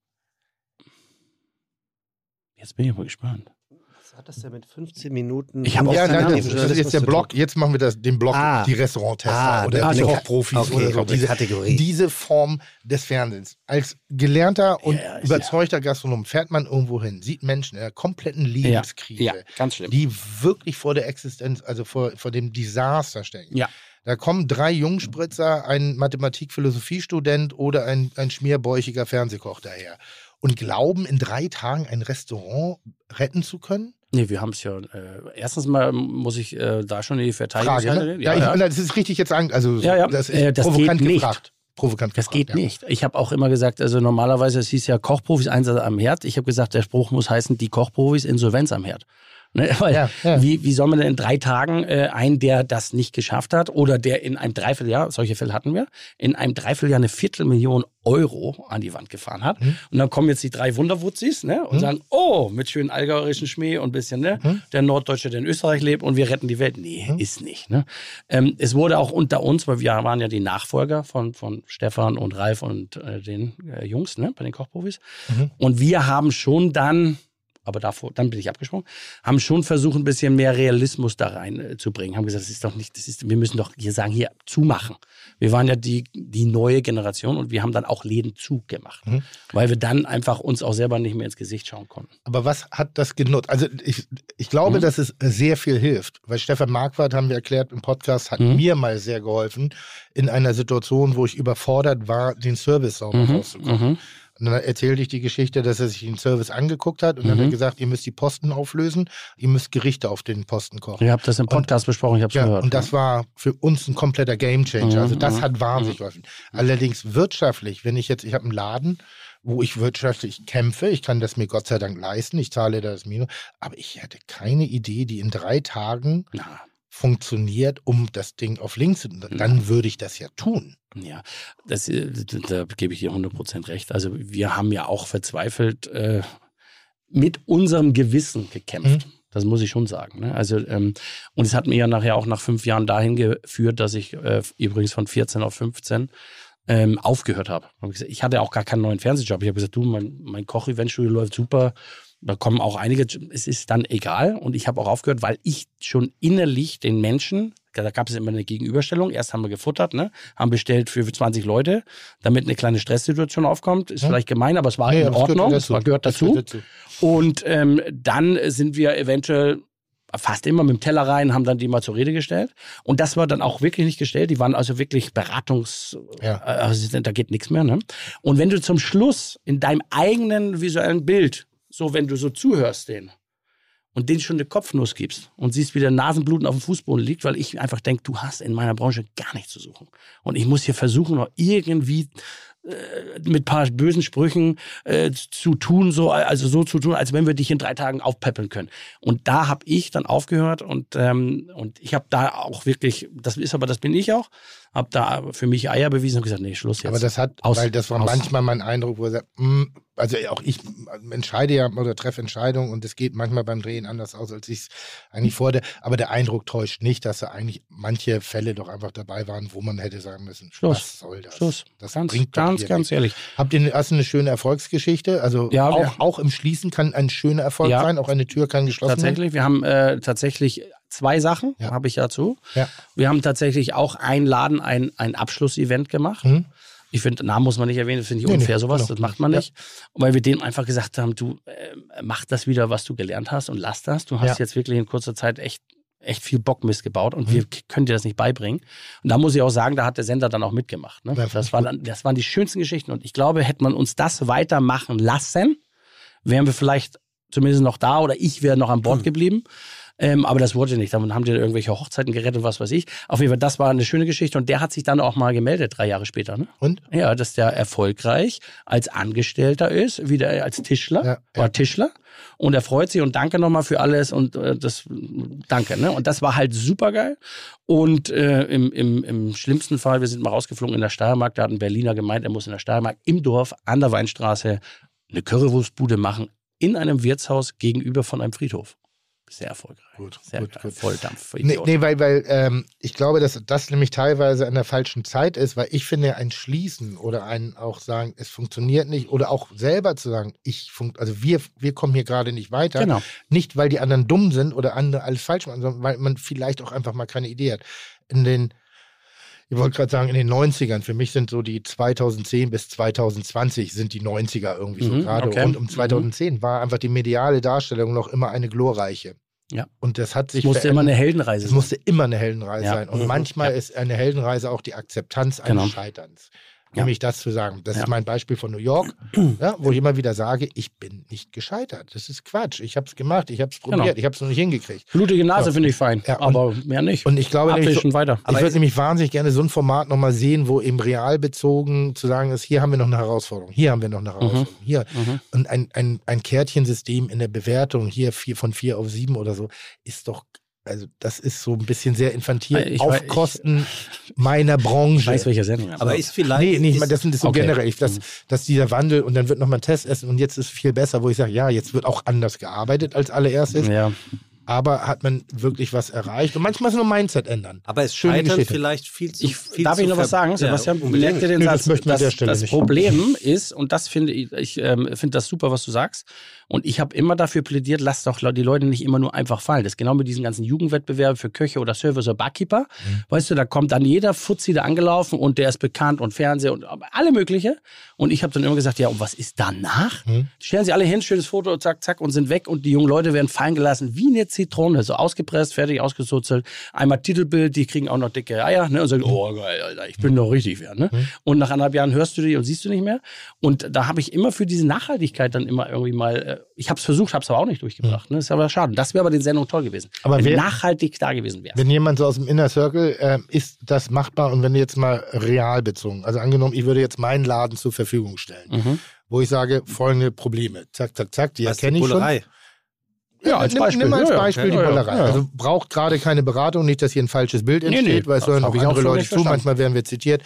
S7: Jetzt bin ich aber gespannt.
S3: Was hat das denn mit 15 Minuten?
S7: Ich habe auch
S4: Ja,
S7: keine
S4: nein,
S7: Ahnung.
S4: das ist jetzt der Block. Jetzt machen wir den Block, die Restauranttester oder die
S3: okay.
S4: Kochprofis
S3: Okay,
S4: oder so.
S3: okay, Kategorie.
S4: Diese Form des Fernsehens. Als gelernter und
S7: Ja,
S4: überzeugter Gastronom fährt man irgendwo hin, sieht Menschen in einer kompletten Lebenskrise,
S7: Ja, ganz schlimm.
S4: die wirklich vor der Existenz, also vor dem Desaster stecken.
S7: Ja.
S4: Da kommen 3 Jungspritzer, ein Mathematik-Philosophie-Student oder ein schmierbäuchiger Fernsehkoch daher und glauben, in 3 Tagen ein Restaurant retten zu können?
S7: Nee, wir haben es ja. Erstens mal muss ich da schon in die Verteidigung
S4: Frage, ne? Ja, das ist richtig jetzt an. Also,
S7: Ja.
S4: das ist
S7: Das
S4: provokant
S7: geht nicht.
S4: gefragt. Provokant
S7: Das
S4: gefragt,
S7: geht
S4: ja.
S7: nicht. Ich habe auch immer gesagt, also normalerweise, es hieß ja Kochprofis Einsatz am Herd. Ich habe gesagt, der Spruch muss heißen, die Kochprofis Insolvenz am Herd. Ne? Weil
S4: Ja.
S7: Wie soll man denn in 3 Tagen einen, der das nicht geschafft hat oder der in einem Dreivierteljahr, solche Fälle hatten wir, in einem Dreivierteljahr eine 250.000 Euro an die Wand gefahren hat. Und dann kommen jetzt die 3 Wunderwutzis, ne, und sagen, oh, mit schönen allgäuerischen Schmäh und ein bisschen, ne, der Norddeutsche, der in Österreich lebt und wir retten die Welt. Nee, ist nicht. Ne? Es wurde auch unter uns, weil wir waren ja die Nachfolger von Stefan und Ralf und den Jungs, ne, bei den Kochprofis. Und wir haben schon dann, aber dann bin ich abgesprungen, haben schon versucht, ein bisschen mehr Realismus da rein zu bringen. Haben gesagt, das ist doch nicht, wir müssen doch hier sagen, hier zumachen. Wir waren ja die neue Generation und wir haben dann auch Läden zugemacht, weil wir dann einfach uns auch selber nicht mehr ins Gesicht schauen konnten.
S4: Aber was hat das genutzt? Also ich glaube, dass es sehr viel hilft, weil Stefan Marquardt, haben wir erklärt im Podcast, hat mir mal sehr geholfen in einer Situation, wo ich überfordert war, den Service sauber rauszukommen. Und dann erzählte ich die Geschichte, dass er sich den Service angeguckt hat und dann hat er gesagt, ihr müsst die Posten auflösen, ihr müsst Gerichte auf den Posten kochen.
S7: Ihr habt das im Podcast besprochen, ich habe es
S4: Ja,
S7: gehört.
S4: und das war für uns ein kompletter Gamechanger. Also das hat wahnsinnig geholfen. Allerdings wirtschaftlich, ich habe einen Laden, wo ich wirtschaftlich kämpfe, ich kann das mir Gott sei Dank leisten, ich zahle da das Minus, aber ich hatte keine Idee, die in 3 Tagen funktioniert, um das Ding auf links zu... Dann würde ich das ja tun.
S7: Ja, da gebe ich dir 100% recht. Also wir haben ja auch verzweifelt mit unserem Gewissen gekämpft. Das muss ich schon sagen. Ne? Also, und es hat mir ja nachher auch nach 5 Jahren dahin geführt, dass ich übrigens von 14 auf 15 aufgehört habe. Ich hatte auch gar keinen neuen Fernsehjob. Ich habe gesagt, du, mein Koch-Eventstudio läuft super. Da kommen auch einige, es ist dann egal. Und ich habe auch aufgehört, weil ich schon innerlich den Menschen, da gab es immer eine Gegenüberstellung. Erst haben wir gefuttert, ne? Haben bestellt für 20 Leute, damit eine kleine Stresssituation aufkommt. Ist vielleicht gemein, aber es war in Ordnung. Es gehört dazu. Und dann sind wir eventuell fast immer mit dem Teller rein, haben dann die mal zur Rede gestellt. Und das war dann auch wirklich nicht gestellt. Die waren also wirklich also da geht nichts mehr. Ne? Und wenn du zum Schluss in deinem eigenen visuellen Bild, so wenn du so zuhörst denen und denen schon eine Kopfnuss gibst und siehst, wie der Nasenbluten auf dem Fußboden liegt, weil ich einfach denke, du hast in meiner Branche gar nichts zu suchen. Und ich muss hier versuchen, noch irgendwie mit ein paar bösen Sprüchen zu tun, so zu tun, als wenn wir dich in 3 Tagen aufpäppeln können. Und da habe ich dann aufgehört und ich habe da auch wirklich, das bin ich auch, habe da für mich Eier bewiesen und gesagt, nee, Schluss jetzt.
S4: Aber weil das war manchmal mein Eindruck, wo er sagt, also auch ich entscheide ja oder treffe Entscheidungen und es geht manchmal beim Drehen anders aus, als ich es eigentlich vorhatte. Aber der Eindruck täuscht nicht, dass da eigentlich manche Fälle doch einfach dabei waren, wo man hätte sagen müssen,
S7: Schluss.
S4: Was soll das?
S7: Schluss.
S4: Das
S7: bringt ganz ehrlich.
S4: Hast du eine schöne Erfolgsgeschichte? Also
S7: ja,
S4: auch im Schließen kann ein schöner Erfolg sein, auch eine Tür kann geschlossen werden?
S7: Tatsächlich, wir haben tatsächlich 2 Sachen, habe ich dazu. Ja. Wir haben tatsächlich auch ein Abschlussevent gemacht. Ich finde, Namen muss man nicht erwähnen, das finde ich unfair, sowas, genau. Das macht man nicht. Weil wir denen einfach gesagt haben, du mach das wieder, was du gelernt hast und lass das. Du hast jetzt wirklich in kurzer Zeit echt viel Bockmist gebaut und wir können dir das nicht beibringen. Und da muss ich auch sagen, da hat der Sender dann auch mitgemacht. Ne? Das waren die schönsten Geschichten und ich glaube, hätte man uns das weitermachen lassen, wären wir vielleicht zumindest noch da oder ich wäre noch an Bord geblieben. Aber das wurde nicht. Dann haben die irgendwelche Hochzeiten gerettet, was weiß ich. Auf jeden Fall, das war eine schöne Geschichte. Und der hat sich dann auch mal gemeldet, 3 Jahre später. Ne?
S4: Und?
S7: Ja, dass der erfolgreich als Angestellter ist, wieder als Tischler. War Tischler. Und er freut sich und danke nochmal für alles. Und danke. Ne? Und das war halt super geil. Und im schlimmsten Fall, wir sind mal rausgeflogen in der Steiermark. Da hat ein Berliner gemeint, er muss in der Steiermark im Dorf an der Weinstraße eine Currywurstbude machen in einem Wirtshaus gegenüber von einem Friedhof. Sehr erfolgreich.
S4: Gut.
S7: Volldampf.
S4: Nee, weil ich glaube, dass das nämlich teilweise an der falschen Zeit ist, weil ich finde, ein Schließen oder ein auch sagen, es funktioniert nicht oder auch selber zu sagen, wir kommen hier gerade nicht weiter.
S7: Genau.
S4: Nicht, weil die anderen dumm sind oder andere alles falsch machen, sondern weil man vielleicht auch einfach mal keine Idee hat. Ich wollte gerade sagen, in den 90ern, für mich sind so die 2010 bis 2020 sind die 90er irgendwie so gerade. Okay. Und um 2010 war einfach die mediale Darstellung noch immer eine glorreiche.
S7: Ja.
S4: Und das hat sich
S7: musste immer eine Heldenreise sein.
S4: Es musste immer eine Heldenreise sein. Und manchmal ist eine Heldenreise auch die Akzeptanz eines Scheiterns. Nämlich das zu sagen. Das ist mein Beispiel von New York, wo ich immer wieder sage, ich bin nicht gescheitert. Das ist Quatsch. Ich habe es gemacht, ich habe es probiert, ich habe es noch nicht hingekriegt.
S7: Blutige Nase finde ich fein, aber mehr nicht.
S4: Und ich glaube,
S7: weiter.
S4: Ich würde nämlich wahnsinnig gerne so ein Format nochmal sehen, wo eben realbezogen zu sagen ist, hier haben wir noch eine Herausforderung, hier haben wir noch eine Herausforderung, hier. Und ein Kärtchensystem in der Bewertung, hier von 4 auf 7 oder so, ist doch... Also das ist so ein bisschen sehr infantil auf Kosten meiner Branche.
S7: Ich weiß, welche Sendung.
S3: Aber ist vielleicht...
S4: das ist so generell, dass dieser Wandel und dann wird nochmal ein Test essen und jetzt ist viel besser, wo ich sage, ja, jetzt wird auch anders gearbeitet als allererstes. Ja. Aber hat man wirklich was erreicht? Und manchmal ist nur Mindset ändern.
S3: Aber es scheitert vielleicht viel zu viel.
S7: Darf ich noch was sagen, Sebastian? Merkt ihr den Satz? Das Problem ist, und das finde ich finde das super, was du sagst, und ich habe immer dafür plädiert, lass doch die Leute nicht immer nur einfach fallen. Das ist genau mit diesen ganzen Jugendwettbewerben für Köche oder Service oder Barkeeper. Weißt du, da kommt dann jeder Fuzzi da angelaufen und der ist bekannt und Fernseher und alle mögliche. Und ich habe dann immer gesagt, ja, und was ist danach? Stellen sie alle hin, schönes Foto, zack, zack, und sind weg und die jungen Leute werden fallen gelassen wie eine Zitrone, so ausgepresst, fertig, ausgezuzelt. Einmal Titelbild, die kriegen auch noch dicke Eier, ne, und sagen, oh geil, Alter, ich bin doch richtig wer, ne? Und nach 1,5 Jahren hörst du die und siehst du nicht mehr. Und da habe ich immer für diese Nachhaltigkeit dann immer irgendwie mal, ich habe es versucht, habe es aber auch nicht durchgebracht, ne? Das ist aber schade. Das wäre aber den Sendung toll gewesen,
S4: aber
S7: wenn nachhaltig da gewesen wäre.
S4: Wenn jemand so aus dem Inner Circle, ist das machbar? Und wenn du jetzt mal real bezogen, also angenommen, ich würde jetzt meinen Laden zur Verfügung stellen, wo ich sage, folgende Probleme, zack, zack, zack, die erkenne ich schon.
S7: Ja, als Beispiel.
S4: Nimm als Beispiel die Bollerei.
S7: Ja.
S4: Also braucht gerade keine Beratung, nicht, dass hier ein falsches Bild entsteht, weil es hören auch andere Leute zu, manchmal werden wir zitiert.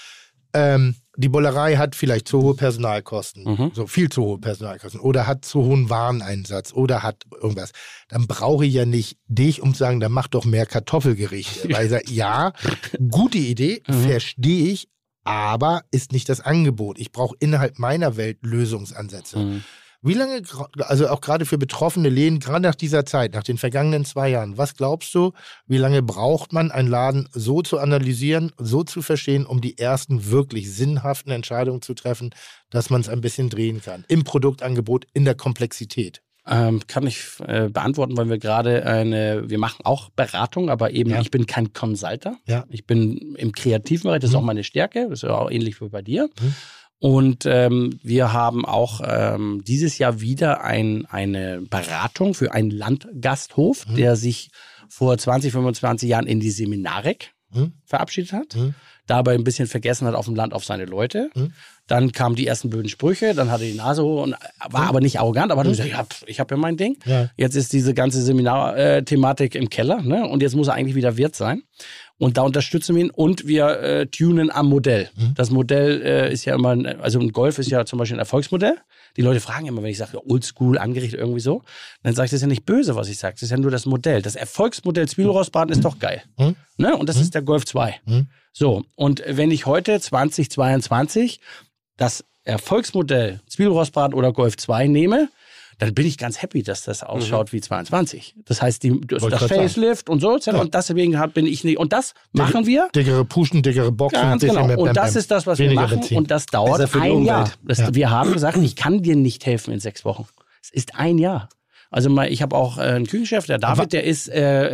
S4: Die Bollerei hat vielleicht zu hohe Personalkosten, so viel zu hohe Personalkosten oder hat zu hohen Wareneinsatz oder hat irgendwas. Dann brauche ich ja nicht dich, um zu sagen, dann mach doch mehr Kartoffelgerichte. Weil ich sage, ja, gute Idee, verstehe ich, aber ist nicht das Angebot. Ich brauche innerhalb meiner Welt Lösungsansätze. Wie lange, also auch gerade für betroffene Läden, gerade nach dieser Zeit, nach den vergangenen 2 Jahren, was glaubst du, wie lange braucht man, einen Laden so zu analysieren, so zu verstehen, um die ersten wirklich sinnhaften Entscheidungen zu treffen, dass man es ein bisschen drehen kann? Im Produktangebot, in der Komplexität.
S7: Kann ich beantworten, weil wir machen auch Beratung, aber eben ich bin kein Consulter. Ja. Ich bin im kreativen Bereich, das ist auch meine Stärke, das ist ja auch ähnlich wie bei dir. Und wir haben auch dieses Jahr wieder eine Beratung für einen Landgasthof, der sich vor 20, 25 Jahren in die Seminarek verabschiedet hat. Dabei ein bisschen vergessen hat auf dem Land auf seine Leute. Dann kamen die ersten blöden Sprüche, dann hatte die Nase hoch und war aber nicht arrogant, aber hat gesagt, ich hab ja mein Ding. Ja. Jetzt ist diese ganze Seminar-Thematik im Keller, ne? Und jetzt muss er eigentlich wieder Wirt sein. Und da unterstützen wir ihn und wir tunen am Modell. Das Modell ist ja immer, also ein Golf ist ja zum Beispiel ein Erfolgsmodell. Die Leute fragen immer, wenn ich sage, oldschool, angerichtet irgendwie so, dann sage ich, das ist ja nicht böse, was ich sage. Das ist ja nur das Modell. Das Erfolgsmodell Zwiebelrostbraten ist doch geil. Ne? Und das ist der Golf 2. So, und wenn ich heute 2022 das Erfolgsmodell Zwiebelrostbraten oder Golf 2 nehme, dann bin ich ganz happy, dass das ausschaut wie 22. Das heißt, das Facelift und so, und deswegen bin ich nicht. Und das machen wir.
S4: Dickere Puschen, dickere Boxen.
S7: Ganz genau. Und das ist das, was wir machen. Benzin. Und das dauert ein Jahr. Wir haben gesagt, ich kann dir nicht helfen in 6 Wochen. Es ist ein Jahr. Also ich habe auch einen Küchenchef, der David, der ist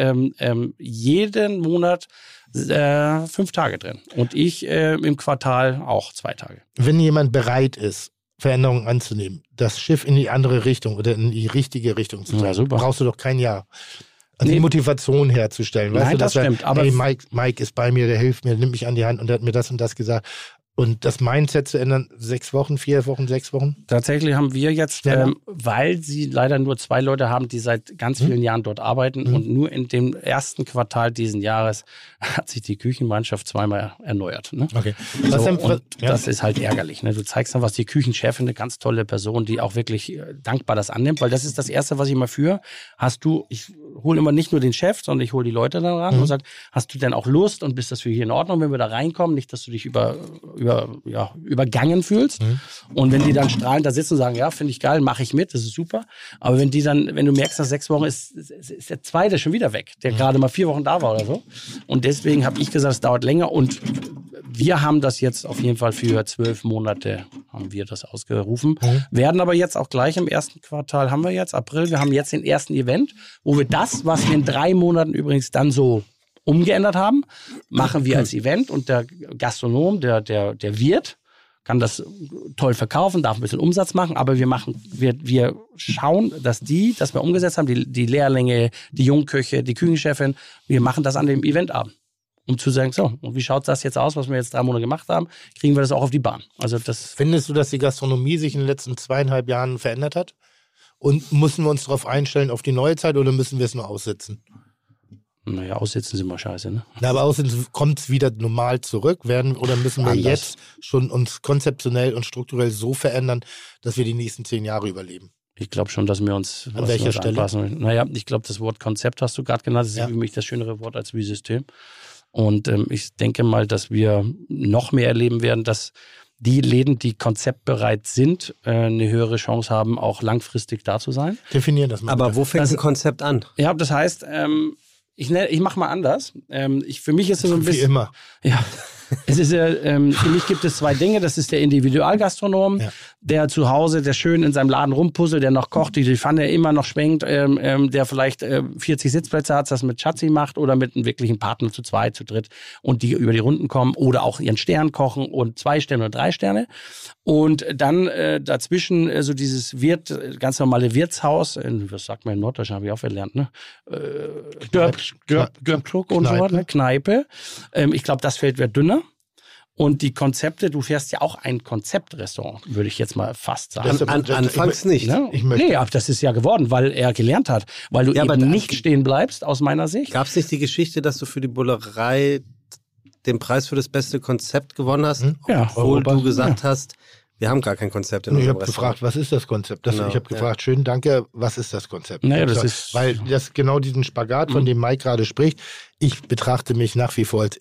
S7: jeden Monat 5 Tage drin. Und ich im Quartal auch 2 Tage.
S4: Wenn jemand bereit ist, Veränderungen anzunehmen, das Schiff in die andere Richtung oder in die richtige Richtung zu treiben, brauchst du doch kein Jahr. Also die Motivation herzustellen. Weißt
S7: Nein,
S4: du,
S7: das stimmt. Aber
S4: hey, Mike ist bei mir, der hilft mir, nimmt mich an die Hand und der hat mir das und das gesagt. Und das Mindset zu ändern, 6 Wochen, 4 Wochen, 6 Wochen?
S7: Tatsächlich haben wir jetzt, weil sie leider nur 2 Leute haben, die seit ganz vielen Jahren dort arbeiten und nur in dem ersten Quartal diesen Jahres hat sich die Küchenmannschaft 2-mal erneuert. Ne?
S4: Okay.
S7: Das ist halt ärgerlich. Ne? Du zeigst dann was, die Küchenchefin, eine ganz tolle Person, die auch wirklich dankbar das annimmt, weil das ist das Erste, was ich immer führe. Ich hole immer nicht nur den Chef, sondern ich hole die Leute dann ran und sage, hast du denn auch Lust und bist das für hier in Ordnung, wenn wir da reinkommen? Nicht, dass du dich übergangen fühlst. Und wenn die dann strahlend da sitzen und sagen, ja, finde ich geil, mache ich mit, das ist super. Aber wenn du merkst, nach 6 Wochen ist der zweite schon wieder weg, der gerade mal 4 Wochen da war oder so. Und deswegen habe ich gesagt, es dauert länger und wir haben das jetzt auf jeden Fall für 12 Monate haben wir das ausgerufen. Werden aber jetzt auch gleich im ersten Quartal, haben wir jetzt April, wir haben jetzt den ersten Event, wo wir das, was wir in 3 Monaten übrigens dann so umgeändert haben, machen wir als Event und der Gastronom, der Wirt, kann das toll verkaufen, darf ein bisschen Umsatz machen, aber wir schauen, dass wir umgesetzt haben, die Lehrlinge, die Jungköche, die Küchenchefin, wir machen das an dem Eventabend. Um zu sagen, so, und wie schaut das jetzt aus, was wir jetzt 3 Monate gemacht haben, kriegen wir das auch auf die Bahn. Also
S4: Findest du, dass die Gastronomie sich in den letzten 2,5 Jahren verändert hat? Und müssen wir uns darauf einstellen, auf die neue Zeit, oder müssen wir es nur aussitzen?
S7: Naja, aussitzen sind immer scheiße, ne?
S4: Na, aber aussitzen kommt es wieder normal zurück, oder müssen wir jetzt schon uns konzeptionell und strukturell so verändern, dass wir die nächsten 10 Jahre überleben?
S7: Ich glaube schon, dass wir uns
S4: an welcher Stelle
S7: anpassen. Naja, ich glaube, das Wort Konzept hast du gerade genannt. Das ist für mich das schönere Wort als wie System. Und ich denke mal, dass wir noch mehr erleben werden, dass die Läden, die konzeptbereit sind, eine höhere Chance haben, auch langfristig da zu sein.
S4: Definieren das mal.
S3: Aber wo fängt ein Konzept an?
S7: Ja, das heißt, ich mache mal anders. Für mich ist es so ein bisschen...
S4: Wie immer.
S7: Ja. Es ist für mich gibt es 2 Dinge. Das ist der Individualgastronom, der zu Hause, der schön in seinem Laden rumpuzzelt, der noch kocht, die Pfanne immer noch schwenkt, der vielleicht 40 Sitzplätze hat, das mit Schatzi macht oder mit einem wirklichen Partner zu 2, zu 3 und die über die Runden kommen oder auch ihren Stern kochen und 2 Sterne oder 3 Sterne. Und dann dazwischen so dieses ganz normale Wirtshaus, was sagt man in Norddeutschland, habe ich auch verlernt, ne? Dörpschluck und so was, ne? Kneipe. Ich glaube, das Feld wird dünner. Und die Konzepte, du fährst ja auch ein Konzeptrestaurant, würde ich jetzt mal fast sagen.
S3: Anfangs nicht.
S7: Ne? Nee, aber das ist ja geworden, weil er gelernt hat. Weil du eben nicht stehen bleibst, aus meiner Sicht.
S3: Gab es nicht die Geschichte, dass du für die Bullerei den Preis für das beste Konzept gewonnen hast?
S7: Ja.
S3: Obwohl du gesagt hast, wir haben gar kein Konzept in
S4: Ich
S3: unserem
S4: habe
S3: Restaurant.
S4: gefragt, was ist das Konzept? Ich habe gefragt, schön, danke, was ist das Konzept?
S7: Naja, das ist...
S4: Weil das genau diesen Spagat, von dem Mike gerade spricht, ich betrachte mich nach wie vor als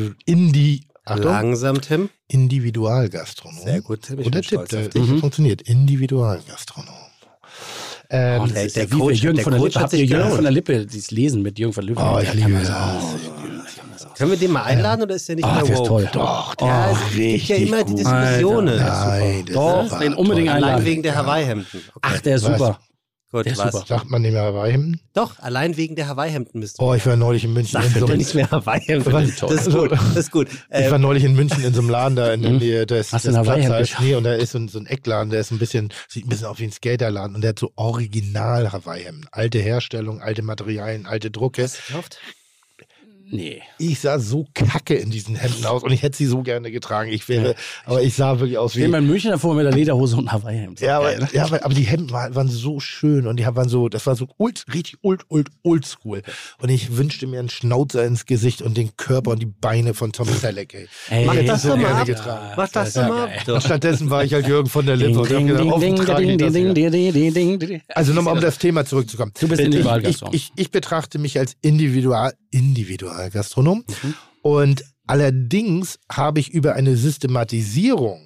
S3: Langsam, Tim.
S4: Individualgastronom.
S3: Sehr gut, Tim. Ich
S4: Und der
S3: bin
S4: Tipp,
S3: stolz auf
S4: der
S3: dich.
S4: funktioniert. Individualgastronom.
S7: der
S3: Coach-
S7: Jürgen
S3: der
S7: von der
S3: Coach
S7: Lippe.
S3: hat
S7: Habt ihr
S3: sich
S7: Jürgen
S3: gelohnt.
S7: von der Lippe, dieses Lesen mit Jürgen von der Lippe?
S4: Oh, ich
S7: Der
S4: liebe
S7: kann
S4: das.
S3: Können wir den mal einladen oder ist der nicht mehr
S7: der ist
S3: woke?
S7: toll.
S4: Doch,
S3: Ja, es gibt ja immer die Diskussionen.
S4: Nein, das
S7: Doch,
S4: ist
S7: den unbedingt
S4: toll.
S3: Allein
S7: einladen.
S3: wegen der Hawaii-Hemden. Okay.
S7: Ach, der ist super.
S3: Gut,
S7: der ist
S3: was?
S7: super.
S4: Sagt man nicht mehr Hawaii-Hemden?
S3: Doch, allein wegen der Hawaii-Hemden müssten
S4: Oh, ich war neulich in München.
S3: Sag bitte nicht mehr Hawaii-Hemden.
S4: Was?
S3: Das ist gut, das ist gut.
S4: Ich war neulich in München in so einem Laden da in der Nähe des
S7: Hast du ein Hawaii-Hemd
S4: Platzes. Nee, und da ist so ein Eckladen, der ist sieht ein bisschen aus wie ein Skaterladen und der hat so original Hawaii-Hemden. Alte Herstellung, alte Materialien, alte Drucke.
S3: Hast du gekauft?
S7: Nee.
S4: Ich sah so kacke in diesen Hemden aus und ich hätte sie so gerne getragen. Aber ich sah wirklich aus wie...
S7: Stehen wir in München davor mit der Lederhose und Hawaii-Hemd.
S4: Ja, aber die Hemden waren so schön und das war so richtig oldschool. Und ich wünschte mir einen Schnauzer ins Gesicht und den Körper und die Beine von Tommy Selleck, ey.
S3: Mach
S4: hätte
S3: das
S4: ich
S3: doch mal
S4: gerne
S3: ab.
S4: getragen.
S3: Mach das doch mal ab.
S4: Und stattdessen war ich halt Jürgen von der Lippe und hab gedacht, trage ich das wieder. Also nochmal, um das Thema zurückzukommen.
S7: Du bist Individualgastronom.
S4: Ich betrachte mich als Individualgastronom und allerdings habe ich über eine Systematisierung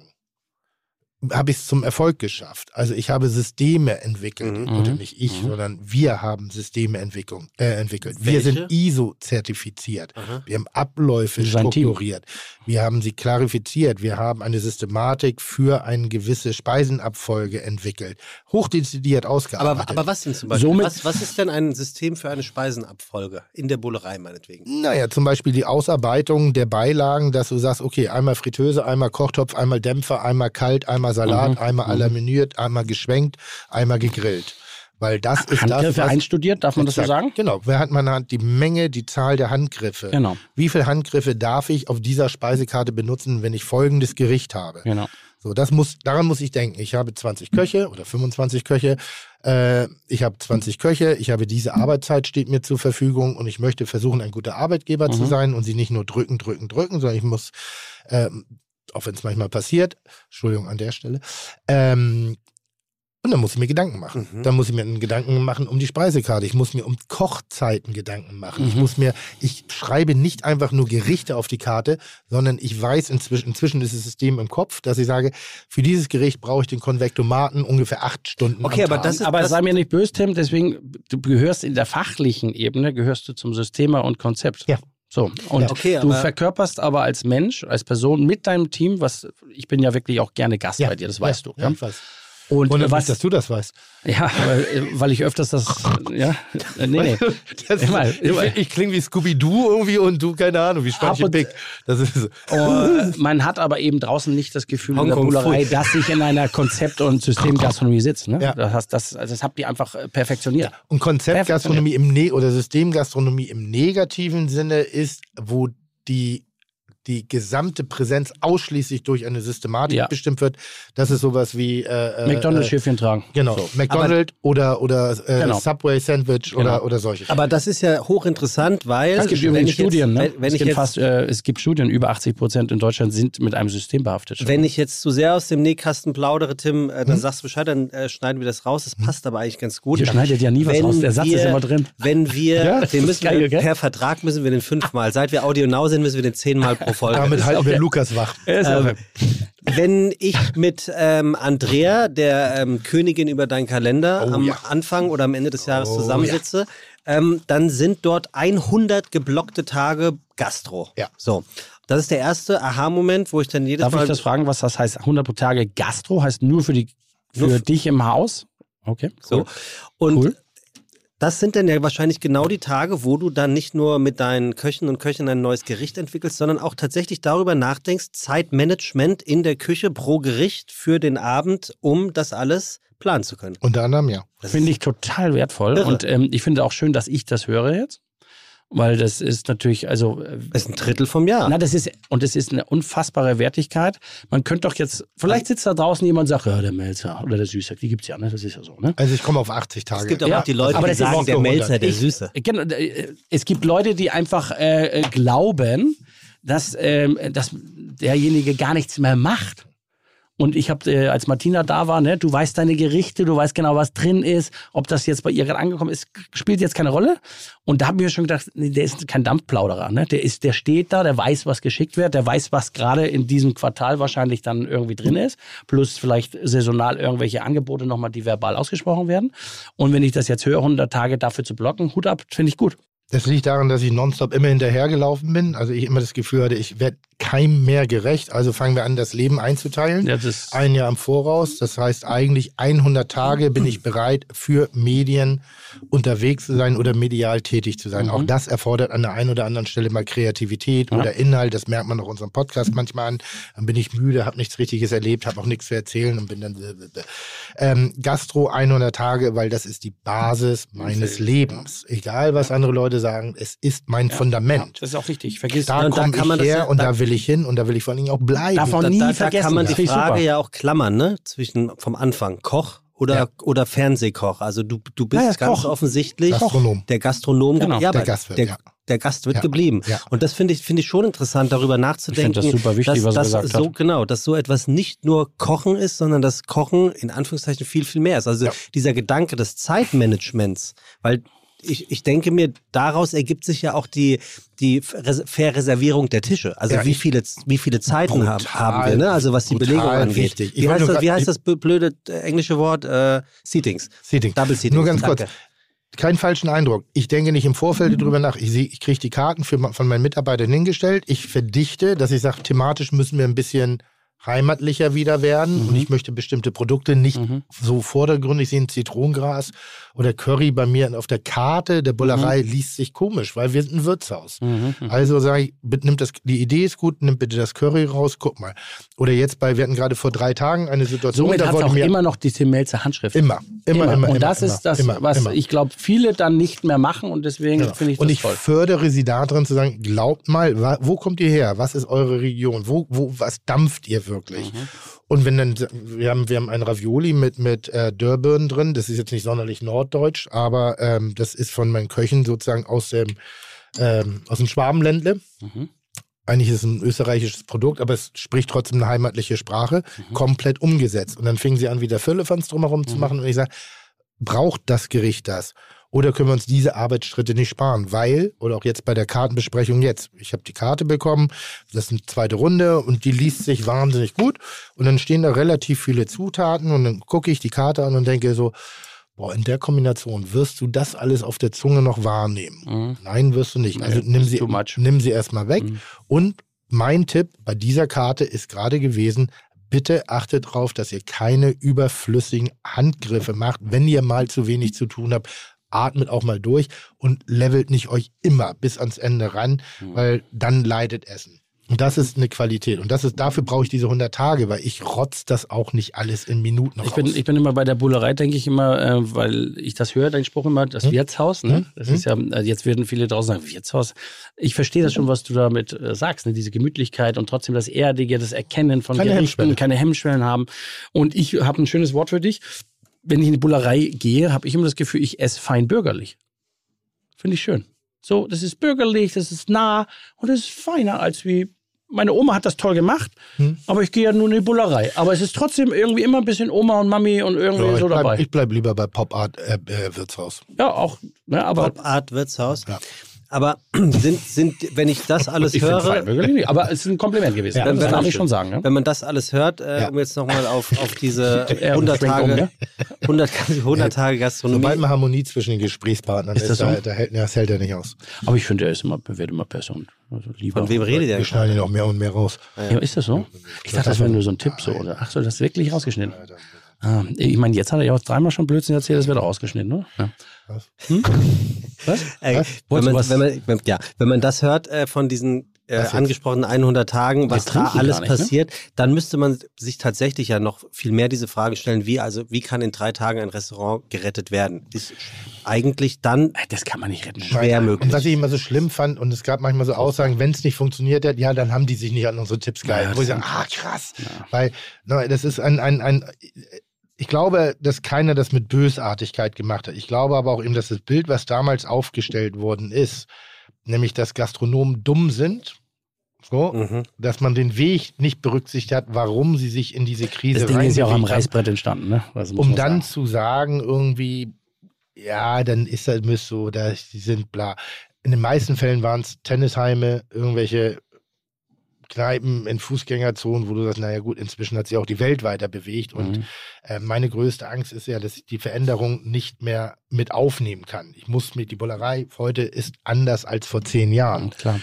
S4: es zum Erfolg geschafft. Also ich habe Systeme entwickelt, oder nicht ich, sondern wir haben Systeme entwickelt. Wir sind ISO-zertifiziert. Wir haben Abläufe strukturiert. Wir haben sie klarifiziert. Wir haben eine Systematik für eine gewisse Speisenabfolge entwickelt. Hochdezidiert ausgearbeitet.
S3: Aber was denn zum Beispiel? Was ist denn ein System für eine Speisenabfolge? In der Bullerei meinetwegen.
S4: Naja, zum Beispiel die Ausarbeitung der Beilagen, dass du sagst, okay, einmal Fritteuse, einmal Kochtopf, einmal Dämpfer, einmal kalt, einmal Salat, einmal alaminiert, einmal geschwenkt, einmal gegrillt. Weil das ist
S7: Handgriffe
S4: das,
S7: einstudiert, darf man das so sagen?
S4: Genau. Wer hat man die Menge, die Zahl der Handgriffe?
S7: Genau.
S4: Wie viele Handgriffe darf ich auf dieser Speisekarte benutzen, wenn ich folgendes Gericht habe?
S7: Genau.
S4: So, daran muss ich denken. Ich habe 20 Köche oder 25 Köche. Ich habe 20 Köche. Ich habe diese Arbeitszeit steht mir zur Verfügung und ich möchte versuchen, ein guter Arbeitgeber zu sein und sie nicht nur drücken, sondern ich muss, auch wenn es manchmal passiert, Entschuldigung an der Stelle, und dann muss ich mir Gedanken machen. Dann muss ich mir einen Gedanken machen um die Speisekarte. Ich muss mir um Kochzeiten Gedanken machen. Ich schreibe nicht einfach nur Gerichte auf die Karte, sondern ich weiß inzwischen ist das System im Kopf, dass ich sage, für dieses Gericht brauche ich den Konvektomaten ungefähr 8 Stunden
S3: Okay,
S4: am
S3: aber
S4: Tag.
S3: das
S7: sei mir nicht böse, Tim, deswegen, du gehörst in der fachlichen Ebene, gehörst du zum Systema und Konzept.
S4: Ja.
S7: So, und
S3: Ja, okay,
S7: du
S3: aber-
S7: verkörperst aber als Mensch, als Person mit deinem Team, ich bin ja wirklich auch gerne Gast
S4: Ja.
S7: bei dir, das weißt du.
S4: Ja, ich weiß.
S7: Und
S4: Wundert mich,
S7: was,
S4: dass du das weißt.
S7: ja, weil ich öfters nee.
S4: Ich klinge wie Scooby-Doo irgendwie und du, keine Ahnung, wie Schweinchen Big. Das ist so.
S7: Man hat aber eben draußen nicht das Gefühl in der
S3: Hongkong
S7: Bullerei,
S3: Food.
S7: dass ich in einer Konzept- und Systemgastronomie sitze. Ne?
S4: Ja.
S7: Das habt ihr einfach perfektioniert.
S4: Und Konzeptgastronomie oder Systemgastronomie im negativen Sinne ist, wo die gesamte Präsenz ausschließlich durch eine Systematik bestimmt wird. Das ist sowas wie
S7: McDonald's-Schiffchen tragen.
S4: Genau,
S7: So.
S4: McDonald's oder
S7: Genau.
S4: Subway Sandwich
S7: Genau.
S4: oder solche.
S3: Aber das ist ja hochinteressant, weil
S7: Es gibt
S3: wenn
S7: übrigens
S3: ich jetzt-
S7: Studien, ne?
S3: wenn ich jetzt
S7: Es gibt Studien, über 80% in Deutschland sind mit einem System behaftet. schon.
S3: Wenn ich jetzt zu sehr aus dem Nähkasten plaudere, Tim, dann sagst du Bescheid, dann schneiden wir das raus. Das passt aber eigentlich ganz gut.
S7: Ihr schneidet ja nie was raus, der Satz ist immer drin.
S3: Wenn wir,
S7: Ja, das
S3: den
S7: ist
S3: müssen
S7: geil,
S3: wir
S7: gell?
S3: per Vertrag müssen wir den 5-mal. Seit wir Audio Now sind, müssen wir den 10-mal pro Folge.
S4: Damit halten wir Lukas wach.
S3: Wenn ich mit Andrea, der Königin über deinen Kalender, am Anfang oder am Ende des Jahres zusammensitze, dann sind dort 100 geblockte Tage Gastro.
S4: Ja.
S3: So. Das ist der erste Aha-Moment, wo ich dann jedes
S7: Darf
S3: Mal...
S7: ich das fragen, was das heißt? 100 Tage Gastro heißt nur für dich im Haus? Okay, cool.
S3: So. Und
S7: Cool.
S3: das sind dann ja wahrscheinlich genau die Tage, wo du dann nicht nur mit deinen Köchen und Köchinnen ein neues Gericht entwickelst, sondern auch tatsächlich darüber nachdenkst, Zeitmanagement in der Küche pro Gericht für den Abend, um das alles planen zu können.
S4: Unter anderem, ja.
S3: Das
S7: Finde ich total wertvoll.
S3: Irre.
S7: Und ich finde auch schön, dass ich das höre jetzt. Weil das ist natürlich, also.
S3: Das ist ein Drittel vom Jahr.
S7: Na, das ist eine unfassbare Wertigkeit. Man könnte doch jetzt, vielleicht sitzt da draußen jemand und sagt, ja, der Melzer oder der Süße, die gibt's ja, ne? Das ist ja so, ne?
S4: Also ich komme auf 80 Tage.
S3: Es gibt aber auch die Leute, die sagen, der Melzer, der Süße.
S7: Es gibt Leute, die einfach glauben, dass derjenige gar nichts mehr macht. Und ich habe, als Martina da war, ne, du weißt deine Gerichte, du weißt genau, was drin ist, ob das jetzt bei ihr gerade angekommen ist, spielt jetzt keine Rolle. Und da habe ich mir schon gedacht, nee, der ist kein Dampfplauderer, ne? Der steht da, der weiß, was geschickt wird, der weiß, was gerade in diesem Quartal wahrscheinlich dann irgendwie drin ist, plus vielleicht saisonal irgendwelche Angebote nochmal, die verbal ausgesprochen werden. Und wenn ich das jetzt höre, 100 Tage dafür zu blocken, Hut ab, finde ich gut.
S4: Das liegt daran, dass ich nonstop immer hinterhergelaufen bin. Also ich immer das Gefühl hatte, ich werde keinem mehr gerecht. Also fangen wir an, das Leben einzuteilen.
S7: Ja,
S4: ein Jahr im Voraus. Das heißt eigentlich 100 Tage bin ich bereit, für Medien unterwegs zu sein oder medial tätig zu sein. Auch das erfordert an der einen oder anderen Stelle mal Kreativität oder Inhalt. Das merkt man auch unserem Podcast manchmal an. Dann bin ich müde, habe nichts Richtiges erlebt, habe auch nichts zu erzählen und bin dann Gastro 100 Tage, weil das ist die Basis meines Lebens. Egal, was andere Leute sagen, es ist mein Fundament.
S7: Das ist auch richtig. Vergiss
S4: da komme ich her und da will ich hin und da will ich vor allen Dingen auch bleiben.
S7: Darf man nie vergessen.
S3: Da kann man die Frage ja auch klammern, ne? Zwischen vom Anfang Koch oder Fernsehkoch. Also du bist ganz
S4: Koch.
S3: offensichtlich
S4: Gastronom.
S3: Der Gastronom.
S7: Genau.
S3: Ja,
S4: Der
S3: aber
S4: Gastwirt,
S3: der Gast wird geblieben.
S4: Ja.
S3: Und das finde ich schon interessant, darüber nachzudenken.
S7: Ich finde das super wichtig, was er gesagt hat.
S3: Genau, dass so etwas nicht nur Kochen ist, sondern dass Kochen in Anführungszeichen viel, viel mehr ist. Also dieser Gedanke des Zeitmanagements, weil ich denke mir, daraus ergibt sich ja auch die Verreservierung der Tische. Also wie viele Zeiten haben wir, ne? Also was die Belegung angeht.
S4: Wichtig.
S3: Wie heißt das blöde englische Wort? Seatings. Double Seatings.
S4: Nur ganz kurz. Keinen falschen Eindruck. Ich denke nicht im Vorfeld drüber nach. Ich kriege die Karten von meinen Mitarbeitern hingestellt. Ich verdichte, dass ich sage, thematisch müssen wir ein bisschen heimatlicher wieder werden und ich möchte bestimmte Produkte nicht so vordergründig sehen. Zitronengras oder Curry bei mir auf der Karte der Bullerei liest sich komisch, weil wir sind ein Wirtshaus. Also sage ich, die Idee ist gut, nimm bitte das Curry raus, guck mal. Oder jetzt wir hatten gerade vor 3 Tagen eine Situation,
S7: somit
S4: da
S7: hat
S4: wollte
S7: auch
S4: mir
S7: immer noch die Tim Melzer Handschrift.
S4: Immer.
S7: Und das ist das, was ich glaube, viele dann nicht mehr machen und deswegen finde ich das
S4: und ich
S7: toll.
S4: fördere sie darin zu sagen, glaubt mal, wo kommt ihr her? Was ist eure Region? Was dampft ihr wirklich? Und wenn dann, wir haben ein Ravioli mit Dörrbirnen drin, das ist jetzt nicht sonderlich norddeutsch, aber das ist von meinen Köchen sozusagen aus dem Schwabenländle. Eigentlich ist es ein österreichisches Produkt, aber es spricht trotzdem eine heimatliche Sprache, komplett umgesetzt. Und dann fingen sie an, wieder Firlefanz drumherum zu machen und ich sage, braucht das Gericht das? Oder können wir uns diese Arbeitsschritte nicht sparen? Weil, oder auch jetzt bei der Kartenbesprechung ich habe die Karte bekommen, das ist eine zweite Runde und die liest sich wahnsinnig gut und dann stehen da relativ viele Zutaten und dann gucke ich die Karte an und denke so, in der Kombination wirst du das alles auf der Zunge noch wahrnehmen? Nein, wirst du nicht. Also nimm sie erstmal weg. Und mein Tipp bei dieser Karte ist gerade gewesen, bitte achtet darauf, dass ihr keine überflüssigen Handgriffe macht, wenn ihr mal zu wenig zu tun habt. Atmet auch mal durch und levelt nicht euch immer bis ans Ende ran, weil dann leidet Essen. Und das ist eine Qualität. Und dafür brauche ich diese 100 Tage, weil ich rotz das auch nicht alles in Minuten raus.
S7: Ich bin immer bei der Bullerei, denke ich immer, weil ich das höre, dein Spruch immer, das Wirtshaus, ne? Das ist ja, jetzt werden viele draußen sagen, Wirtshaus. Ich verstehe das schon, was du damit sagst, ne? Diese Gemütlichkeit und trotzdem das Erdige, das Erkennen von Gerichten, keine Hemmschwellen haben. Und ich habe ein schönes Wort für dich. Wenn ich in die Bullerei gehe, habe ich immer das Gefühl, ich esse fein bürgerlich. Finde ich schön. So, das ist bürgerlich, das ist nah und das ist feiner als wie. Meine Oma hat das toll gemacht, aber ich gehe ja nur in die Bullerei. Aber es ist trotzdem irgendwie immer ein bisschen Oma und Mami und irgendwie so dabei.
S4: Ich bleibe lieber bei Pop Art Wirtshaus.
S7: Ja, auch. Ne, aber
S3: Pop Art Wirtshaus. Ja. Aber wenn ich das alles höre.
S7: Aber es ist ein Kompliment gewesen. Ja, das darf ich schon sagen. Ne?
S3: Wenn man das alles hört, um jetzt nochmal auf diese 100 Tage Gastronomie.
S4: Sobald eine Harmonie zwischen den Gesprächspartnern ist, das hält er nicht aus.
S7: Aber ich finde, er wird immer besser. Also lieber.
S3: Von wem redet der?
S4: Wir schneiden ihn auch mehr und mehr raus.
S7: Ja, ist das so? Ich dachte, das wäre nur so ein Tipp so. Oder? Ach so, das ist wirklich rausgeschnitten. Ich meine, jetzt hat er ja auch 3-mal schon Blödsinn erzählt, das wird auch ausgeschnitten, oder? Ja.
S3: Was? Wenn man das hört von diesen angesprochenen 100 Tagen, was da alles
S7: nicht, ne?
S3: passiert, dann müsste man sich tatsächlich ja noch viel mehr diese Frage stellen, wie kann in 3 Tagen ein Restaurant gerettet werden? Ist eigentlich dann
S7: das kann man nicht retten.
S3: schwer möglich.
S4: Und was ich immer so schlimm fand, und es gab manchmal so Aussagen, wenn es nicht funktioniert hat, ja, dann haben die sich nicht an unsere Tipps gehalten.
S7: Ja,
S4: wo ich sage, krass. Ja. Weil das ist ich glaube, dass keiner das mit Bösartigkeit gemacht hat. Ich glaube aber auch eben, dass das Bild, was damals aufgestellt worden ist, nämlich, dass Gastronomen dumm sind, dass man den Weg nicht berücksichtigt hat, warum sie sich in diese Krise
S7: Das Ding ist ja auch am Reißbrett entstanden, ne? Um
S4: dann zu sagen, irgendwie, ja, dann ist das so, die sind bla. In den meisten Fällen waren es Tennisheime, irgendwelche Kneipen in Fußgängerzonen, wo du sagst, naja gut, inzwischen hat sich auch die Welt weiter bewegt und meine größte Angst ist ja, dass ich die Veränderung nicht mehr mit aufnehmen kann. Ich muss die Bullerei heute ist anders als vor 10 Jahren.
S7: Klar.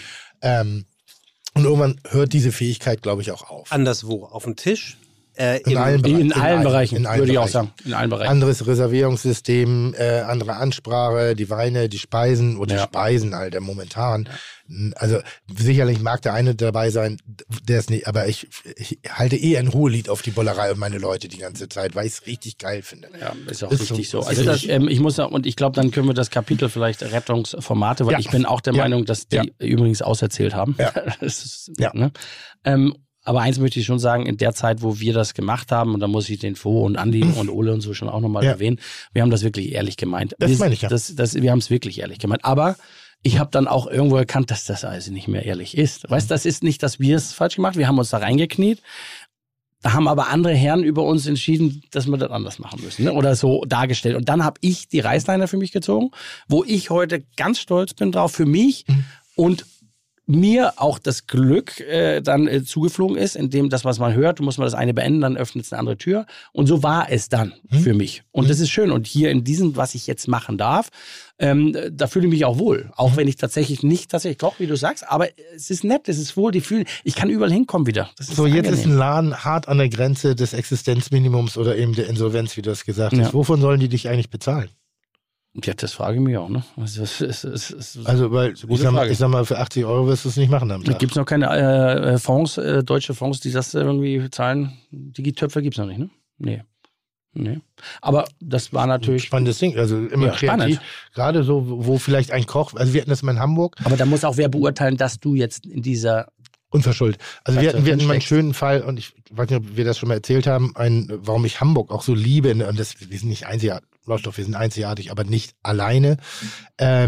S4: Und irgendwann hört diese Fähigkeit, glaube ich, auch auf.
S3: Anderswo, auf dem Tisch?
S7: In allen Bereichen, würde ich auch sagen. In allen Bereichen.
S4: Anderes Reservierungssystem, andere Ansprache, die Weine, die Speisen oder die Speisen halt momentan. Also sicherlich mag der eine dabei sein, der es nicht, aber ich halte ein Hohelied auf die Bullerei und meine Leute die ganze Zeit, weil ich es richtig geil finde.
S7: Ja, ist auch richtig so. Also ich muss und ich glaube, dann können wir das Kapitel vielleicht Rettungsformate, weil ich bin auch der Meinung, dass die übrigens auserzählt haben. Ja. Ne? Aber eins möchte ich schon sagen, in der Zeit, wo wir das gemacht haben, und da muss ich den Fo und Andi und Ole und so schon auch nochmal erwähnen, wir haben das wirklich ehrlich gemeint.
S4: Das meine ich ja.
S7: Wir haben es wirklich ehrlich gemeint. Aber ich habe dann auch irgendwo erkannt, dass das also nicht mehr ehrlich ist. Weißt, das ist nicht, dass wir es falsch gemacht haben. Wir haben uns da reingekniet. Da haben aber andere Herren über uns entschieden, dass wir das anders machen müssen, ne? Oder so dargestellt. Und dann habe ich die Reißleine für mich gezogen, wo ich heute ganz stolz bin drauf, für mich und mir auch das Glück dann zugeflogen ist, indem das, was man hört, muss man das eine beenden, dann öffnet es eine andere Tür. Und so war es dann für mich. Und das ist schön. Und hier in diesem, was ich jetzt machen darf, da fühle ich mich auch wohl. Auch wenn ich nicht tatsächlich koche, wie du sagst. Aber es ist nett, es ist wohl. Ich kann überall hinkommen wieder. Das ist
S4: jetzt ist ein Laden hart an der Grenze des Existenzminimums oder eben der Insolvenz, wie du das gesagt hast. Wovon sollen die dich eigentlich bezahlen?
S7: Ja, das frage ich mich auch, ne? Also,
S4: weil ich sag mal, für 80 € wirst du es nicht machen am Tag.
S7: Gibt es noch keine Fonds, deutsche Fonds, die das irgendwie zahlen? Digitöpfe gibt es noch nicht, ne? Nee. Aber das war natürlich...
S4: Spannendes Ding, also immer kreativ. Gerade so, wo vielleicht ein Koch, also wir hatten das mal in Hamburg.
S7: Aber da muss auch wer beurteilen, dass du jetzt in dieser...
S4: Unverschuldet. Also wir hatten mal einen schönen Fall, und ich weiß nicht, ob wir das schon mal erzählt haben, warum ich Hamburg auch so liebe, und wir sind nicht einzigartig, wir sind einzigartig, aber nicht alleine. Da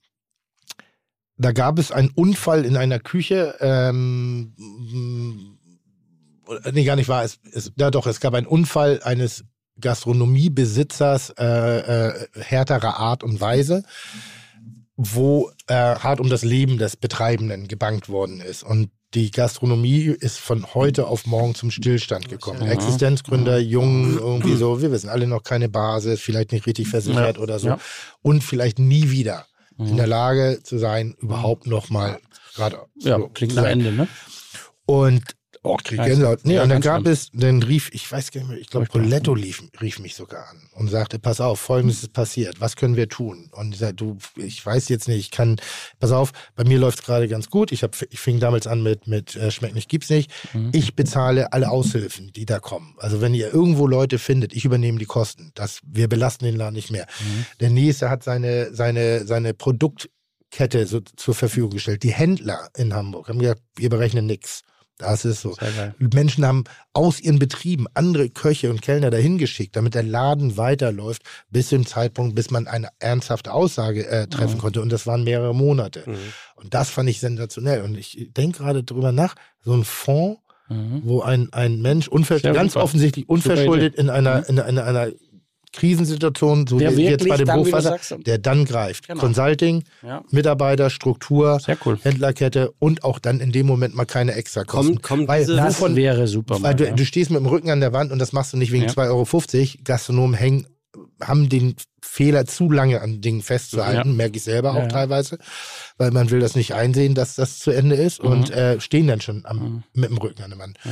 S4: gab es einen Unfall in einer Küche, gar nicht wahr, es gab einen Unfall eines Gastronomiebesitzers härterer Art und Weise, wo hart um das Leben des Betreibenden gebangt worden ist. Und die Gastronomie ist von heute auf morgen zum Stillstand gekommen. Existenzgründer, jung, irgendwie so, wir wissen alle noch keine Basis, vielleicht nicht richtig versichert oder so. Ja. Und vielleicht nie wieder in der Lage zu sein, überhaupt nochmal gerade
S7: klingt nach Ende, ne?
S4: Und krieg Gänsehaut. Nee, und dann rief, ich weiß gar nicht mehr, ich glaube, Poletto rief mich sogar an und sagte, pass auf, Folgendes ist passiert, was können wir tun? Und ich sagte, ich weiß jetzt nicht, pass auf, bei mir läuft es gerade ganz gut, ich fing damals an mit Schmeckt nicht, gibt's nicht. Ich bezahle alle Aushilfen, die da kommen. Also wenn ihr irgendwo Leute findet, ich übernehme die Kosten. Wir belasten den Laden nicht mehr. Der Nächste hat seine Produktkette so zur Verfügung gestellt. Die Händler in Hamburg haben gesagt, wir berechnen nichts. Das ist so. Menschen haben aus ihren Betrieben andere Köche und Kellner dahin geschickt, damit der Laden weiterläuft, bis zum Zeitpunkt, bis man eine ernsthafte Aussage treffen konnte. Und das waren mehrere Monate. Und das fand ich sensationell. Und ich denke gerade drüber nach, so ein Fonds, wo ein Mensch ganz offensichtlich unverschuldet in einer Krisensituation, so wie jetzt bei dem Hochwasser, der dann greift. Genau. Consulting, Mitarbeiter, Struktur, Händlerkette und auch dann in dem Moment mal keine Extrakosten.
S7: Das wäre super.
S4: Weil du stehst mit dem Rücken an der Wand und das machst du nicht wegen 2,50 €. Gastronomen haben den Fehler zu lange an Dingen festzuhalten, merke ich selber auch teilweise, weil man will das nicht einsehen, dass das zu Ende ist und stehen dann schon mit dem Rücken an der Wand. Ja.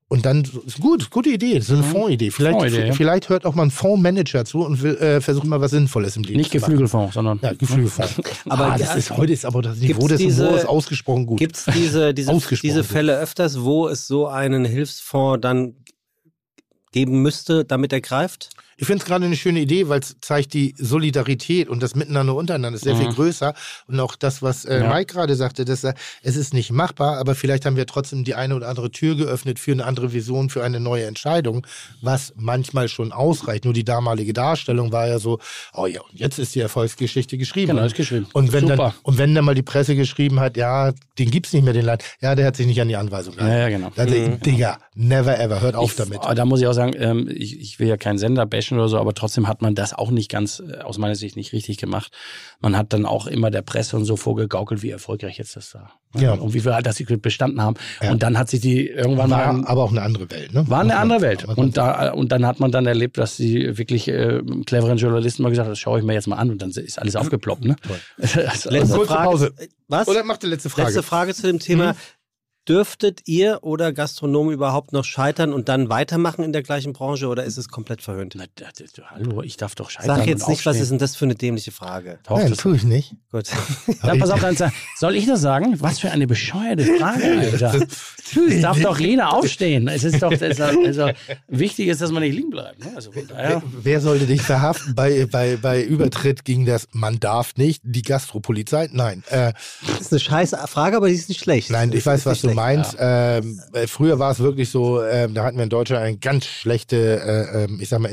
S4: Und dann, ist gut, gute Idee, so eine Fondsidee. Vielleicht hört auch mal ein Fondsmanager zu und will, versucht mal was Sinnvolles im Leben
S7: nicht
S4: zu machen.
S7: Geflügelfonds, sondern...
S4: Ja, Geflügelfonds.
S3: Aber
S4: heute ist aber das Niveau des Humors ausgesprochen gut.
S3: Gibt es diese Fälle öfters, wo es so einen Hilfsfonds dann geben müsste, damit er greift?
S4: Ich finde es gerade eine schöne Idee, weil es zeigt die Solidarität und das Miteinander untereinander ist sehr viel größer. Und auch das, was Mike gerade sagte, dass es ist nicht machbar, aber vielleicht haben wir trotzdem die eine oder andere Tür geöffnet für eine andere Vision, für eine neue Entscheidung, was manchmal schon ausreicht. Nur die damalige Darstellung war ja so, oh ja, und jetzt ist die Erfolgsgeschichte geschrieben.
S7: Genau, ist geschrieben.
S4: Und wenn dann mal die Presse geschrieben hat, ja, den gibt's nicht mehr, den Land, ja, der hat sich nicht an die Anweisung gehalten.
S7: Ja, genau.
S4: Also, Digga, never ever, hört auf damit.
S7: Da muss ich auch sagen, ich will ja keinen Sender bashen oder so, aber trotzdem hat man das auch nicht ganz, aus meiner Sicht, nicht richtig gemacht. Man hat dann auch immer der Presse und so vorgegaukelt, wie erfolgreich jetzt das da und wie viel halt das sie bestanden haben. Ja. Und dann hat sich die irgendwann
S4: aber auch eine andere Welt, ne?
S7: War eine andere Welt. Und dann hat man dann erlebt, dass die wirklich cleveren Journalisten mal gesagt haben, das schaue ich mir jetzt mal an und dann ist alles aufgeploppt, ne?
S3: Letzte Frage.
S4: Pause.
S3: Was?
S4: Oder macht die letzte Frage.
S3: Letzte Frage zu dem Thema. Dürftet ihr oder Gastronomen überhaupt noch scheitern und dann weitermachen in der gleichen Branche oder ist es komplett verhöhnt?
S7: Na, hallo, ich darf doch scheitern.
S3: Sag jetzt nicht, was ist denn das für eine dämliche Frage?
S4: Nein, das tue ich nicht.
S3: Gut.
S7: Dann pass auf, soll ich das sagen? Was für eine bescheuerte Frage, Alter. Es darf doch jeder aufstehen. Es ist doch, also, wichtig ist, dass man nicht liegen bleibt. Ne? Also,
S4: wer sollte dich verhaften bei Übertritt gegen das man darf nicht? Die Gastropolizei? Nein.
S3: Das ist eine scheiß Frage, aber die ist nicht schlecht.
S4: Nein, ich weiß, was du meinst. Ja. Früher war es wirklich so, da hatten wir in Deutschland eine ganz schlechte, ich sag mal,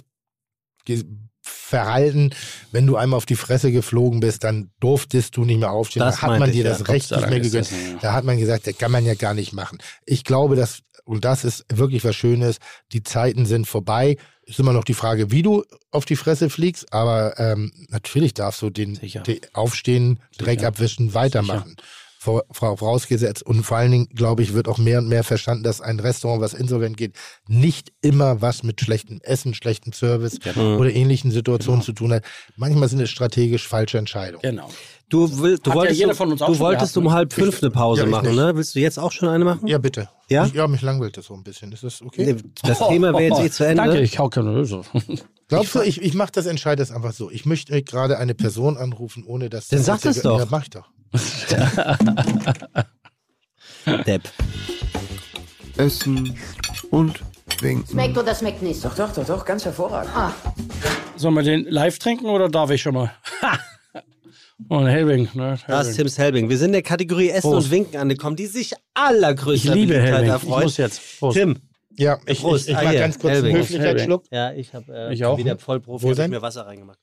S4: Insolvenzverhalten. Wenn du einmal auf die Fresse geflogen bist, dann durftest du nicht mehr aufstehen. Da hat man dir das Recht nicht mehr gegönnt. Da hat man gesagt, das kann man ja gar nicht machen. Ich glaube, und das ist wirklich was Schönes, die Zeiten sind vorbei. Ist immer noch die Frage, wie du auf die Fresse fliegst, aber natürlich darfst du den Aufstehen, Dreck abwischen, weitermachen. Vorausgesetzt. Und vor allen Dingen, glaube ich, wird auch mehr und mehr verstanden, dass ein Restaurant, was insolvent geht, nicht immer was mit schlechtem Essen, schlechtem Service oder ähnlichen Situationen zu tun hat. Manchmal sind es strategisch falsche Entscheidungen.
S7: Genau.
S3: Du wolltest um 4:30 eine Pause machen, ne? Willst du jetzt auch schon eine machen?
S4: Ja, bitte.
S3: Ja?
S4: Ja, mich langweilt das so ein bisschen. Ist das okay?
S3: Nee, das Thema wäre jetzt zu Ende.
S7: Danke, ich hau keine Lösung.
S4: Glaubst du, ich mache das Entscheidend einfach so. Ich möchte gerade eine Person anrufen, ohne dass...
S3: Dann sag das doch.
S4: Ja, mach ich doch.
S3: Depp.
S2: Essen und winken.
S9: Schmeckt oder schmeckt nicht?
S10: Doch, ganz hervorragend.
S7: Sollen wir den live trinken oder darf ich schon mal? Und Helbing, ne?
S3: Das ist Tims Helbing. Wir sind in der Kategorie Essen und Winken angekommen, die sich allergrößter
S7: Beliebtheit
S3: erfreut.
S7: Ich muss jetzt. Prost.
S3: Tim.
S4: Ja, ich mach ganz kurz einen Höflichkeitsschluck.
S3: Ja, ich habe
S7: auch.
S3: wieder Vollprofi, hab ich mir Wasser reingemacht.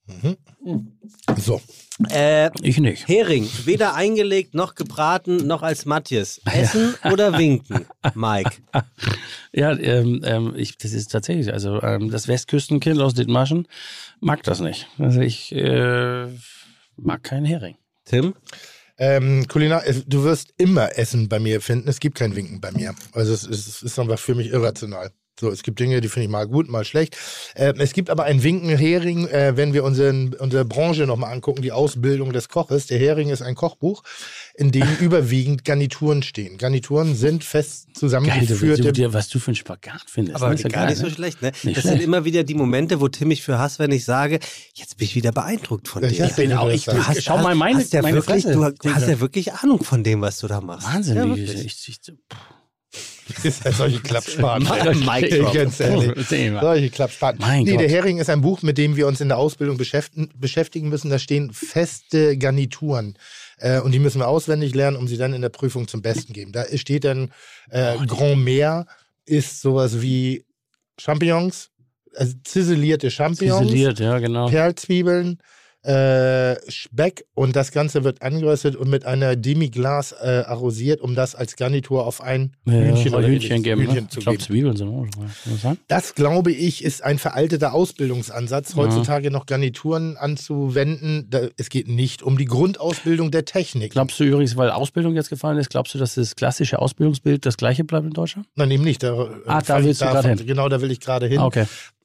S4: So.
S7: Ich nicht.
S3: Hering, weder eingelegt noch gebraten noch als Matthias. Essen oder winken, Mike?
S7: Ja, das ist tatsächlich, also das Westküstenkind aus Dithmarschen mag das nicht. Also ich mag keinen Hering.
S3: Tim?
S4: Kulinar, du wirst immer Essen bei mir finden. Es gibt kein Winken bei mir. Also es ist einfach für mich irrational. So, es gibt Dinge, die finde ich mal gut, mal schlecht. Es gibt aber ein Winken Hering, wenn wir unsere Branche nochmal angucken, die Ausbildung des Koches. Der Hering ist ein Kochbuch, in dem überwiegend Garnituren stehen. Garnituren sind fest zusammengeführte...
S7: Geil, was du für einen Spagat findest.
S3: Aber
S7: ist ja
S3: gar
S7: geil,
S3: nicht so
S7: ne?
S3: schlecht, ne?
S7: Nicht
S3: Das
S7: schlecht.
S3: sind immer wieder die Momente, wo Tim mich für hasst, wenn ich sage, jetzt bin ich wieder beeindruckt von dir.
S4: Ich bin auch...
S7: Schau mal meine Fresse.
S3: Du hast ja wirklich Ahnung von dem, was du da machst.
S7: Wahnsinn.
S3: Ja,
S7: wie
S3: wirklich.
S4: Das ist ja solche Klappspaten.
S3: Mike,
S4: ganz ehrlich. Solche Klappspaten.
S7: Mein
S4: Nee,
S7: Gott.
S4: der Hering ist ein Buch, mit dem wir uns in der Ausbildung beschäftigen müssen. Da stehen feste Garnituren. Und die müssen wir auswendig lernen, um sie dann in der Prüfung zum Besten geben. Da steht dann Grand Mer ist sowas wie Champignons, also ziselierte Champignons,
S7: Ziseliert, ja, genau.
S4: Perlzwiebeln, Speck und das Ganze wird angeröstet und mit einer Demi-Glace arrosiert, um das als Garnitur auf ein Hühnchen oder
S7: Hühnchen geben.
S4: Hühnchen
S7: Ne?
S4: zu
S7: Ich glaube,
S4: geben.
S7: Zwiebeln sind auch schon. Was sagen?
S4: Das, glaube ich, ist ein veralteter Ausbildungsansatz, heutzutage noch Garnituren anzuwenden. Es geht nicht um die Grundausbildung der Technik.
S7: Glaubst du übrigens, weil Ausbildung jetzt gefallen ist, glaubst du, dass das klassische Ausbildungsbild das gleiche bleibt in Deutschland?
S4: Nein, eben nicht.
S7: Da willst du gerade hin.
S4: Genau, da will ich gerade hin.
S7: Okay.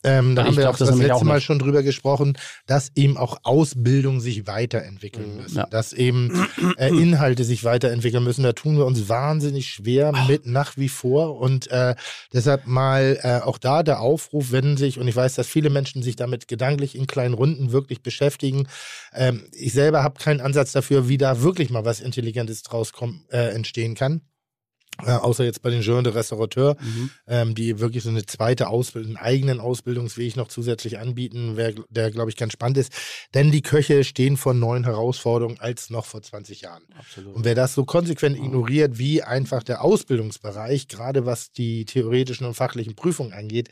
S4: da haben wir
S7: glaub,
S4: auch das letzte Mal schon drüber gesprochen, dass eben auch Ausbildung sich weiterentwickeln müssen.
S7: Ja.
S4: Dass eben Inhalte sich weiterentwickeln müssen. Da tun wir uns wahnsinnig schwer mit nach wie vor. Und deshalb mal auch da der Aufruf, wenn sich, und ich weiß, dass viele Menschen sich damit gedanklich in kleinen Runden wirklich beschäftigen. Ich selber habe keinen Ansatz dafür, wie da wirklich mal was Intelligentes draus entstehen kann. Außer jetzt bei den Jeunes de Restaurateur, die wirklich so eine zweite Ausbildung, einen eigenen Ausbildungsweg noch zusätzlich anbieten, der, glaube ich, ganz spannend ist. Denn die Köche stehen vor neuen Herausforderungen als noch vor 20 Jahren. Absolut. Und wer das so konsequent ignoriert, wie einfach der Ausbildungsbereich, gerade was die theoretischen und fachlichen Prüfungen angeht,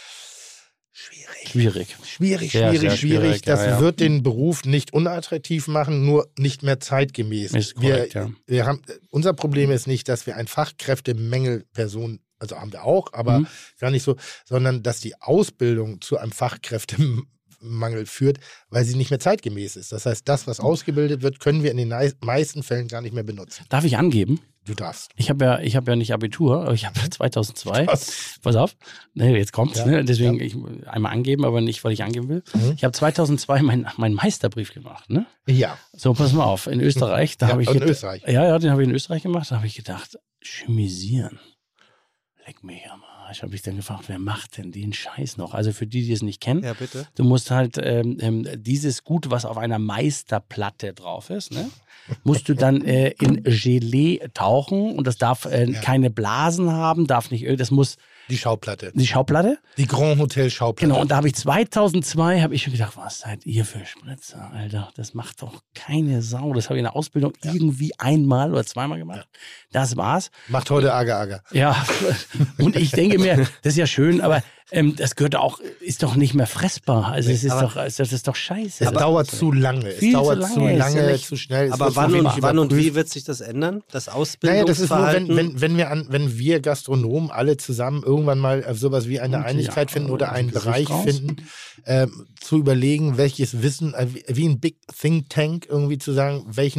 S4: schwierig. Schwierig. Das wird den Beruf nicht unattraktiv machen, nur nicht mehr zeitgemäß.
S7: Ist korrekt,
S4: unser Problem ist nicht, dass wir ein Fachkräftemangelperson, also haben wir auch, aber gar nicht so, sondern dass die Ausbildung zu einem Fachkräftemangel führt, weil sie nicht mehr zeitgemäß ist. Das heißt, das, was ausgebildet wird, können wir in den meisten Fällen gar nicht mehr benutzen.
S7: Darf ich angeben?
S4: Du darfst.
S7: Ich hab ja nicht Abitur, aber ich habe 2002. Pass auf, jetzt kommt's.
S4: Ja,
S7: deswegen ich einmal angeben, aber nicht, weil ich angeben will. Ich habe 2002 meinen Meisterbrief gemacht. Ne?
S4: Ja.
S7: So, pass mal auf. In Österreich, den habe ich in Österreich gemacht. Da habe ich gedacht, chemisieren. Leck mich am Arsch. Habe ich dann gefragt, wer macht denn den Scheiß noch? Also für die es nicht kennen,
S3: ja, bitte.
S7: Du musst halt dieses Gut, was auf einer Meisterplatte drauf ist, ne? musst du dann in Gelee tauchen und das darf keine Blasen haben, darf nicht Öl, das muss...
S4: Die Schauplatte.
S7: Die
S4: Grand Hotel Schauplatte.
S7: Genau, und da habe ich 2002 schon gedacht, was seid ihr für Spritzer, Alter? Das macht doch keine Sau. Das habe ich in der Ausbildung irgendwie einmal oder zweimal gemacht. Ja. Das war's.
S4: Macht heute Ager.
S7: Ja, und ich denke mir, das ist ja schön, aber das gehört auch, ist doch nicht mehr fressbar. Also das ist doch scheiße.
S4: Es dauert zu lange. Es dauert zu lange, zu schnell.
S3: Aber wann und wie wird sich das ändern? Das Ausbildungsverhalten?
S4: Naja, das ist nur, wenn wir Gastronomen alle zusammen irgendwann mal sowas wie eine Einigkeit finden oder einen Bereich finden, zu überlegen, welches Wissen, wie ein Big Think Tank irgendwie zu sagen,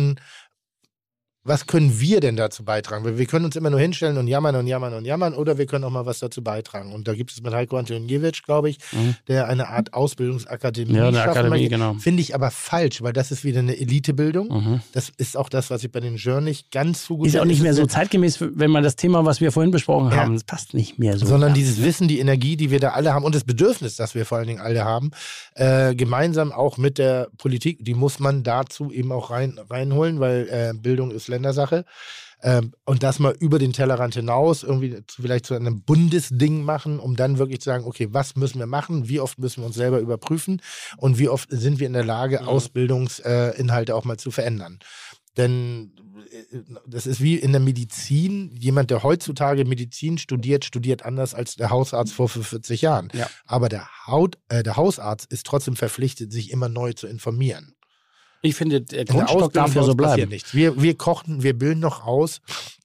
S4: was können wir denn dazu beitragen? Weil wir können uns immer nur hinstellen und jammern oder wir können auch mal was dazu beitragen. Und da gibt es mit Heiko Antoniewicz, glaube ich, der eine Art Ausbildungsakademie schafft.
S7: Genau.
S4: Finde ich aber falsch, weil das ist wieder eine Elitebildung. Das ist auch das, was ich bei den Jeunes nicht ganz so gut
S7: finde. Ist auch nicht mehr so zeitgemäß, wenn man das Thema, was wir vorhin besprochen haben, das passt nicht mehr so.
S4: Sondern dieses Wissen, die Energie, die wir da alle haben und das Bedürfnis, das wir vor allen Dingen alle haben, gemeinsam auch mit der Politik, die muss man dazu eben auch reinholen, weil Bildung ist Ländersache. Und das mal über den Tellerrand hinaus irgendwie vielleicht zu einem Bundesding machen, um dann wirklich zu sagen, okay, was müssen wir machen, wie oft müssen wir uns selber überprüfen und wie oft sind wir in der Lage, Ausbildungsinhalte auch mal zu verändern. Denn das ist wie in der Medizin. Jemand, der heutzutage Medizin studiert anders als der Hausarzt vor 40 Jahren. Ja. Aber der Hausarzt ist trotzdem verpflichtet, sich immer neu zu informieren.
S7: Ich finde, der Grundstock darf ja so bleiben.
S4: Wir kochen, wir bilden noch aus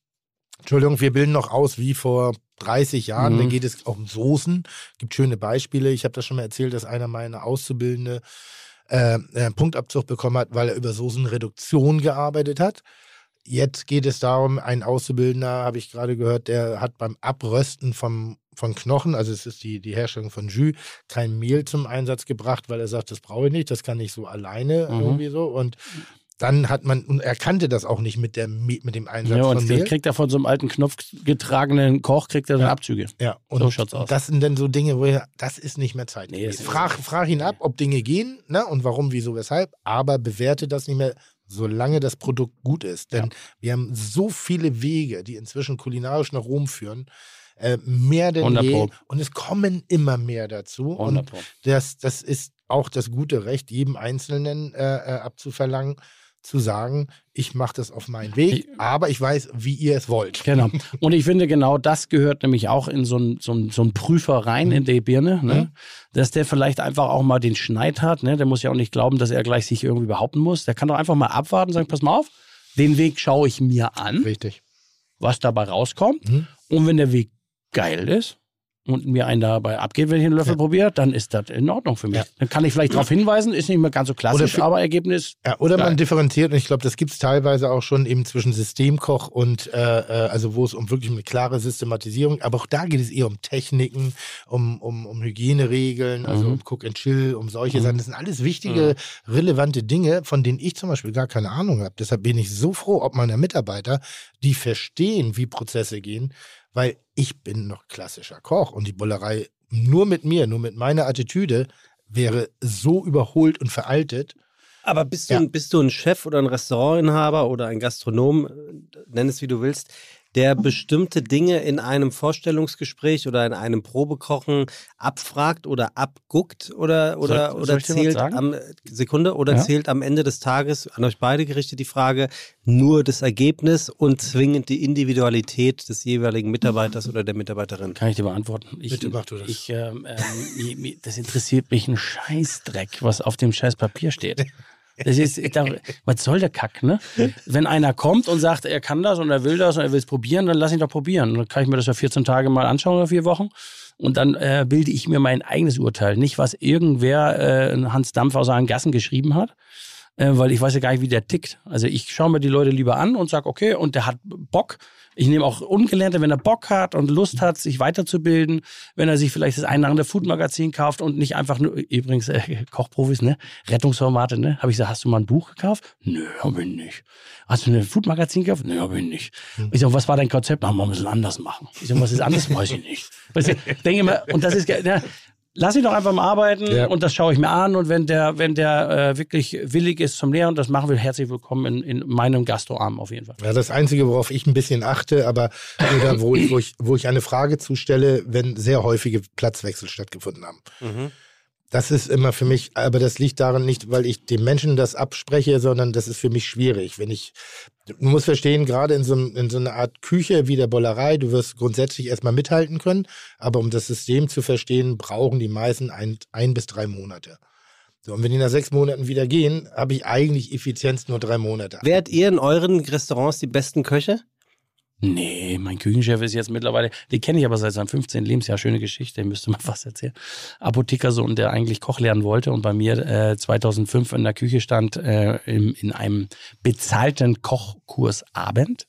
S4: wie vor 30 Jahren. Da geht es auch um Soßen. Gibt schöne Beispiele. Ich habe das schon mal erzählt, dass einer meiner Auszubildende einen Punktabzug bekommen hat, weil er über Soßenreduktion gearbeitet hat. Jetzt geht es darum, ein Auszubildender, habe ich gerade gehört, der hat beim Abrösten von Knochen, also es ist die Herstellung von Jus, kein Mehl zum Einsatz gebracht, weil er sagt, das brauche ich nicht, das kann ich so alleine irgendwie so. Und dann er kannte das auch nicht mit dem Einsatz von Mehl.
S7: Ja, und kriegt er von so einem alten Knopf getragenen Koch, kriegt er dann Abzüge.
S4: Ja, und so schaut's aus. Das sind dann so Dinge, das ist nicht mehr Zeit. Nee, frag ihn ab, ob Dinge gehen, ne, und warum, wieso, weshalb, aber bewerte das nicht mehr, solange das Produkt gut ist. Denn wir haben so viele Wege, die inzwischen kulinarisch nach Rom führen, mehr denn je. Und es kommen immer mehr dazu. Und das ist auch das gute Recht, jedem Einzelnen abzuverlangen, zu sagen, ich mache das auf meinen Weg, aber ich weiß, wie ihr es wollt.
S7: Genau. Und ich finde, genau das gehört nämlich auch in so einen Prüfer rein in die Birne, ne? Dass der vielleicht einfach auch mal den Schneid hat. Ne? Der muss ja auch nicht glauben, dass er gleich sich irgendwie behaupten muss. Der kann doch einfach mal abwarten und sagen, pass mal auf, den Weg schaue ich mir an.
S4: Richtig.
S7: Was dabei rauskommt. Und wenn der Weg geil ist, und mir einen dabei abgeht, wenn ich einen Löffel probiere, dann ist das in Ordnung für mich. Ja. Dann kann ich vielleicht darauf hinweisen, ist nicht mehr ganz so klassisch, aber Ergebnis.
S4: Ja, oder man differenziert, und ich glaube, das gibt es teilweise auch schon eben zwischen Systemkoch und also wo es um wirklich eine klare Systematisierung, aber auch da geht es eher um Techniken, um Hygieneregeln, also um Cook and Chill, um solche Sachen. Das sind alles wichtige, relevante Dinge, von denen ich zum Beispiel gar keine Ahnung habe. Deshalb bin ich so froh, ob meine Mitarbeiter, die verstehen, wie Prozesse gehen, weil ich bin noch klassischer Koch und die Bullerei nur mit mir, nur mit meiner Attitüde wäre so überholt und veraltet.
S3: Aber bist du ein Chef oder ein Restaurantinhaber oder ein Gastronom, nenn es wie du willst, der bestimmte Dinge in einem Vorstellungsgespräch oder in einem Probekochen abfragt oder abguckt oder zählt zählt am Ende des Tages an euch beide gerichtet die Frage nur das Ergebnis und zwingend die Individualität des jeweiligen Mitarbeiters oder der Mitarbeiterin?
S7: Kann ich dir beantworten?
S4: Bitte mach du das.
S7: Das interessiert mich ein Scheißdreck, was auf dem scheiß Papier steht. Das ist, was soll der Kack, ne? Wenn einer kommt und sagt, er kann das und er will das und er will es probieren, dann lass ihn doch probieren. Dann kann ich mir das ja 14 Tage mal anschauen oder 4 Wochen. Und dann bilde ich mir mein eigenes Urteil. Nicht, was irgendwer Hans Dampf aus seinen Gassen geschrieben hat. Weil ich weiß ja gar nicht, wie der tickt. Also ich schaue mir die Leute lieber an und sage, okay, und der hat Bock. Ich nehme auch Ungelernte, wenn er Bock hat und Lust hat, sich weiterzubilden, wenn er sich vielleicht das eine oder andere Food-Magazin kauft und nicht einfach nur, übrigens Kochprofis, ne, Rettungsformate, ne, habe ich gesagt, hast du mal ein Buch gekauft? Nö, hab ich nicht. Hast du ein Food-Magazin gekauft? Nö, hab ich nicht. Ich sage, was war dein Konzept? Na, wir müssen anders machen. Ich sage, was ist anders? Weiß ich nicht. Ich denke immer, und das ist, ja, lass ihn doch einfach mal arbeiten und das schaue ich mir an und wenn der wirklich willig ist zum Lehren, das machen wir, herzlich willkommen in meinem Gastroarm auf jeden Fall.
S4: Ja, das Einzige, worauf ich ein bisschen achte, aber oder wo ich eine Frage zustelle, wenn sehr häufige Platzwechsel stattgefunden haben. Das ist immer für mich, aber das liegt daran nicht, weil ich dem Menschen das abspreche, sondern das ist für mich schwierig. Du musst verstehen, gerade in so einer Art Küche wie der Bollerei, du wirst grundsätzlich erstmal mithalten können, aber um das System zu verstehen, brauchen die meisten 1 bis 3 Monate. So, und wenn die nach 6 Monaten wieder gehen, habe ich eigentlich Effizienz nur 3 Monate.
S3: Wärt ihr in euren Restaurants die besten Köche?
S7: Nee, mein Küchenchef ist jetzt mittlerweile, den kenne ich aber seit seinem 15. Lebensjahr, schöne Geschichte, müsste man fast erzählen. Apothekersohn, der eigentlich Koch lernen wollte und bei mir 2005 in der Küche stand, in einem bezahlten Kochkursabend.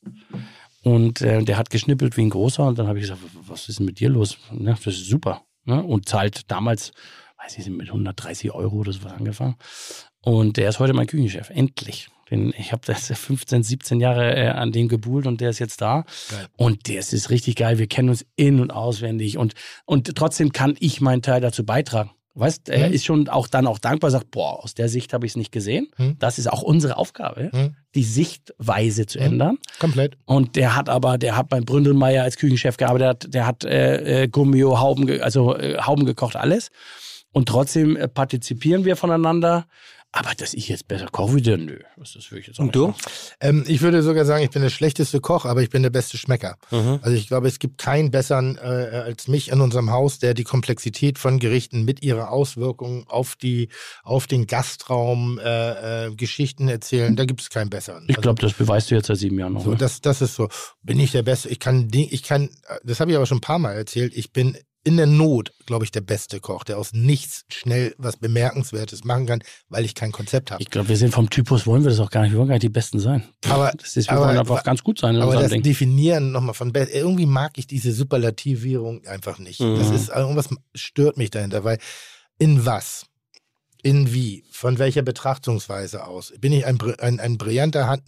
S7: Und der hat geschnippelt wie ein Großer und dann habe ich gesagt, was ist denn mit dir los? Ja, das ist super. Ne? Und zahlt damals, weiß ich nicht, mit 130 Euro oder sowas angefangen. Und der ist heute mein Küchenchef, endlich. Ich habe das 15, 17 Jahre an dem gebuhlt und der ist jetzt da. Geil. Und das ist richtig geil. Wir kennen uns in- und auswendig. Und trotzdem kann ich meinen Teil dazu beitragen. Weißt, er ist schon auch dankbar, sagt, boah, aus der Sicht habe ich es nicht gesehen. Das ist auch unsere Aufgabe, die Sichtweise zu ändern.
S4: Komplett.
S7: Und der hat beim Bründelmeier als Küchenchef gearbeitet, der hat Gummio, Hauben gekocht, alles. Und trotzdem partizipieren wir voneinander. Aber dass ich jetzt besser koche wie der, nö. Das will ich jetzt auch
S3: und du?
S4: Ich würde sogar sagen, ich bin der schlechteste Koch, aber ich bin der beste Schmecker. Also ich glaube, es gibt keinen besseren als mich in unserem Haus, der die Komplexität von Gerichten mit ihrer Auswirkung auf den Gastraum Geschichten erzählen. Da gibt es keinen besseren.
S7: Ich glaube, das beweist du jetzt seit 7 Jahren noch.
S4: So,
S7: ne?
S4: Das ist so. Bin ich der Beste? Ich kann, das habe ich aber schon ein paar Mal erzählt, ich bin in der Not, glaube ich, der beste Koch, der aus nichts schnell was Bemerkenswertes machen kann, weil ich kein Konzept habe.
S7: Ich glaube, wir sind vom Typus, wollen wir das auch gar nicht. Wir wollen gar nicht die Besten sein. Wir wollen einfach ganz gut sein in
S4: aber
S7: unserem
S4: das
S7: Ding.
S4: Definieren nochmal von irgendwie mag ich diese Superlativierung einfach nicht. Das ist, irgendwas stört mich dahinter, weil in was? In wie? Von welcher Betrachtungsweise aus? Bin ich ein brillanter Hand?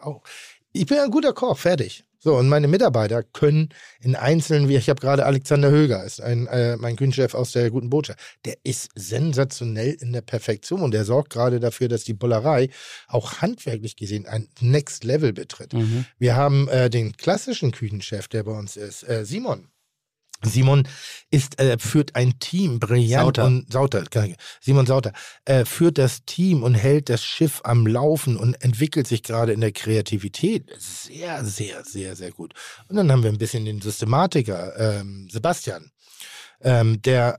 S4: Ich bin ein guter Koch, fertig. So, und meine Mitarbeiter können in einzelnen, ich habe gerade Alexander Höger, ist mein Küchenchef aus der Guten Botschaft, der ist sensationell in der Perfektion und der sorgt gerade dafür, dass die Bullerei auch handwerklich gesehen ein Next Level betritt. Wir haben den klassischen Küchenchef, der bei uns ist, Simon. Simon führt ein Team, brillant Simon Sauter, führt das Team und hält das Schiff am Laufen und entwickelt sich gerade in der Kreativität sehr, sehr, sehr, sehr gut. Und dann haben wir ein bisschen den Systematiker, Sebastian, der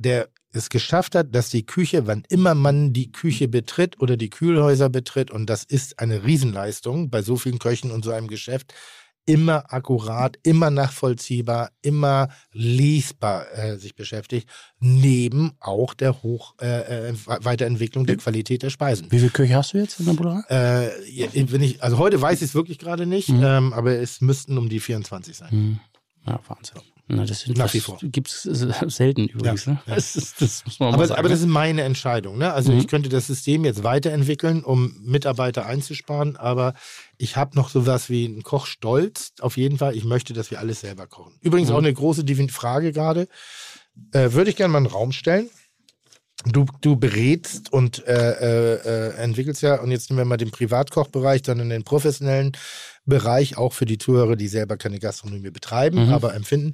S4: es geschafft hat, dass die Küche, wann immer man die Küche betritt oder die Kühlhäuser betritt, und das ist eine Riesenleistung bei so vielen Köchen und so einem Geschäft, immer akkurat, immer nachvollziehbar, immer lesbar sich beschäftigt, neben auch der Weiterentwicklung der Qualität der Speisen.
S7: Wie viele Köche hast du jetzt in der Bullerei?
S4: Also heute weiß ich es wirklich gerade nicht, aber es müssten um die 24 sein.
S7: Ja, Wahnsinn. Na, das
S4: Nach wie vor.
S7: Gibt es selten übrigens.
S4: Ja,
S7: ne?
S4: ja.
S7: Das muss man mal
S4: Aber,
S7: sagen.
S4: aber das ist meine Entscheidung. Ne? Also ich könnte das System jetzt weiterentwickeln, um Mitarbeiter einzusparen, aber ich habe noch sowas wie einen Kochstolz. Auf jeden Fall, ich möchte, dass wir alles selber kochen. Übrigens auch eine große Frage gerade. Würde ich gerne mal in den Raum stellen. Du berätst und entwickelst ja, und jetzt nehmen wir mal den Privatkochbereich, dann in den professionellen Bereich, auch für die Zuhörer, die selber keine Gastronomie betreiben, aber empfinden.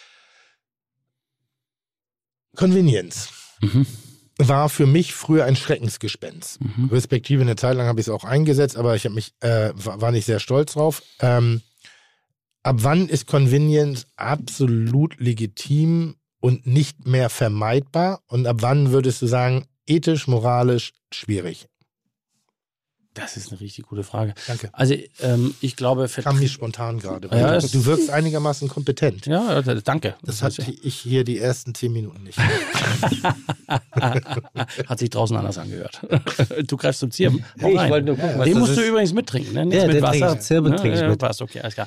S4: Convenience war für mich früher ein Schreckensgespenst. Respektive eine Zeit lang habe ich es auch eingesetzt, aber ich habe mich war nicht sehr stolz drauf. Ab wann ist Convenience absolut legitim und nicht mehr vermeidbar? Und ab wann würdest du sagen, ethisch, moralisch schwierig?
S7: Das ist eine richtig gute Frage.
S4: Danke.
S7: Also ich glaube...
S4: Kam mir spontan gerade.
S7: Ja,
S4: Du wirkst einigermaßen kompetent.
S7: Ja, danke.
S4: Das hatte ich hier die ersten 10 Minuten nicht.
S7: Hat sich draußen anders angehört. Du greifst zum Zirben.
S3: Nee, ich wollte nur gucken, was
S7: den
S3: das
S7: musst du
S3: ist.
S7: übrigens mittrinken. Ne? Nicht
S3: Ja,
S7: mit
S3: den
S7: Wasser.
S3: trinke ich. Zirben trinke ich mit.
S7: Passt, okay, alles klar.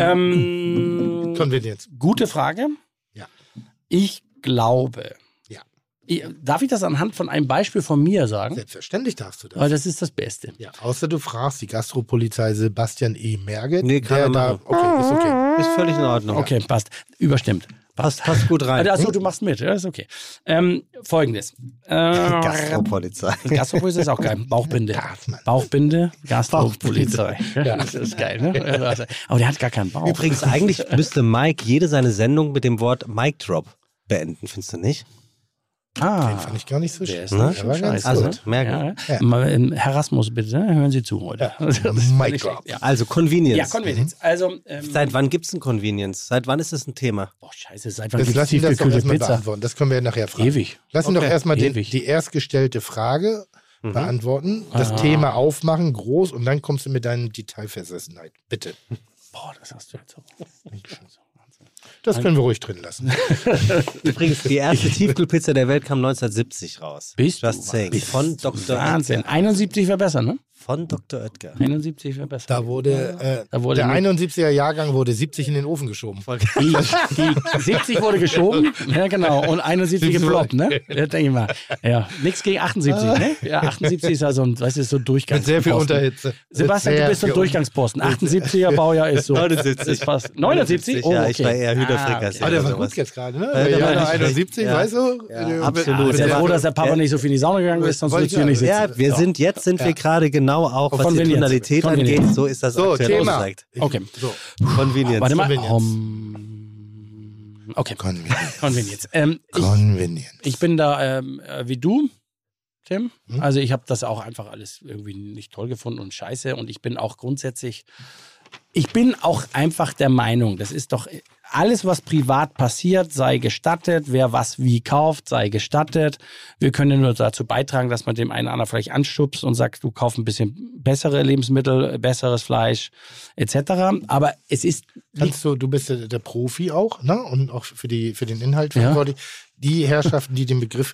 S4: Convenience.
S7: Gute Frage.
S4: Ja.
S7: Ich glaube... Darf ich das anhand von einem Beispiel von mir sagen?
S4: Selbstverständlich darfst du das.
S7: Weil das ist das Beste.
S4: Ja, außer du fragst die Gastropolizei Sebastian E. Merget.
S3: Nee, kann er machen.
S4: Okay, ist okay.
S3: Ist völlig in Ordnung.
S7: Okay, passt. Überstimmt.
S3: Passt gut rein.
S7: Achso, du machst mit. Ja, ist okay. Folgendes.
S1: Gastropolizei.
S7: Gastropolizei ist auch geil. Bauchbinde. Bauchbinde, Gastropolizei. Ja, das ist geil, ne? Aber der hat gar keinen Bauch.
S3: Übrigens, eigentlich müsste Mike jede seine Sendung mit dem Wort Mic Drop beenden, findest du nicht?
S4: Den fand ich gar nicht so schön.
S3: Ne?
S4: Der war ganz
S3: Also,
S4: gut.
S3: merken.
S7: Herr Rasmus, bitte, hören Sie zu heute.
S4: Mic drop.
S7: Ja.
S3: Also, Convenience.
S7: Ja, Convenience. Also,
S3: Seit wann gibt es ein Convenience? Seit wann ist das ein Thema?
S7: oh scheiße, seit wann
S4: Jetzt
S7: gibt es
S4: lass ihn das doch
S7: tiefgekühlte
S4: erstmal
S7: Pizza?
S4: beantworten. Das können wir nachher fragen.
S7: Ewig.
S4: Lass ihn doch erstmal
S7: ewig.
S4: die erstgestellte Frage beantworten, das Thema aufmachen, groß, und dann kommst du mit deiner Detailversessenheit. Bitte.
S7: Boah, das hast du jetzt so.
S4: Das können wir ruhig drin lassen.
S3: Übrigens, die erste Tiefkühlpizza der Welt kam 1970 raus.
S7: Bist
S3: Just saying. Von Dr.
S7: Wahnsinn. 71 wäre besser, ne?
S3: Von Dr. Oetker.
S7: 71 wäre besser.
S4: Da wurde,
S7: wurde
S4: der
S7: mit-
S4: 71er Jahrgang wurde 70 in den Ofen geschoben.
S7: Die 70 wurde geschoben, ja genau, und 71 gefloppt, ne? Ja, denke ich mal. Ja, nichts gegen 78, ne? Ja, 78 ist ja so ein, weißt du, so ein
S4: Mit sehr viel
S7: Durchgangsposten.
S4: Unterhitze.
S7: Sebastian, du bist so ein Durchgangsposten. 78er Baujahr ist so.
S3: 79.
S7: Ist fast 79? Oh,
S3: Ja,
S7: okay.
S3: ich war eher Hühnerfrikassee.
S4: Aber der war
S3: oder sowas.
S4: gut jetzt gerade, ne?
S3: Ja, der war
S4: Jahre
S3: nicht schlecht.
S4: 71,
S3: Ja.
S4: weißt du?
S3: Ja, absolut.
S7: Ist ja froh, dass der Papa
S3: Ja.
S7: nicht so viel in die Sauna gegangen ist, sonst
S4: Wollte
S7: würdest du hier nicht sitzen.
S3: Ja, wir sind wir gerade genau auch, was die
S7: Convenience.
S3: Tonalität
S7: Convenience.
S3: angeht. So ist das
S4: So,
S3: aktuell
S4: Thema.
S3: ausgezeigt.
S7: Okay.
S4: So,
S3: Convenience.
S7: Warte mal.
S4: Convenience.
S7: Okay.
S4: Convenience.
S7: Convenience.
S4: Convenience.
S7: Ich bin da wie du, Tim. Also ich habe das auch einfach alles irgendwie nicht toll gefunden und scheiße. Und ich bin auch grundsätzlich, ich bin auch einfach der Meinung, das ist doch alles, was privat passiert, sei gestattet. Wer was wie kauft, sei gestattet. Wir können nur dazu beitragen, dass man dem einen oder anderen vielleicht anschubst und sagt, du kauf ein bisschen bessere Lebensmittel, besseres Fleisch etc. Aber es ist...
S4: Du bist ja der Profi auch, ne? Und auch für den Inhalt verantwortlich. Die Herrschaften, die den Begriff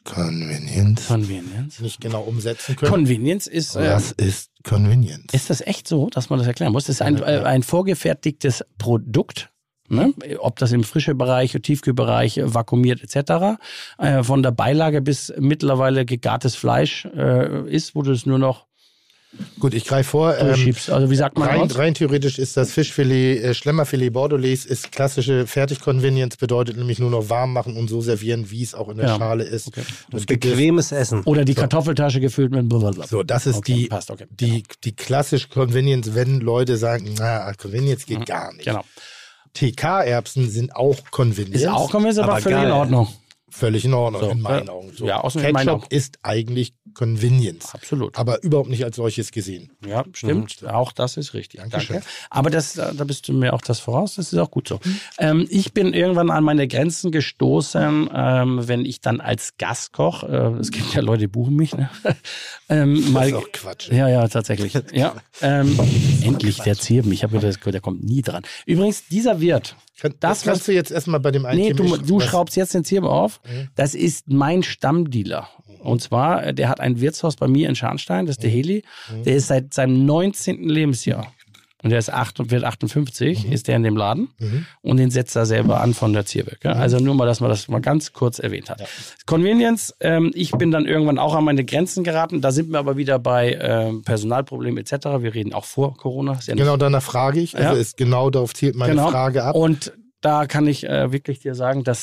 S4: Convenience nicht genau umsetzen können.
S7: Convenience ist...
S4: Was ist Convenience?
S7: Ist das echt so, dass man das erklären muss? Das ist ein vorgefertigtes Produkt, ne? Ob das im frischen Bereich, Tiefkühlbereich, vakuumiert etc. Von der Beilage bis mittlerweile gegartes Fleisch ist, wo du es nur noch
S4: Gut, ich greife vor.
S7: durchschiebst. Also wie sagt man
S4: Rein theoretisch ist das Fischfilet, Schlemmerfilet Bordelaise ist klassische Fertig-Convenience, bedeutet nämlich nur noch warm machen und so servieren, wie es auch in der Schale ist.
S7: Okay.
S4: Das gibt es.
S3: Bequemes Essen.
S7: Oder die Kartoffeltasche gefüllt mit blablabla.
S4: So, das ist
S7: Okay, passt, okay.
S4: die klassische Convenience, wenn Leute sagen, na, Convenience geht gar nicht.
S7: Genau.
S4: TK-Erbsen sind auch Convenience.
S7: Ist auch Convenience, aber völlig
S3: geil.
S7: in Ordnung.
S4: völlig in Ordnung in meinen Augen. So.
S7: Ja, außerdem in meinen Augen.
S4: Ketchup ist eigentlich Convenience.
S7: Absolut.
S4: Aber überhaupt nicht als solches gesehen.
S7: Ja, stimmt. Auch das ist richtig.
S4: Dankeschön.
S7: Danke. Aber da bist du mir auch das voraus. Das ist auch gut so. Ich bin irgendwann an meine Grenzen gestoßen, wenn ich dann als Gastkoch, es gibt ja Leute, die buchen mich, ne?
S4: Das ist auch Quatsch.
S7: Ja, tatsächlich. Ja. Endlich der Zirben. Ich habe gedacht, der kommt nie dran. Übrigens, dieser Wirt.
S4: Das kannst du jetzt erstmal bei dem einen
S7: Thema. Du schraubst jetzt den Zirben auf. Das ist mein Stammdealer. Und zwar, der hat ein Wirtshaus bei mir in Scharnstein, das ist der Heli. Der ist seit seinem 19. Lebensjahr. Und der ist wird 58, ist der in dem Laden. Und den setzt er selber an von der Zierbeck. Ja? Also nur mal, dass man das mal ganz kurz erwähnt hat. Ja. Convenience, ich bin dann irgendwann auch an meine Grenzen geraten. Da sind wir aber wieder bei Personalproblemen etc. Wir reden auch vor Corona. Ja
S4: genau, danach frage ich. Also ist genau darauf zielt meine Frage ab.
S7: Und da kann ich wirklich dir sagen, dass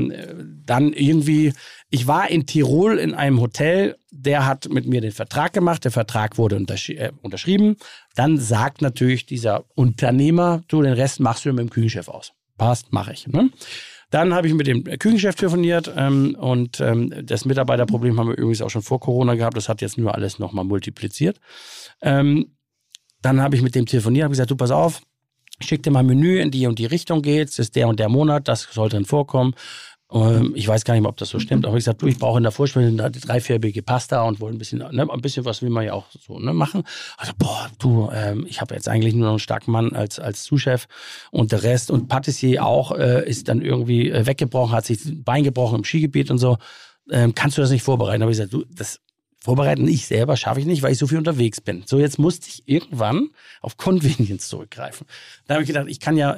S7: dann irgendwie, ich war in Tirol in einem Hotel, der hat mit mir den Vertrag gemacht, der Vertrag wurde unterschrieben. Dann sagt natürlich dieser Unternehmer, du, den Rest machst du mit dem Küchenchef aus. Passt, mache ich. Ne? Dann habe ich mit dem Küchenchef telefoniert und das Mitarbeiterproblem haben wir übrigens auch schon vor Corona gehabt. Das hat jetzt nur alles nochmal multipliziert. Dann habe ich mit dem telefoniert, habe gesagt, du, pass auf, schick dir mal ein Menü, in die und die Richtung geht, es ist der und der Monat, das soll drin vorkommen. Ich weiß gar nicht mehr, ob das so stimmt, aber ich sage, du, ich brauche in der Vorspeise eine dreifärbige Pasta und wollte ein bisschen was will man ja auch so machen. Also, ich habe jetzt eigentlich nur noch einen starken Mann als Sous-Chef und der Rest und Patissier auch ist dann irgendwie weggebrochen, hat sich das Bein gebrochen im Skigebiet und so. Kannst du das nicht vorbereiten? Aber ich gesagt, du, das vorbereiten ich selber schaffe ich nicht, weil ich so viel unterwegs bin. So, jetzt musste ich irgendwann auf Convenience zurückgreifen. Da habe ich gedacht, ich kann ja,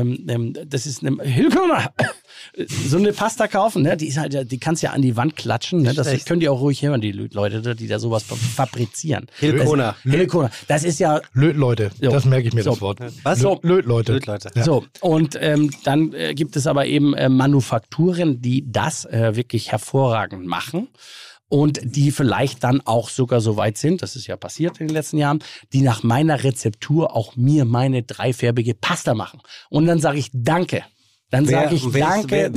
S7: das ist eine Hilkörner, so eine Pasta kaufen, ne? Die ist halt, die kannst du ja an die Wand klatschen. Ne? Das könnt ihr auch ruhig hören, die Leute, die da sowas fabrizieren.
S3: Hilkona.
S7: Das ist ja
S4: Lötleute.
S7: So.
S4: Das merke ich mir das Wort.
S3: Was?
S4: Lötleute.
S3: Ja.
S7: So, und dann gibt es aber eben Manufakturen, die das wirklich hervorragend machen. Und die vielleicht dann auch sogar so weit sind, das ist ja passiert in den letzten Jahren, die nach meiner Rezeptur auch mir meine dreifärbige Pasta machen. Und dann sage ich Danke. Dann sage ich danke.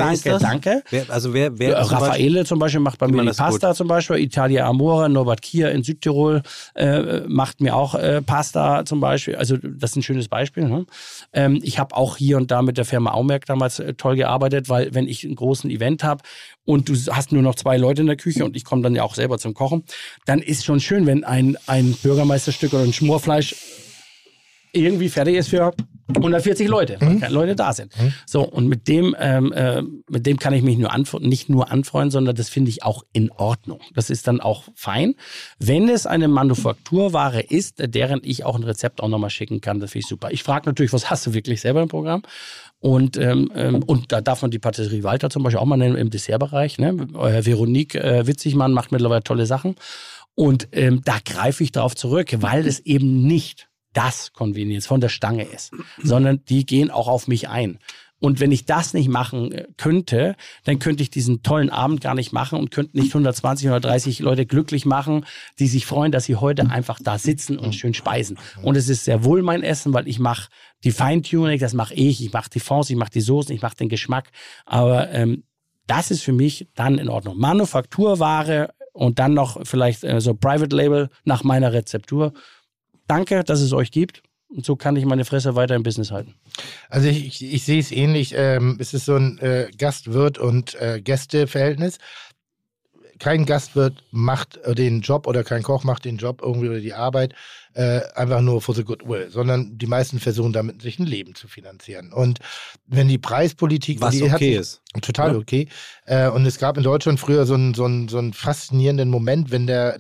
S3: Wer
S7: Raffaele zum Beispiel macht bei mir die Pasta gut. Zum Beispiel. Italia Amore, Norbert Kier in Südtirol macht mir auch Pasta zum Beispiel. Also das ist ein schönes Beispiel. Ne? Ich habe auch hier und da mit der Firma Aumerk damals toll gearbeitet, weil wenn ich einen großen Event habe und du hast nur noch 2 Leute in der Küche und ich komme dann ja auch selber zum Kochen, dann ist schon schön, wenn ein Bürgermeisterstück oder ein Schmorfleisch irgendwie fertig ist für 140 Leute, weil keine Leute da sind. So, und mit dem kann ich mich nicht nur anfreuen, sondern das finde ich auch in Ordnung. Das ist dann auch fein. Wenn es eine Manufakturware ist, deren ich auch ein Rezept auch nochmal schicken kann, das finde ich super. Ich frage natürlich, was hast du wirklich selber im Programm? Und da darf man die Patisserie Walter zum Beispiel auch mal nennen im Dessertbereich. Ne? Veronique Witzigmann macht mittlerweile tolle Sachen. Und da greife ich darauf zurück, weil es eben nicht das Convenience von der Stange ist, sondern die gehen auch auf mich ein. Und wenn ich das nicht machen könnte, dann könnte ich diesen tollen Abend gar nicht machen und könnte nicht 120, 130 Leute glücklich machen, die sich freuen, dass sie heute einfach da sitzen und schön speisen. Und es ist sehr wohl mein Essen, weil ich mache die Feintuning, das mache ich mache die Fonds, ich mache die Soßen, ich mache den Geschmack. Aber das ist für mich dann in Ordnung. Manufakturware und dann noch vielleicht so Private Label nach meiner Rezeptur. Danke, dass es euch gibt. Und so kann ich meine Fresse weiter im Business halten.
S4: Also ich sehe es ähnlich. Es ist so ein Gastwirt- und Gästeverhältnis. Kein Gastwirt macht den Job oder kein Koch macht den Job irgendwie oder die Arbeit einfach nur for the goodwill, sondern die meisten versuchen damit, sich ein Leben zu finanzieren. Und wenn die Preispolitik...
S3: Was okay ist.
S4: Total okay. Und es gab in Deutschland früher so einen faszinierenden Moment, wenn der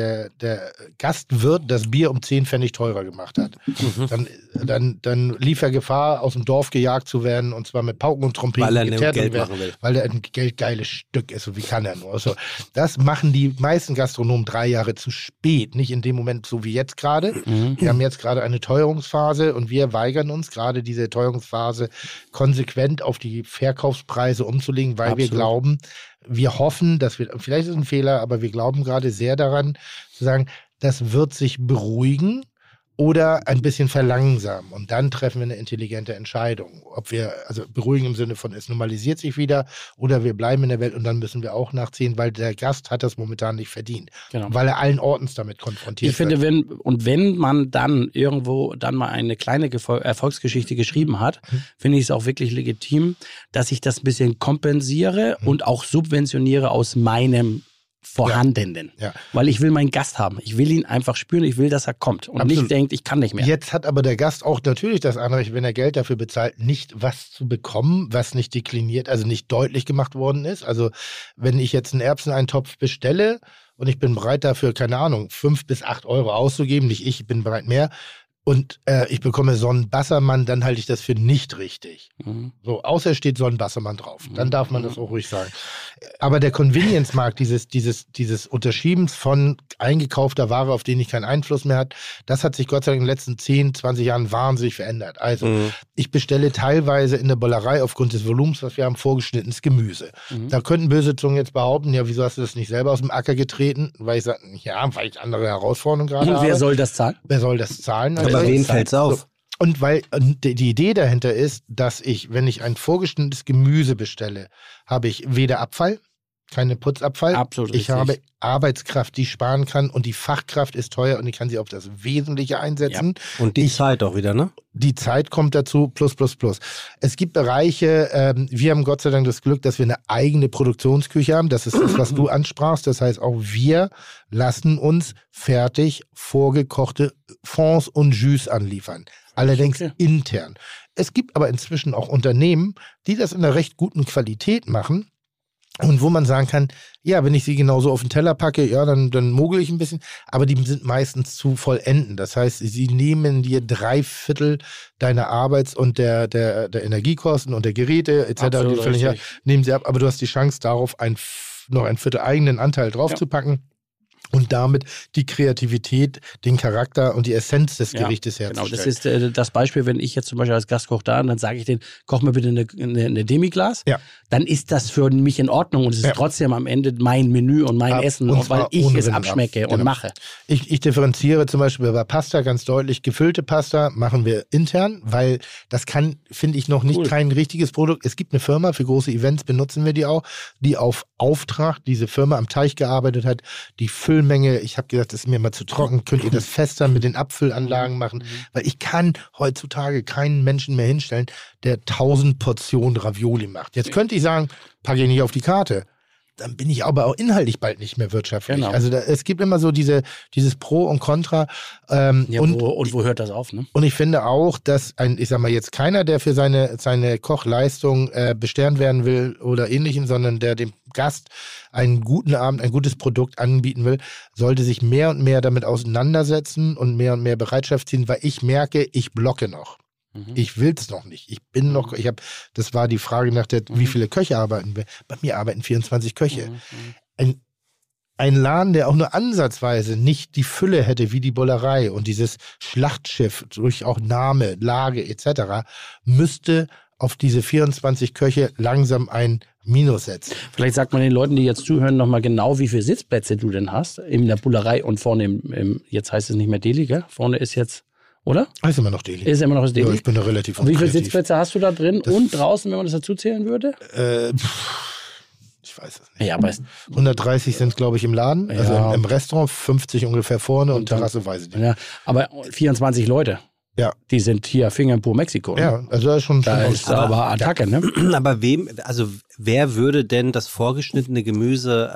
S4: Gastwirt das Bier um 10 Pfennig teurer gemacht hat. Dann lief er Gefahr, aus dem Dorf gejagt zu werden, und zwar mit Pauken und Trompeten.
S3: Weil er Geld machen will.
S4: Weil er ein geldgeiles Stück ist. Und wie kann er nur? Also, das machen die meisten Gastronomen 3 Jahre zu spät. Nicht in dem Moment, so wie jetzt gerade. Wir haben jetzt gerade eine Teuerungsphase und wir weigern uns gerade diese Teuerungsphase konsequent auf die Verkaufspreise umzulegen, weil wir glauben, wir hoffen, dass wir, vielleicht ist es ein Fehler, aber wir glauben gerade sehr daran, zu sagen, das wird sich beruhigen oder ein bisschen verlangsamen. Und dann treffen wir eine intelligente Entscheidung. Ob wir, also beruhigen im Sinne von, es normalisiert sich wieder oder wir bleiben in der Welt und dann müssen wir auch nachziehen, weil der Gast hat das momentan nicht verdient.
S7: Genau.
S4: Weil er allen Ortens damit konfrontiert
S7: Ich finde,
S4: wird.
S7: wenn man dann irgendwo dann mal eine kleine Erfolgsgeschichte geschrieben hat, finde ich es auch wirklich legitim, dass ich das ein bisschen kompensiere und auch subventioniere aus meinem Vorhandenen.
S4: Ja.
S7: Weil ich will meinen Gast haben. Ich will ihn einfach spüren. Ich will, dass er kommt und
S4: Absolut.
S7: nicht denkt, ich kann nicht mehr.
S4: Jetzt hat aber der Gast auch natürlich das Anrecht, wenn er Geld dafür bezahlt, nicht was zu bekommen, was nicht dekliniert, also nicht deutlich gemacht worden ist. Also wenn ich jetzt einen Erbseneintopf bestelle und ich bin bereit dafür, keine Ahnung, 5 bis 8 Euro auszugeben, nicht ich bin bereit mehr, und ich bekomme Sonnenbassermann, dann halte ich das für nicht richtig. So, außer es steht Sonnenbassermann drauf. Dann darf man das auch ruhig sagen. Aber der Convenience-Markt, dieses Unterschiebens von eingekaufter Ware, auf den ich keinen Einfluss mehr habe, das hat sich Gott sei Dank in den letzten 10, 20 Jahren wahnsinnig verändert. Also, ich bestelle teilweise in der Bollerei aufgrund des Volumens, was wir haben, vorgeschnittenes Gemüse. Da könnten böse Zungen jetzt behaupten, ja, wieso hast du das nicht selber aus dem Acker getreten? Weil ich sage, ja, weil ich andere Herausforderungen gerade habe.
S7: Und wer soll das zahlen?
S4: Wer soll das zahlen?
S3: Aber wen fällt's auf?
S4: So. Und weil die Idee dahinter ist, dass ich, wenn ich ein vorgeschnittenes Gemüse bestelle, habe ich weder Abfall, keine Putzabfall.
S7: Absolut
S4: ich
S7: richtig.
S4: habe Arbeitskraft, die ich sparen kann und die Fachkraft ist teuer und ich kann sie auf das Wesentliche einsetzen.
S3: Ja. Und die Zeit auch wieder, ne?
S4: Die Zeit kommt dazu, plus. Es gibt Bereiche, wir haben Gott sei Dank das Glück, dass wir eine eigene Produktionsküche haben. Das ist das, was du ansprachst. Das heißt, auch wir lassen uns fertig vorgekochte Fonds und Jus anliefern. Allerdings intern. Es gibt aber inzwischen auch Unternehmen, die das in einer recht guten Qualität machen. Und wo man sagen kann, ja, wenn ich sie genauso auf den Teller packe, ja, dann mogel ich ein bisschen. Aber die sind meistens zu vollenden. Das heißt, sie nehmen dir 3/4 deiner Arbeits- und der Energiekosten und der Geräte etc. nehmen sie ab. Aber du hast die Chance darauf, noch ein Viertel eigenen Anteil draufzupacken. Und damit die Kreativität, den Charakter und die Essenz des Gerichtes herzustellen.
S7: Genau, das ist das Beispiel, wenn ich jetzt zum Beispiel als Gastkoch da und dann sage ich denen, koch mir bitte eine Demiglas, dann ist das für mich in Ordnung und es ist trotzdem am Ende mein Menü und mein Essen, weil ich es abschmecke und mache. Ich
S4: differenziere zum Beispiel bei Pasta ganz deutlich, gefüllte Pasta machen wir intern, weil das finde ich, noch nicht kein richtiges Produkt. Es gibt eine Firma, für große Events benutzen wir die auch, die auf Auftrag, diese Firma am Teich gearbeitet hat, die Füllmenge, ich habe gesagt, das ist mir mal zu trocken, könnt ihr das fester mit den Abfüllanlagen machen, weil ich kann heutzutage keinen Menschen mehr hinstellen, der 1000 Portionen Ravioli macht. Jetzt könnte ich sagen, packe ich nicht auf die Karte. Dann bin ich aber auch inhaltlich bald nicht mehr wirtschaftlich.
S7: Genau.
S4: Also es gibt immer so dieses Pro und Contra.
S7: Wo hört das auf? Ne?
S4: Und ich finde auch, dass ich sag mal jetzt keiner, der für seine Kochleistung besternt werden will oder ähnlichem, sondern der dem Gast einen guten Abend, ein gutes Produkt anbieten will, sollte sich mehr und mehr damit auseinandersetzen und mehr Bereitschaft ziehen, weil ich merke, ich blocke noch. Ich will es noch nicht. Das war die Frage nach wie viele Köche arbeiten wir. Bei mir arbeiten 24 Köche. Ein Laden, der auch nur ansatzweise nicht die Fülle hätte wie die Bollerei und dieses Schlachtschiff durch auch Name, Lage etc., müsste auf diese 24 Köche langsam ein Minus setzen.
S7: Vielleicht sagt man den Leuten, die jetzt zuhören, nochmal genau, wie viele Sitzplätze du denn hast in der Bullerei und vorne jetzt heißt es nicht mehr Deli, gell? Vorne ist jetzt, oder?
S4: Ist immer noch Deli.
S7: Ist immer noch das Deli.
S4: Ja, ich bin da relativ
S7: und wie viele Sitzplätze hast du da drin und draußen, wenn man das dazu zählen würde?
S4: Ich weiß es nicht.
S7: Ja, aber
S4: 130 sind es, glaube ich, im Laden, also im Restaurant, 50 ungefähr vorne und Terrasse weiß ich nicht.
S7: Ja, aber 24 Leute.
S4: Ja.
S7: Die sind hier Finger in Po Mexiko. Ne?
S4: Ja, also das ist schon
S7: ist aber Attacke, ne?
S3: Aber wer würde denn das vorgeschnittene Gemüse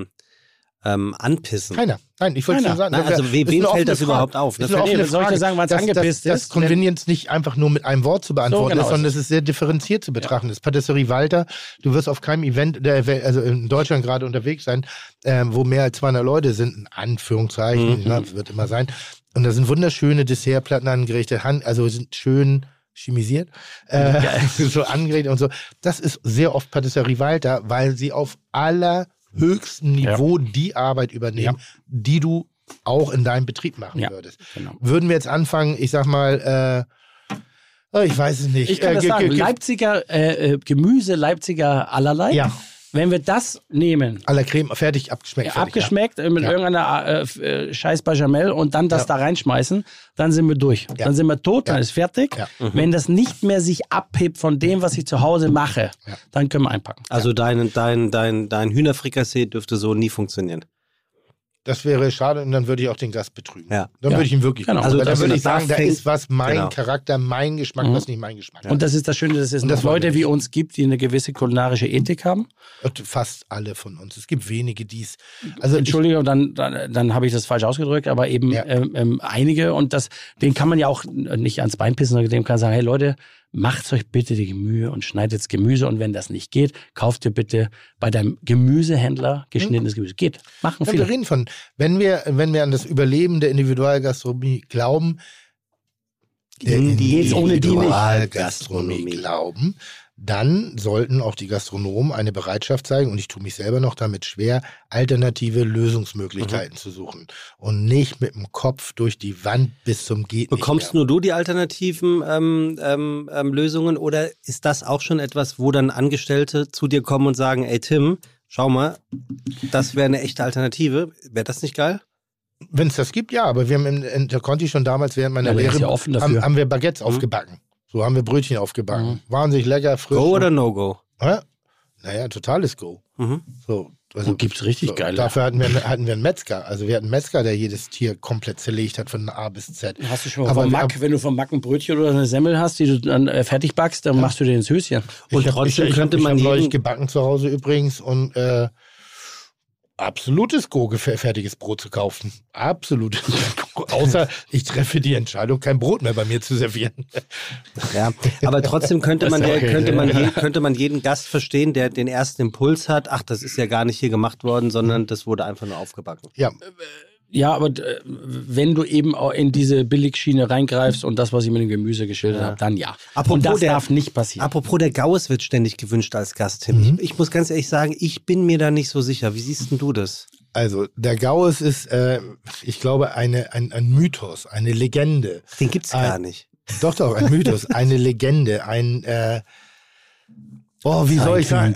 S3: anpissen?
S4: Keiner. Nein, ich wollte schon sagen.
S3: Nein, also wem fällt das überhaupt auf?
S4: Das ist eine offene Frage.
S7: Sagen, wann es angepisst ist.
S4: Das Convenience nicht einfach nur mit einem Wort zu beantworten ist, sondern es ist sehr differenziert zu betrachten. Das Patisserie Walter, du wirst auf keinem Event also in Deutschland gerade unterwegs sein, wo mehr als 200 Leute sind, in Anführungszeichen, wird immer sein. Und da sind wunderschöne Dessertplatten angerichtet, also sind schön chemisiert, so angerichtet und so. Das ist sehr oft Patisserie Walter, weil sie auf allerhöchstem Niveau die Arbeit übernehmen, die du auch in deinem Betrieb machen würdest. Genau. Würden wir jetzt anfangen, ich sag mal, ich weiß es nicht.
S7: Ich kann das sagen, Leipziger Gemüse, Leipziger allerlei.
S4: Ja.
S7: Wenn wir das nehmen,
S4: à la Creme, fertig, abgeschmeckt.
S7: abgeschmeckt mit irgendeiner Scheiß Bechamel und dann das da reinschmeißen, dann sind wir durch.
S4: Ja.
S7: Dann sind wir tot, dann ist fertig.
S4: Ja.
S7: Wenn das nicht mehr sich abhebt von dem, was ich zu Hause mache, dann können wir einpacken.
S3: Also dein Hühnerfrikassee dürfte so nie funktionieren.
S4: Das wäre schade und dann würde ich auch den Gast betrügen.
S3: Ja.
S4: Dann würde ich ihn wirklich.
S7: Genau.
S4: Also
S3: Also
S4: dann würde ich
S3: da
S4: sagen, da
S3: fängt-
S4: ist was mein
S3: genau.
S4: Charakter, mein Geschmack, was nicht mein Geschmack
S7: Und das ist das Schöne, dass es
S4: Und
S7: noch
S4: das wollen wir
S7: Leute wie
S4: nicht.
S7: uns gibt, die eine gewisse kulinarische Ethik haben.
S4: Und fast alle von uns. Es gibt wenige, die es. Also
S7: Entschuldigung, dann habe ich das falsch ausgedrückt, aber eben
S4: Ja.
S7: einige und den kann man ja auch nicht ans Bein pissen, sondern dem kann man sagen, hey Leute, macht euch bitte die Mühe und schneidet Gemüse und wenn das nicht geht, kauft ihr bitte bei deinem Gemüsehändler geschnittenes Gemüse. Geht, machen
S4: wir
S7: viele.
S4: reden von, wenn wir an das Überleben der Individualgastronomie glauben,
S7: Geht's ohne die nicht.
S4: Individualgastronomie glauben, dann sollten auch die Gastronomen eine Bereitschaft zeigen, und ich tue mich selber noch damit schwer, alternative Lösungsmöglichkeiten zu suchen und nicht mit dem Kopf durch die Wand bis zum geht nicht
S3: Bekommst
S4: mehr.
S3: nur du die alternativen Lösungen oder ist das auch schon etwas, wo dann Angestellte zu dir kommen und sagen, ey Tim, schau mal, das wäre eine echte Alternative. Wäre das nicht geil?
S4: Wenn es das gibt, ja, aber wir haben in der Conti schon damals während meiner
S7: Ja, der ist
S4: Lehre
S7: ja offen dafür.
S4: haben wir Baguettes aufgebacken. So haben wir Brötchen aufgebacken. Wahnsinnig lecker, frisch.
S3: Go oder No Go?
S4: Hä? Naja, totales Go. So,
S7: Und gibt's richtig geile.
S4: Dafür hatten wir einen Metzger. Also wir hatten einen Metzger, der jedes Tier komplett zerlegt hat von A bis Z.
S7: Hast du schon mal
S4: Aber
S7: vom
S4: wir-
S7: Mack, wenn du vom Mack ein Brötchen oder eine Semmel hast, die du dann fertig backst, dann machst du dir ins Höschen.
S3: Und trotzdem könnte man
S4: Ich habe neulich
S3: jeden...
S4: gebacken zu Hause übrigens und absolutes Go, fertiges Brot zu kaufen. Absolutes Go. Außer ich treffe die Entscheidung, kein Brot mehr bei mir zu servieren.
S3: Ja, aber trotzdem könnte man jeden Gast verstehen, der den ersten Impuls hat, ach, das ist ja gar nicht hier gemacht worden, sondern das wurde einfach nur aufgebacken.
S4: Ja,
S7: Ja, aber wenn du eben auch in diese Billigschiene reingreifst und das, was ich mit dem Gemüse geschildert habe, dann ja. Und das darf nicht passieren.
S3: Apropos, der Gaues wird ständig gewünscht als Gast, Tim. Ich muss ganz ehrlich sagen, ich bin mir da nicht so sicher. Wie siehst denn du das?
S4: also der Gaues ist, ich glaube, ein Mythos, eine Legende.
S3: Den gibt's gar nicht.
S4: Doch, ein Mythos, eine Legende, wie soll ich sagen?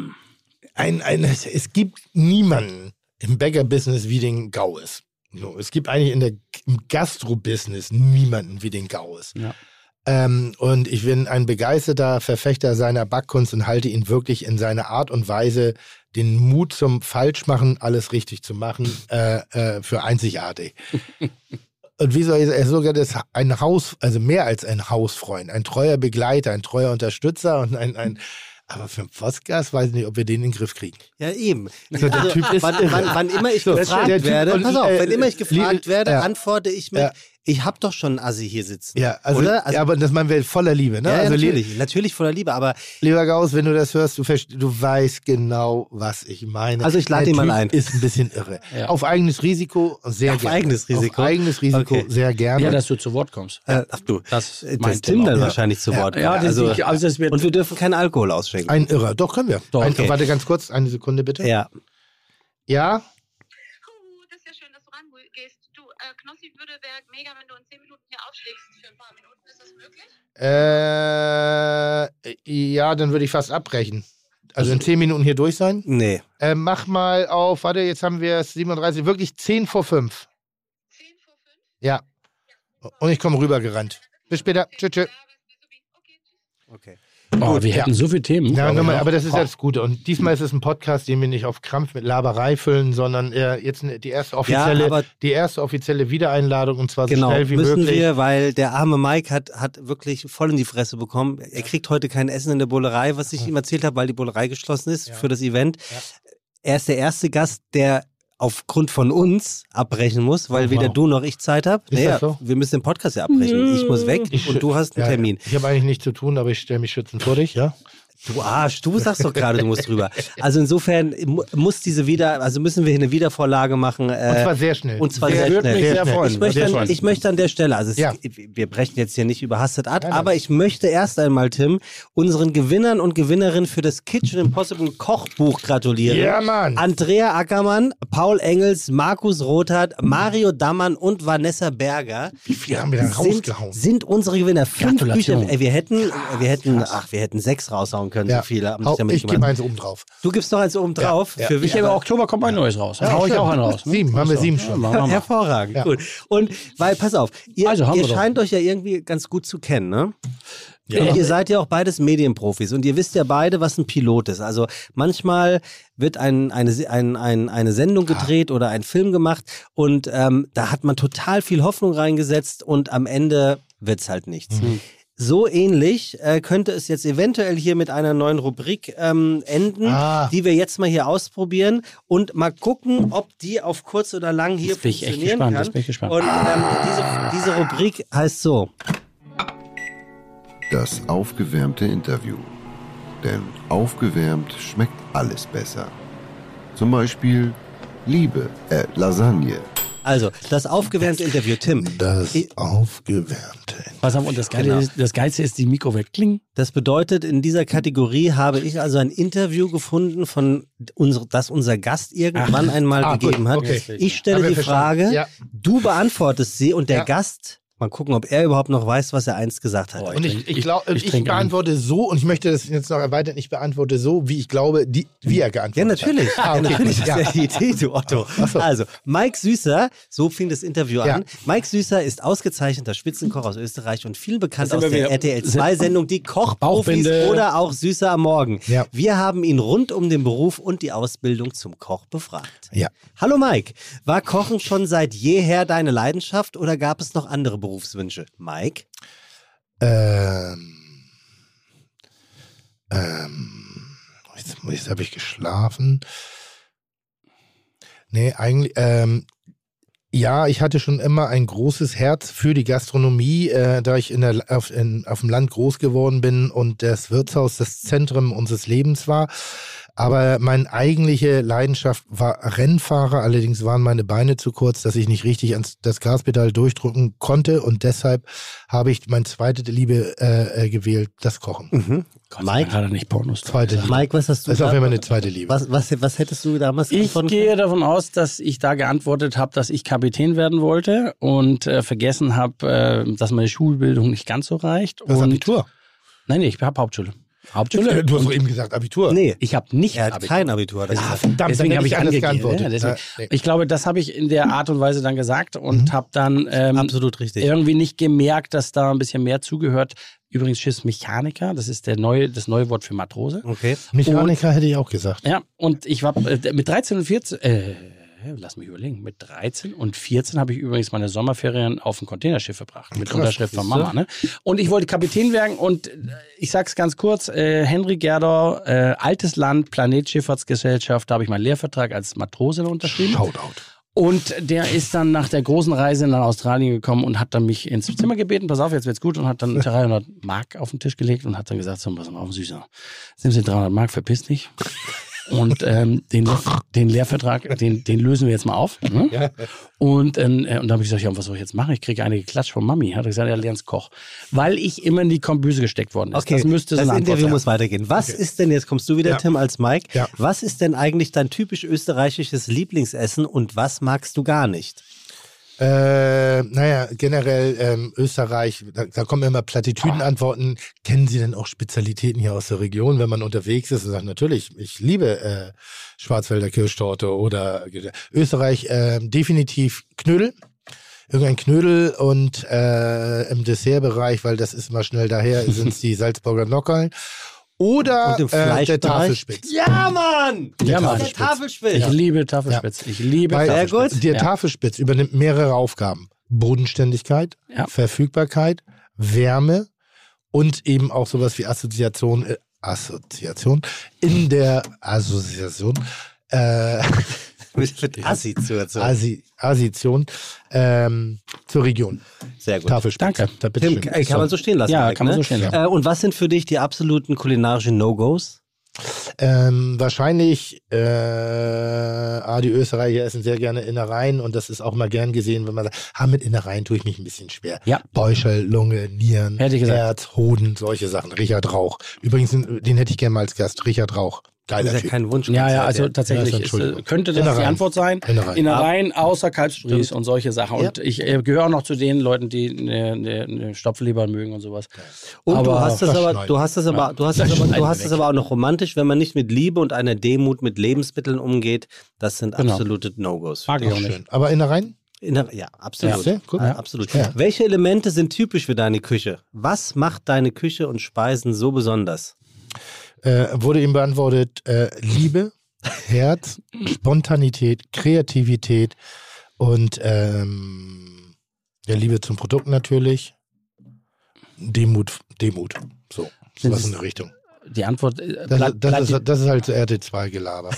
S4: Es gibt niemanden im Bäcker-Business wie den Gaues. So, es gibt eigentlich im Gastro-Business niemanden wie den Gaues.
S7: Ja.
S4: Und ich bin ein begeisterter Verfechter seiner Backkunst und halte ihn wirklich in seiner Art und Weise, den Mut zum Falschmachen, alles richtig zu machen, für einzigartig. Und wie soll ich sagen, er ist sogar ein Haus, also mehr als ein Hausfreund, ein treuer Begleiter, ein treuer Unterstützer und aber für einen Podcast weiß ich nicht, ob wir den in den Griff kriegen.
S3: Ja, eben.
S4: Also der Typ ist
S3: wann immer ich
S4: So,
S3: gefragt
S4: der Typ-
S3: werde,
S4: und,
S3: pass auf, wenn immer ich gefragt werde,
S4: ja.
S3: antworte ich mit,
S4: Ja.
S3: ich hab doch schon einen Assi hier sitzen.
S4: Ja, also,
S3: Oder? Also,
S4: ja, aber das meinen wir voller Liebe, ne?
S3: ja,
S4: also,
S3: natürlich voller Liebe, aber
S4: Lieber Gauss, wenn du das hörst, du weißt genau, was ich meine.
S3: Also ich lade
S4: Der
S3: ihn mal
S4: Typ
S3: ein.
S4: Ist ein bisschen irre.
S7: Ja.
S4: Auf eigenes Risiko sehr
S3: Auf
S4: gerne.
S3: eigenes Risiko?
S4: Auf eigenes Risiko
S3: Okay.
S4: sehr gerne.
S7: Ja, dass du zu Wort kommst.
S3: ach du,
S7: Das ist
S3: das
S7: mein
S3: ist Tim
S7: Thema.
S3: dann
S7: Ja.
S3: wahrscheinlich zu Wort.
S7: Ja, das
S3: also,
S7: es wird
S3: und wir dürfen keinen Alkohol ausschenken.
S4: Ein Irrer. Doch, können wir.
S7: Doch, okay.
S4: Warte ganz kurz, eine Sekunde bitte.
S3: Ja.
S4: Ja?
S9: Das ist ja schön, dass du rangehst. Du, Knossi wäre mega, wenn du in 10 Minuten hier aufschlägst für ein paar Minuten. Ist das möglich?
S4: Ja, dann würde ich fast abbrechen. Also in 10 Minuten hier durch sein.
S3: Nee.
S4: Mach mal auf, warte, jetzt haben wir es 37, wirklich 10 vor 5.
S9: 10 vor 5?
S4: Ja. Und ich komme rüber gerannt. Bis später. Tschüss, tschüss.
S3: Okay.
S7: Oh, wir hätten so viele Themen.
S4: Ja,
S7: glaube ich,
S4: nochmal,
S7: noch.
S4: aber das ist ja das Gute. Und diesmal ist es ein Podcast, den wir nicht auf Krampf mit Laberei füllen, sondern jetzt die erste offizielle Wiedereinladung und zwar so
S3: Genau,
S4: schnell wie
S3: müssen
S4: möglich.
S3: wir, weil der arme Mike hat wirklich voll in die Fresse bekommen. Er kriegt heute kein Essen in der Bullerei, was ich ihm erzählt habe, weil die Bullerei geschlossen ist für das Event.
S4: Ja.
S3: Er ist der erste Gast, der aufgrund von uns abbrechen muss, weil weder du noch ich Zeit haben.
S4: Ist das so?
S3: Wir müssen den Podcast ja abbrechen. Ich muss weg und du hast einen Termin.
S4: Ich habe eigentlich nichts zu tun, aber ich stelle mich schützend vor dich, ja?
S3: Du Arsch, du sagst doch gerade, du musst rüber. Also insofern müssen wir hier eine Wiedervorlage machen.
S4: Und zwar sehr schnell.
S3: Und zwar sehr
S4: würde mich
S3: schnell.
S4: sehr freuen.
S3: Ich möchte an der Stelle, also
S4: Ja.
S3: wir brechen jetzt hier nicht überhastet ab,
S4: Nein.
S3: aber ich möchte erst einmal, Tim, unseren Gewinnern und Gewinnerinnen für das Kitchen Impossible Kochbuch gratulieren.
S4: Ja, Mann.
S3: Andrea Ackermann, Paul Engels, Markus Rothart, Mario Dammann und Vanessa Berger
S4: Wie viel haben wir da rausgehauen?
S3: sind unsere Gewinner. 5 Bücher.
S7: Gratulation.
S3: Wir hätten 6 raushauen raushauen können. So viele haben sich damit
S4: ich gebe eins oben drauf.
S3: Du gibst noch eins oben drauf.
S4: Ja.
S3: Für
S7: Ich im Oktober kommt mein neues raus. Da hau ich auch einen raus.
S4: 7, haben wir 7 schon.
S7: machen wir mal.
S3: Hervorragend, gut. Und weil, pass auf, ihr
S7: Also, haben wir doch.
S3: scheint euch ja irgendwie ganz gut zu kennen, ne?
S4: Ja.
S3: Und ihr seid ja auch beides Medienprofis und ihr wisst ja beide, was ein Pilot ist. Also manchmal wird eine Sendung gedreht oder ein Film gemacht und da hat man total viel Hoffnung reingesetzt und am Ende wird's halt nichts. So ähnlich könnte es jetzt eventuell hier mit einer neuen Rubrik enden, die wir jetzt mal hier ausprobieren und mal gucken, ob die auf kurz oder lang hier
S7: Jetzt bin ich echt
S3: funktionieren
S7: gespannt,
S3: kann.
S7: jetzt bin ich gespannt.
S3: Und diese Rubrik heißt so.
S2: Das aufgewärmte Interview. Denn aufgewärmt schmeckt alles besser. Zum Beispiel Lasagne.
S3: Also, das aufgewärmte Interview, Tim.
S4: Das aufgewärmte.
S7: Pass auf, und das Geilste ist, die Mikro wird klingen.
S3: Das bedeutet, in dieser Kategorie habe ich also ein Interview gefunden, das unser Gast irgendwann einmal gegeben
S4: gut,
S3: hat.
S4: okay.
S3: Ich stelle die Frage,
S4: Ja.
S3: du beantwortest sie und der
S4: Ja.
S3: Gast, mal gucken, ob er überhaupt noch weiß, was er einst gesagt hat.
S4: Und ich
S7: trinke
S4: beantworte so, und ich möchte das jetzt noch erweitern, ich beantworte so, wie ich glaube, wie er geantwortet
S3: Ja, natürlich.
S4: hat.
S3: Ja, natürlich. Das
S4: Ja.
S3: ist ja die Idee, du Otto.
S4: Ach so.
S3: Also, Mike Süßer, so fing das Interview
S4: Ja.
S3: an. Mike Süßer ist ausgezeichneter Spitzenkoch aus Österreich und viel bekannt
S7: Da
S3: aus
S7: sind wir
S3: der
S7: wieder.
S3: RTL2-Sendung Die Kochprofis
S7: Bauchbinde.
S3: oder auch Süßer am Morgen.
S4: Ja.
S3: Wir haben ihn rund um den Beruf und die Ausbildung zum Koch befragt.
S4: Ja.
S3: Hallo Mike, war Kochen schon seit jeher deine Leidenschaft oder gab es noch andere Berufswünsche? Mike?
S4: Jetzt habe ich geschlafen. Nee, eigentlich, ja, ich hatte schon immer ein großes Herz für die Gastronomie, da ich auf dem Land groß geworden bin und das Wirtshaus das Zentrum unseres Lebens war. Aber meine eigentliche Leidenschaft war Rennfahrer, allerdings waren meine Beine zu kurz, dass ich nicht richtig das Gaspedal durchdrücken konnte und deshalb habe ich meine zweite Liebe gewählt, das Kochen.
S3: Mike?
S7: Gerade nicht Pornos.
S4: Zweite Liebe.
S3: Mike, was hast du
S4: Das ist auch
S3: da-
S4: immer eine zweite Liebe.
S3: Was hättest du damals
S7: Ich
S3: gefunden?
S7: gehe davon aus, dass ich da geantwortet habe, dass ich Kapitän werden wollte und vergessen habe, dass meine Schulbildung nicht ganz so reicht.
S4: Das
S7: und
S4: Abitur.
S7: Nein, ich habe Hauptschule. Hauptschule.
S4: Du hast doch eben gesagt Abitur.
S3: Nee,
S7: Ich habe nicht
S3: er hat
S7: Abitur.
S3: kein Abitur. hat er gesagt.
S4: Verdammt,
S7: Deswegen
S4: dann
S7: habe
S4: hätte
S7: ich
S4: anders
S7: angegeben.
S4: geantwortet.
S7: Ja, deswegen.
S4: Nee.
S7: Ich glaube, das habe ich in der Art und Weise dann gesagt und habe dann
S3: Absolut richtig.
S7: irgendwie nicht gemerkt, dass da ein bisschen mehr zugehört. Übrigens Schiffsmechaniker, das ist das neue Wort für Matrose.
S3: Okay.
S4: Mechaniker hätte ich auch gesagt.
S7: Ja, und ich war mit 13 und 14, lass mich überlegen, mit 13 und 14 habe ich übrigens meine Sommerferien auf dem Containerschiff verbracht, mit Unterschrift von Mama. Ne? Und ich wollte Kapitän werden und ich sag's ganz kurz, Henry Gerdau, Altes Land, Planetschifffahrtsgesellschaft, da habe ich meinen Lehrvertrag als Matrose unterschrieben.
S4: Shoutout.
S7: Und der ist dann nach der großen Reise nach Australien gekommen und hat dann mich ins Zimmer gebeten, pass auf, jetzt wird's gut, und hat dann 300 Mark auf den Tisch gelegt und hat dann gesagt, so, pass mal auf, Süßer, nimmst du 300 Mark, verpiss dich. Und den Lehrvertrag, den lösen wir jetzt mal auf. Ne?
S4: Ja.
S7: Und dann habe ich gesagt, ja, was soll ich jetzt machen? Ich kriege eine geklatscht von Mami. Hat er gesagt, er lernt Koch. Weil ich immer in die Kombüse gesteckt worden ist.
S3: Okay,
S7: Das müsste so
S3: das
S7: eine Antwort
S3: Interview
S7: sein.
S3: muss weitergehen. Was ist denn, jetzt kommst du wieder,
S4: Ja.
S3: Tim, als Mike,
S4: Ja.
S3: was ist denn eigentlich dein typisch österreichisches Lieblingsessen und was magst du gar nicht?
S4: Naja, generell Österreich, da kommen immer Plattitüdenantworten. Kennen Sie denn auch Spezialitäten hier aus der Region, wenn man unterwegs ist und sagt, natürlich, ich liebe Schwarzwälder Kirschtorte oder Österreich, definitiv Knödel. Irgendein Knödel und im Dessertbereich, weil das ist mal schnell daher, sind es die Salzburger Nockerln. Oder
S3: Und im
S4: der
S3: Fleischbereich?
S4: Tafelspitz.
S3: Ja, Mann!
S7: Ja, Mann.
S3: Der Tafelspitz.
S7: Ich liebe Tafelspitz. Ich liebe
S4: Weil
S7: Tafelspitz.
S3: gut.
S4: Der
S7: Ja.
S4: Tafelspitz übernimmt mehrere Aufgaben. Bodenständigkeit,
S7: Ja.
S4: Verfügbarkeit, Wärme und eben auch sowas wie Assoziation in der Assoziation.
S3: Mit Assoziation.
S4: Assoziation zur Region.
S3: Sehr gut.
S4: Tafelspitz.
S7: Danke.
S4: Da bitte
S3: Tim,
S4: schön.
S3: kann man so stehen lassen.
S7: Ja,
S3: Mike,
S7: kann man
S3: ne?
S7: so stehen lassen.
S3: Und was sind für dich die absoluten kulinarischen No-Gos?
S4: Wahrscheinlich, die Österreicher essen sehr gerne Innereien und das ist auch mal gern gesehen, wenn man sagt, mit Innereien tue ich mich ein bisschen schwer.
S7: Ja.
S4: Bäuchel, Lunge, Nieren,
S7: Hätte ich gesagt.
S4: Herz, Hoden, solche Sachen. Richard Rauch. Übrigens, den hätte ich gerne mal als Gast. Richard Rauch. Geiler
S3: Das ist ja
S4: Typ.
S3: kein Wunsch.
S7: Ja, also
S4: Ja,
S7: tatsächlich könnte das die
S4: Innereien.
S7: Antwort sein.
S4: Innereien.
S7: Innereien außer Kalbsspries und solche Sachen.
S3: Ja.
S7: Und ich gehöre auch noch zu den Leuten, die eine Stopfleber mögen und sowas.
S3: Und du
S7: Aber
S3: hast es
S4: das
S3: aber,
S4: schneiden.
S3: du hast es aber, du hast es aber, du hast es aber auch noch romantisch, wenn man nicht mit Liebe und einer Demut mit Lebensmitteln umgeht. Das sind
S7: Genau.
S3: absolute No-Gos.
S7: Mag ich auch nicht.
S4: Schön. Aber Innereien?
S3: Ja, absolut.
S4: Ja, guck.
S3: Ja, absolut.
S4: Ja.
S3: Welche Elemente sind typisch für deine Küche? Was macht deine Küche und Speisen so besonders?
S4: Wurde ihm beantwortet, Liebe, Herz, Spontanität, Kreativität und Liebe zum Produkt natürlich. Demut. So, sowas in der Richtung.
S7: Die Antwort
S4: Das ist halt so RT2-Gelaber.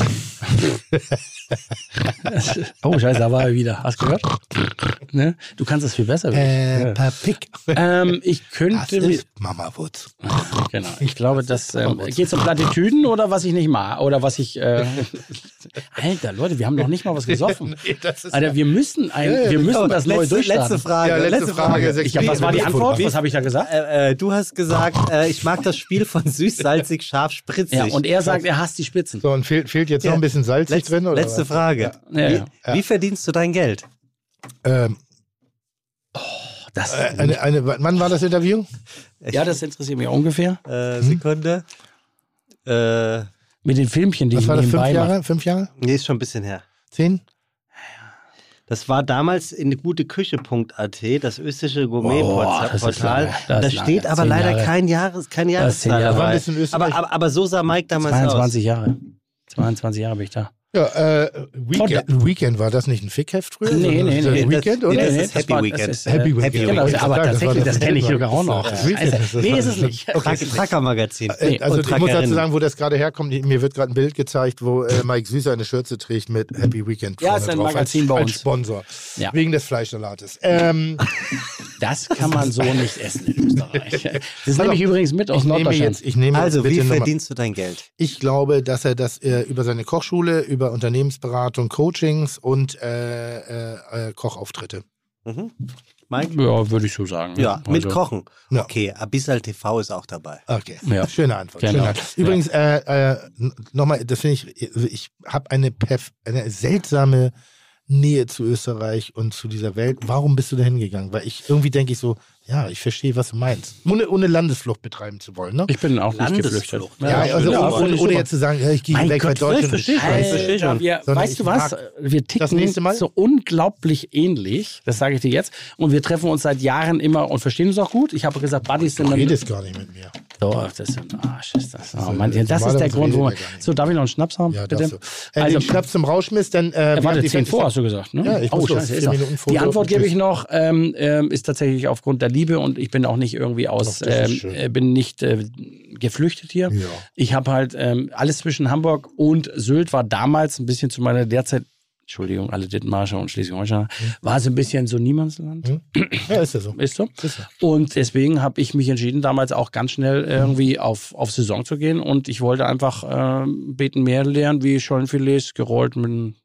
S7: Oh, scheiße, da war er wieder. Hast du gehört? Ne? Du kannst das viel besser.
S4: Papik.
S7: Ich
S4: Das
S7: könnte mir.
S4: ist Mama Wutz.
S7: Genau. Ich glaube, das geht es um Plattitüden oder was ich nicht mag. Oder was ich. Alter, Leute, wir haben noch nicht mal was gesoffen.
S4: Nee, das ist
S7: Alter, wir müssen das neu durchstarten.
S3: Letzte Frage.
S4: Ja, letzte Frage.
S7: Was war die Antwort? Was habe ich da gesagt?
S3: Du hast gesagt, ich mag das Spiel von süß, salzig, scharf, spritzig.
S7: Ja, und er sagt, er hasst die Spitzen.
S4: So, und fehlt jetzt noch ein bisschen salzig drin? Oder
S3: Letzte
S4: was?
S3: Frage.
S7: Ja.
S3: Wie verdienst du dein Geld?
S4: Wann war das Interview?
S7: Ja, das interessiert mich ungefähr.
S3: Sekunde.
S7: Mit den Filmchen, die
S4: Was
S7: ich
S4: war das,
S7: nebenbei mache.
S4: 5 Jahre?
S3: Nee, ist schon ein bisschen her.
S4: 10?
S3: Das war damals in guteküche.at, das österreichische
S7: Boah, das ist
S3: Gourmet-Portal.
S7: lange.
S3: Da
S7: Das ist
S3: steht
S7: lange.
S3: aber
S7: 10
S3: leider
S7: Jahre.
S3: kein
S7: 10
S3: Jahreszahl
S7: Jahre.
S4: Wann
S3: dabei.
S4: bist du in Österreich?
S3: Aber so sah Mike damals
S7: 22 Jahre. 22 Jahre bin ich da.
S4: Ja, Weekend, war das nicht ein Fickheft früher?
S7: Nee.
S4: Weekend,
S3: das-
S4: oder?
S3: das ist Happy Weekend.
S4: Happy Weekend.
S3: Happy
S7: Genau,
S3: Weekend.
S7: aber
S4: Das war
S7: tatsächlich, das kenne ich
S4: Weekend.
S7: sogar auch noch.
S4: Das Weekend ist das.
S7: Nee, ist es nicht.
S3: Tracker-Magazin.
S4: Also
S3: Und
S4: ich muss dazu
S3: Trackerinnen.
S4: sagen, wo das gerade herkommt, mir wird gerade ein Bild gezeigt, wo Mike Süßer eine Schürze trägt mit Happy Weekend
S7: Ja,
S4: vorne
S7: ist ein
S4: drauf,
S7: Magazin bei
S4: als
S7: uns.
S4: Sponsor.
S7: Ja.
S4: Wegen des Fleischsalates.
S7: Das kann man so nicht essen in Österreich. Das nehme ich übrigens mit aus Norddeutschland.
S3: Also,
S4: bitte
S3: wie
S4: nochmal-
S3: verdienst du dein Geld?
S4: Ich glaube, dass er das über seine Kochschule, über Unternehmensberatung, Coachings und Kochauftritte.
S3: Mhm. Mike?
S7: Ja, würde ich so sagen.
S3: Ja, mit
S7: Also,
S3: Kochen.
S4: Ja.
S3: Okay, Abyssal TV ist auch dabei.
S4: Okay,
S7: Ja.
S4: schöne Antwort.
S7: Genau.
S4: Schöne Antwort. Übrigens, nochmal, das finde ich habe eine seltsame Nähe zu Österreich und zu dieser Welt. Warum bist du da hingegangen? Weil ich irgendwie denke ich so, ja, ich verstehe, was du meinst. Ohne Landesflucht betreiben zu wollen, ne?
S7: Ich bin auch nicht geflüchtet.
S3: Landesflucht.
S4: Ja, also ohne jetzt zu sagen, ja, ich gehe
S7: Mein
S4: weg, weil
S7: Gott,
S4: Deutschland ist
S3: verstehe ich.
S4: scheiße.
S3: Verstehe schon.
S4: Sondern
S7: Weißt
S4: ich
S7: du was?
S4: mag
S7: Wir
S4: das nächste
S7: ticken
S4: Mal?
S7: so unglaublich ähnlich, das sage ich dir jetzt. Und wir treffen uns seit Jahren immer und verstehen uns auch gut. Ich habe gesagt, Buddies sind
S4: Du
S7: dann...
S4: redest gar nicht mit mir.
S7: Doch, das ist ein Arsch, ist das. Oh, Mann,
S4: das
S7: das ist der
S4: normalerweise
S7: Grund, wo man...
S4: redet er gar nicht.
S7: So, darf ich noch einen Schnaps haben,
S4: Ja,
S7: bitte?
S4: darfst du.
S7: Also,
S4: Den Schnaps zum Rauschmiss, dann...
S7: warte, 10 vor, hast du gesagt, ne?
S4: Ja, ich muss los. 4
S7: ist er.
S4: Minuten Foto
S7: Die Antwort
S4: und
S7: gebe
S4: tschüss.
S7: ich noch, ist tatsächlich aufgrund der Liebe und ich bin auch nicht irgendwie aus,
S4: Ach, das ist schön.
S7: bin nicht geflüchtet hier.
S4: Ja.
S7: Ich habe halt alles zwischen Hamburg und Sylt war damals ein bisschen zu meiner derzeit, Entschuldigung, alle Dithmarscher und Schleswig-Holsteiner, war so ein bisschen so Niemandsland.
S4: Ja, ist ja so.
S7: Ist so.
S4: Ist so.
S7: Und deswegen habe ich mich entschieden, damals auch ganz schnell irgendwie auf Saison zu gehen und ich wollte einfach Beten mehr lernen, wie Schollenfilets gerollt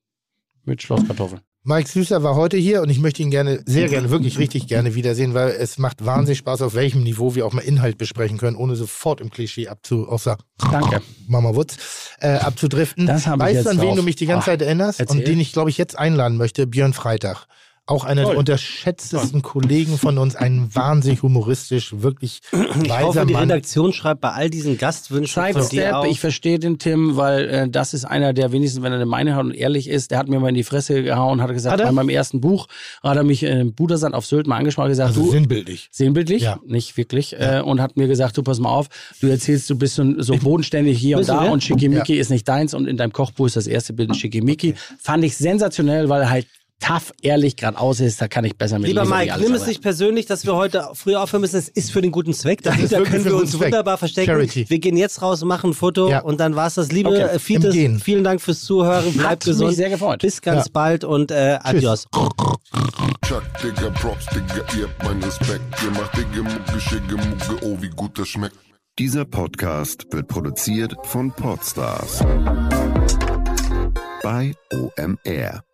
S7: mit Schlosskartoffeln.
S4: Mike Süßer war heute hier und ich möchte ihn gerne, sehr gerne, wirklich richtig gerne wiedersehen, weil es macht wahnsinnig Spaß, auf welchem Niveau wir auch mal Inhalt besprechen können, ohne sofort im Klischee außer
S7: Danke.
S4: Mama Wutz abzudriften.
S7: Das habe ich
S4: Weißt
S7: jetzt
S4: du, an wen
S7: drauf.
S4: du mich die ganze Zeit erinnerst
S7: erzähl.
S4: und den ich, glaube ich, jetzt einladen möchte? Björn Freitag. Auch einer der
S7: Toll.
S4: unterschätztesten Kollegen von uns, ein wahnsinnig humoristisch, wirklich
S3: Ich hoffe,
S4: weiser
S3: die
S4: Mann.
S3: Redaktion schreibt bei all diesen Gastwünschen von dir
S7: Sidestep,
S3: auch.
S7: ich verstehe den Tim, weil das ist einer, der wenigstens, wenn er eine Meinung hat und ehrlich ist, der hat mir mal in die Fresse gehauen, hat gesagt,
S3: Hat er?
S7: bei meinem ersten Buch hat er mich in Budersand auf Sylt mal angesprochen und gesagt,
S4: Also
S7: du,
S4: sinnbildlich.
S7: sinnbildlich,
S4: Ja.
S7: nicht wirklich, und hat mir gesagt, du pass mal auf, du erzählst, du bist so bodenständig hier und
S3: Bist du,
S7: da
S3: ja?
S7: und Schickimicki ist nicht deins und in deinem Kochbuch ist das erste Bild ein Schickimicki. Fand ich sensationell, weil er halt tough, ehrlich, geradeaus ist, da kann ich besser mit
S3: Lieber
S7: leben, wie
S3: Mike,
S7: alles
S3: nimm es
S7: andere.
S3: nicht persönlich, dass wir heute früher aufhören müssen. Es ist für den guten Zweck.
S4: ist
S3: Dahinter
S4: wirklich
S3: können
S4: für
S3: wir
S4: den
S3: uns
S4: guten Zweck.
S3: wunderbar verstecken.
S4: Charity.
S3: Wir gehen jetzt raus, machen ein Foto
S4: Ja.
S3: und dann war's das. Liebe
S4: Okay.
S3: Fites,
S4: Im Gehen.
S3: vielen Dank fürs Zuhören. Bleibt
S7: mich
S3: gesund.
S7: sehr gefreut.
S3: Bis ganz
S4: Ja.
S3: bald und adios.
S8: Chuck, Digga, Props, Digga, ihr habt meinen Respekt. Ihr macht Digga, Mucke, Schicke, Mucke, oh, wie gut das schmeckt.
S10: Dieser Podcast wird produziert von Podstars bei OMR.